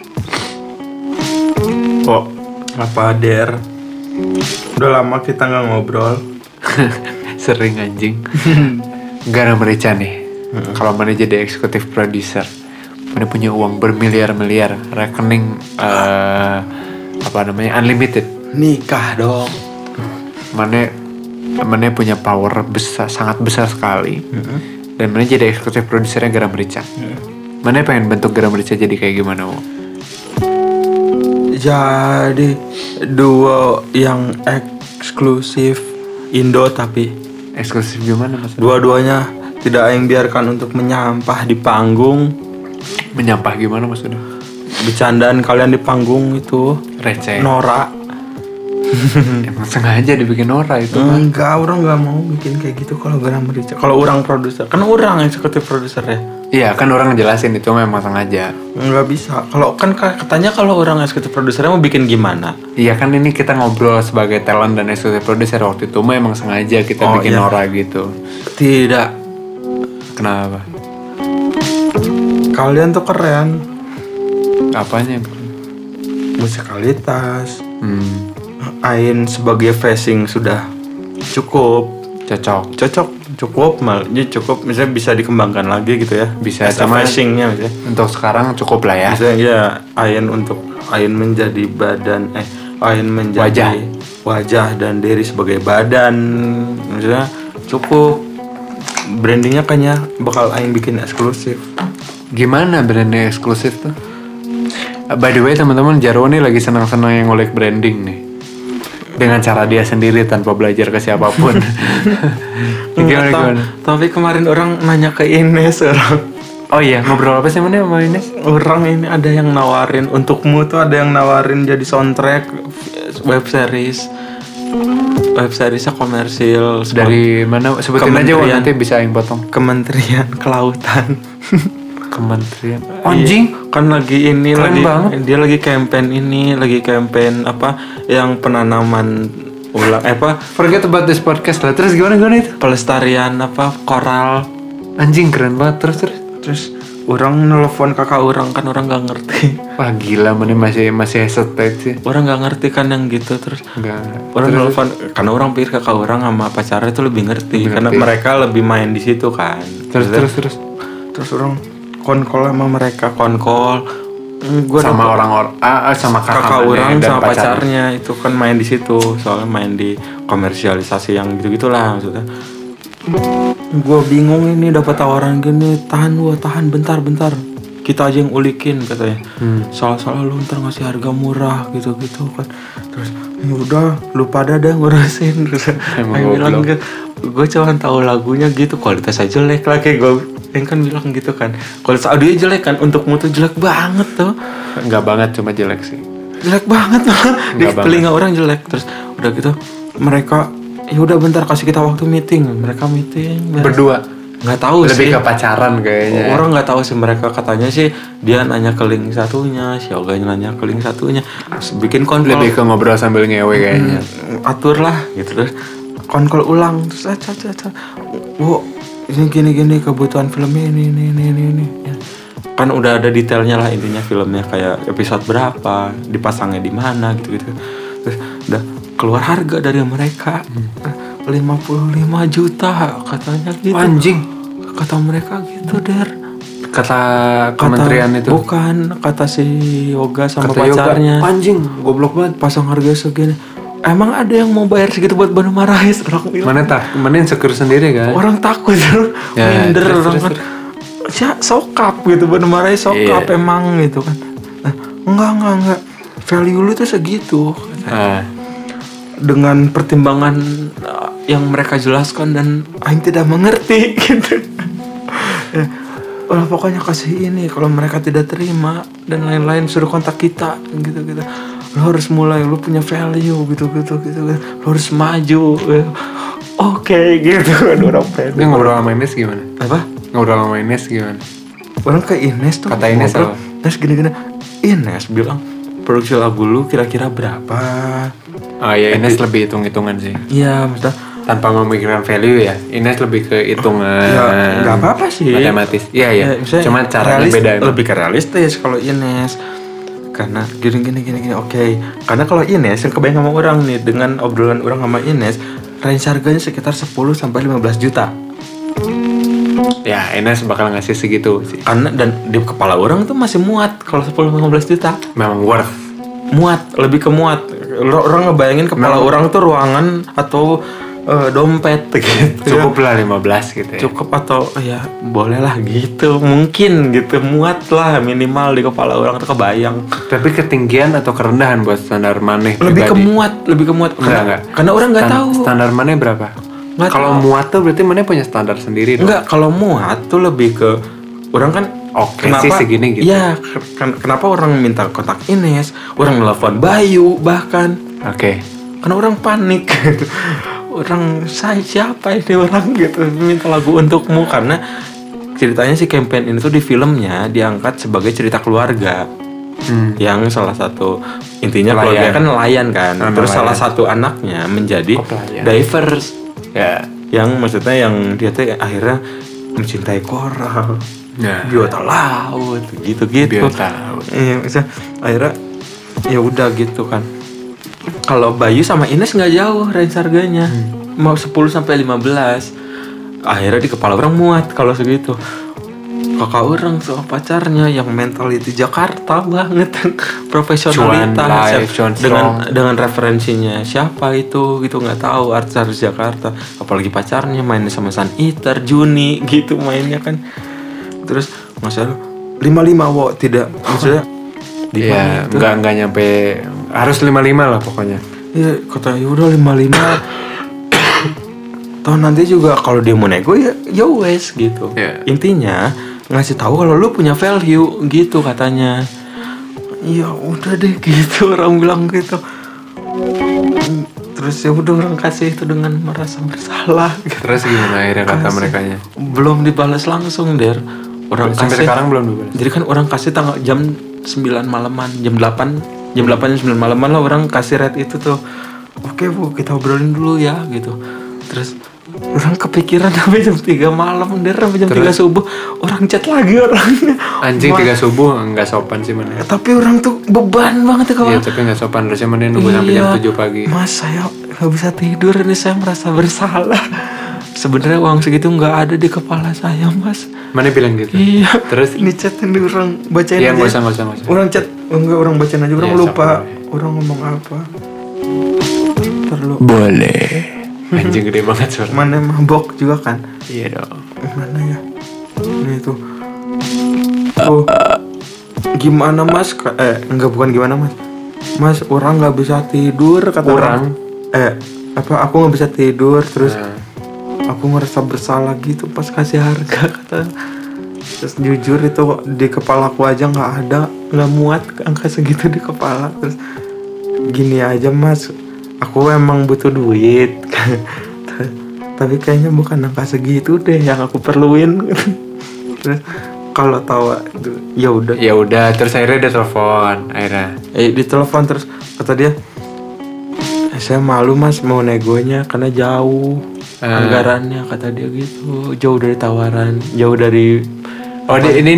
Kok apa Der? Udah lama kita nggak ngobrol. Sering anjing. Gara merica nih. Kalau mana jadi eksekutif produser, mana punya uang bermiliar-miliar, rekening unlimited. Nikah dong. Mana punya power besar, sangat besar sekali. Dan mana jadi eksekutif produsernya Gara Merica. Mana pengen bentuk Gara Merica jadi kayak gimana, Wo? Jadi duo yang eksklusif Indo tapi eksklusif gimana maksudnya? Dua-duanya tidak yang biarkan untuk menyampah di panggung. Menyampah gimana maksudnya? Bercandaan kalian di panggung itu Receh. Nora. Emang sengaja dibikin Nora itu kan? Enggak, orang nggak mau bikin kayak gitu kalau Gara Merica. Kalau orang produser, kan orang eksekutif produser ya. Iya kan orang ngejelasin itu memang sengaja. Nggak bisa. Kalau kan katanya kalau orang eksekutif produsernya mau bikin gimana? Iya kan ini kita ngobrol sebagai talent dan eksekutif produser waktu itu memang sengaja kita bikin Nora gitu. Tidak. Kenapa? Kalian tuh keren. Apanya? Musikalitas. Ain sebagai phrasing sudah cukup malah cukup misalnya bisa dikembangkan lagi gitu ya, bisa sama phrasingnya misalnya untuk sekarang cukup lah ya, misalnya ya Ain menjadi badan Ain menjadi wajah dan diri sebagai badan misalnya cukup. Brandingnya kayaknya bakal Ain bikin eksklusif. Gimana brandnya eksklusif tuh? By the way teman-teman, Jarwo nih lagi senang-senang yang ngulik branding nih dengan cara dia sendiri tanpa belajar ke siapapun. Gimana? Tapi kemarin orang nanya ke Ines orang. Oh iya, ngobrol apa sih mana sama Ines? Orang ini ada yang nawarin untukmu tuh, ada yang nawarin jadi soundtrack web series. Web seriesnya komersil. Dari mana? Sebutin aja nanti bisa yang potong. Kementerian Kelautan. Kementerian anjing kan lagi ini keren lagi banget. Dia lagi campaign apa yang penanaman ulang forget about this podcast lah. Terus gimana itu pelestarian koral. Anjing keren banget. Terus orang nelfon kakak orang kan orang nggak ngerti. Wah gila, mana masih hesitate sih. Orang nggak ngerti kan yang gitu terus. Nggak. Orang nelfon karena orang pikir kakak orang sama pacarnya itu lebih ngerti karena mereka lebih main di situ kan. Terus orang konkol sama mereka gua sama orang sama kakak orang sama pacarnya itu kan main di situ soalnya main di komersialisasi yang gitu-gitulah maksudnya. Gua bingung ini dapat tawaran gini, tahan bentar kita aja yang ulikin katanya. Soal lu ntar ngasih harga murah gitu kan. Terus ya udah lu pada dah ngurusin. Terus yang bilang gue cuma tahu lagunya gitu, kualitasnya jelek lah kayak gue yang kan bilang gitu kan. Kualitas audionya jelek kan, untukmu tuh jelek banget tuh. Enggak banget, cuma jelek sih. Jelek banget tuh. Di telinga orang jelek. Terus udah gitu mereka ya udah bentar kasih kita waktu meeting. Mereka meeting berdua. Nggak tahu lebih sih. Lebih ke pacaran kayaknya. Orang nggak tahu sih, mereka katanya sih dia nanya ke link satunya, si Oganya nanya ke link satunya, terus bikin konkol. Lebih ke ngobrol sambil ngewe kayaknya. Atur lah gitu terus konkol ulang terus ini gini kebutuhan filmnya ini. Ya. kan udah ada detailnya lah intinya filmnya, kayak episode berapa, dipasangnya di mana gitu. Terus udah keluar harga dari mereka 55 juta katanya gitu. Anjing. Kata mereka gitu, Der. Kata kementerian itu. Bukan, kata si Yoga sama Kata pacarnya. Yoga, anjing, goblok banget. Pasang harga segini. Emang ada yang mau bayar segitu buat Bandung Marais? Orang bilang. Mana insecure sendiri kan? Orang takut, minder orang kan. Sokap gitu, Bandung Marais sokap emang gitu kan. Nah, enggak. Value lu tuh segitu. Dengan pertimbangan yang mereka jelaskan dan aing tidak mengerti gitu. Pokoknya kasih ini, kalau mereka tidak terima dan lain-lain suruh kontak kita gitu. Lo harus mulai, lo punya value gitu. Lo harus maju. Oke, gitu kan orang pede. Ini ngobrol sama Ines gimana? Apa? Ngobrol sama Ines gimana? Orang ke Ines tuh. Kata Ines apa? Ines gini. Ines bilang produksi lagu lu kira-kira berapa? Oh ya, Ines lebih hitung-hitungan sih. Iya, maksudnya tanpa memikirkan value ya. Ines lebih ke hitungan. Ya, nggak apa-apa sih. Matematis. Iya. Cuma caranya beda. Lebih ke realistis kalau Ines. Karena gini. Oke. Karena kalau Ines yang kebayang sama orang nih, dengan obrolan orang sama Ines, range harganya sekitar 10 sampai 15 juta. Ya, Ines bakal ngasih segitu sih. Karena dan di kepala orang tuh masih muat kalau 10-15 juta. Memang worth. Muat, lebih ke muat. Orang ngebayangin kepala orang tuh ruangan atau dompet gitu. Cukup lah 15 gitu ya. Cukup atau ya boleh lah gitu. Mungkin gitu, muat lah minimal di kepala orang tuh kebayang. Tapi ketinggian atau kerendahan buat standar maneh Lebih pribadi? ke muat. Enggak. Karena orang nggak tahu. Standar maneh berapa? Kalau muat tuh berarti maneh punya standar sendiri dong. Enggak, kalau muat tuh lebih ke orang kan Oke sih segini gitu. Iya, kenapa orang minta kontak Ines, orang nelfon Bayu bahkan. Oke. Karena orang panik. Orang siapa ini orang gitu minta lagu untukmu, karena ceritanya si campaign ini tuh di filmnya diangkat sebagai cerita keluarga. Yang salah satu intinya keluarga kan nelayan kan. Terus salah satu anaknya menjadi divers. Ya. Yang maksudnya yang dia tuh akhirnya mencintai koral. Biota laut gitu-gitu. Biota laut. Iya, misalnya akhirnya ya udah gitu kan. Kalau Bayu sama Ines nggak jauh range harganya, mau 10 sampai 15. Akhirnya di kepala orang muat kalau segitu. Kakak orang sama pacarnya yang mentality Jakarta banget, profesionalitas dengan referensinya siapa itu gitu, nggak tahu artis Jakarta, apalagi pacarnya mainnya sama Sun Eater, Juni gitu mainnya kan. Terus masalah 55 wo tidak maksudnya Iya, enggak nyampe, harus 55 lah pokoknya. Iya, kata udah 55. Toh nanti juga kalau dia mau nego ya wes gitu. Yeah. Intinya ngasih tahu kalau lu punya value gitu katanya. Ya udah deh gitu orang bilang gitu. Terus ya udah orang kasih itu dengan merasa bersalah gitu. Terus gimana akhirnya kata merekanya? Belum dibalas langsung, Der. Orang sampai kasih, sekarang belum dibalas. Jadi kan orang kasih tanggal jam 9 malaman, jam 8 jam 9 malaman lah orang kasih rate itu tuh. Oke Bu, kita obrolin dulu ya gitu. Terus orang kepikiran sampai jam 3 malam, sampai jam 3 subuh orang chat lagi orangnya. Anjing 3 subuh enggak sopan sih mana. Tapi orang tuh beban banget tuh. Iya, tapi enggak sopan, harusnya mana nunggu sampai jam 7 pagi. Mas, saya enggak bisa tidur ini, saya merasa bersalah. Sebenarnya uang segitu nggak ada di kepala saya, Mas. Mana bilang gitu? Iya. Terus ini chatin di orang bacain aja. Iya, nggak usah. Orang chat, enggak orang bacain aja, orang lupa. Orang ngomong apa? Perlu. Boleh. Anjing gede banget suara. Mana mabok juga kan? Iya dong. Mana ya? Ini tuh. Oh. Gimana Mas? Enggak, bukan gimana Mas. Mas, orang nggak bisa tidur kata orang. Aku nggak bisa tidur terus. Aku ngerasa bersalah gitu pas kasih harga kata. Terus jujur itu di kepala aku aja nggak muat angka segitu di kepala. Terus gini aja Mas, aku emang butuh duit. Tapi kayaknya bukan angka segitu deh yang aku perluin. Terus kalau tahu ya udah. Terus akhirnya dia telepon ditelepon terus kata dia, saya malu Mas mau negonya karena jauh anggarannya, kata dia gitu, jauh dari tawaran, jauh dari Oh,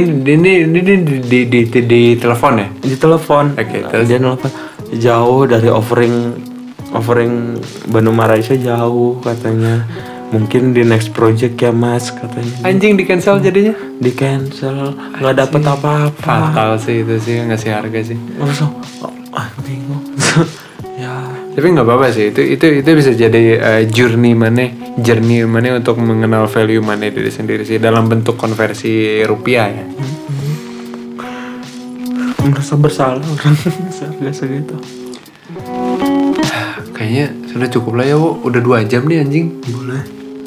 di telepon ya? Di telepon. Oke, terus Dia nelfon jauh dari offering Bandung Malaysia jauh katanya. Mungkin di next project ya Mas katanya. anjing di cancel jadinya. Di cancel, nggak dapet apa-apa. Fatal sih itu sih, ngasih harga sih. Langsung bingung. Ya. Tapi nggak apa-apa sih, itu bisa jadi journey mana untuk mengenal value mana diri sendiri sih dalam bentuk konversi rupiah ya. Merasa bersalah orang harga segitu. Kayaknya sudah cukup lah ya, Wo. Udah 2 jam nih anjing. Boleh.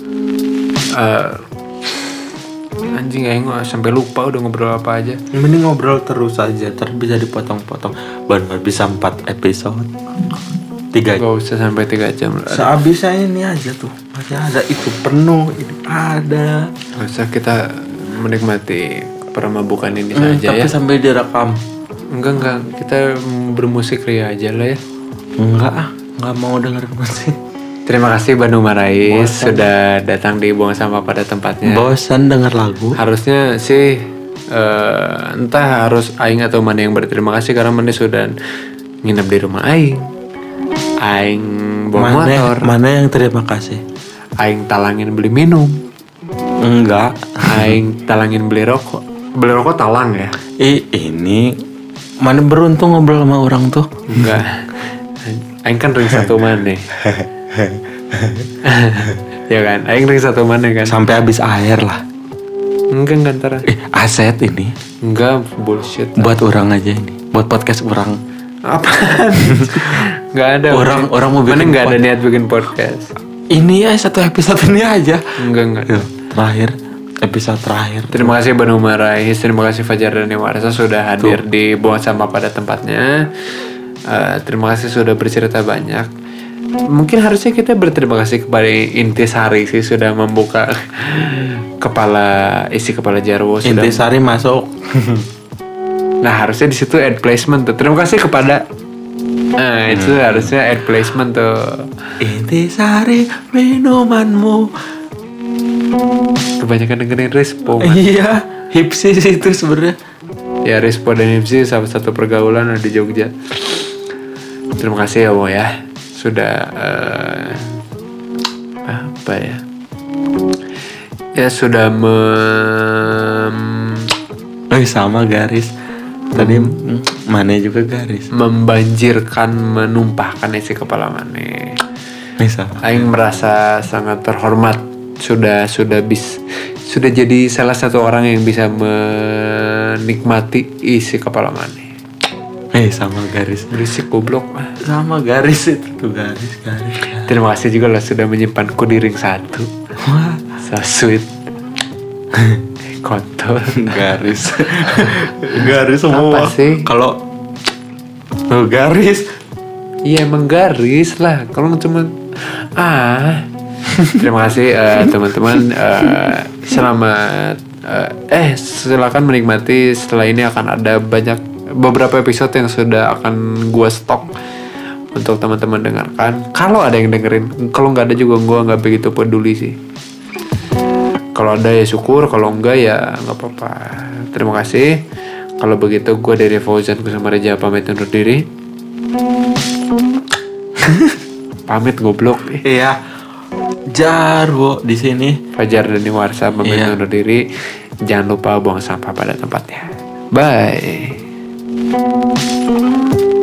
Anjing aing sampai lupa udah ngobrol apa aja. Mending ngobrol terus aja, ntar bisa dipotong-potong. Benar bisa 4 episode. 3. Gak usah sampai 3 jam lah. Sehabisnya ini aja tuh. Masih ada itu penuh, ini ada. Gak usah, kita menikmati permabukan ini saja tapi ya. sampai direkam. Enggak, kita bermusik ria aja lah ya. Enggak mau denger musik. Terima kasih Bandung Marais sudah datang di Buang Sampah pada tempatnya. Bosan denger lagu. Harusnya sih entah harus aing atau mana yang berterima kasih karena mana sudah nginep di rumah aing. Aing bawa motor. Mana yang terima kasih? Aing talangin beli minum. Enggak. Aing talangin beli rokok. Beli rokok talang ya? Ini mana beruntung ngobrol sama orang tuh. Enggak. Aing kan ring satu mana. Ya kan, aing ring satu mana kan. Sampai habis air lah. Enggak antara. Aset ini. Enggak, bullshit. Buat orang aja ini. Buat podcast orang. Apaan? Enggak ada. Orang mau bikin mana enggak ada niat bikin podcast. Ini ya 1 episode ini aja. Enggak. Terakhir. Episode terakhir. Terima kasih Bandung Marais, terima kasih Fajar dan Warsa sudah hadir di Buang Sampah pada tempatnya. Terima kasih sudah bercerita banyak. Mungkin harusnya kita berterima kasih kepada Intisari sih sudah membuka isi kepala Jarwo. Intisari masuk. Nah harusnya di situ ad placement tuh. Terima kasih kepada. Nah itu harusnya ad placement tuh. Intisari minumanmu. Kebanyakan dengerin Rispo. Iya, Hipsi sih itu sebenarnya. Ya Rispo dan Hipsi salah satu pergaulan di Jogja. Terima kasih ya Wo ya. Sudah apa ya? Ya sudah sama garis. Tadi mana juga garis. Membanjirkan, menumpahkan isi kepala mana. Misal. Aing merasa sangat terhormat. Sudah jadi salah satu orang yang bisa menikmati isi kepala mana. Sama garis. Berisik goblok. Sama garis itu tuh garis. Terima kasih juga lah sudah menyimpanku di ring 1. So sweet. Kontol. Garis. Garis semua. Apa sih? Kalau garis. Iya emang garis lah. Kalau cuma Terima kasih teman-teman. Selamat. Silakan menikmati. Setelah ini akan ada beberapa episode yang sudah akan gue stok untuk teman-teman dengarkan. Kalau ada yang dengerin, kalau nggak ada juga gue nggak begitu peduli sih. Kalau ada ya syukur, kalau enggak ya nggak apa-apa. Terima kasih. Kalau begitu gue dari Fauzan Kusuma Reja pamit undur diri. Pamit goblok. Iya. Jarwo di sini. Fajar dan Warsa pamit undur diri. Jangan lupa buang sampah pada tempatnya. Bye.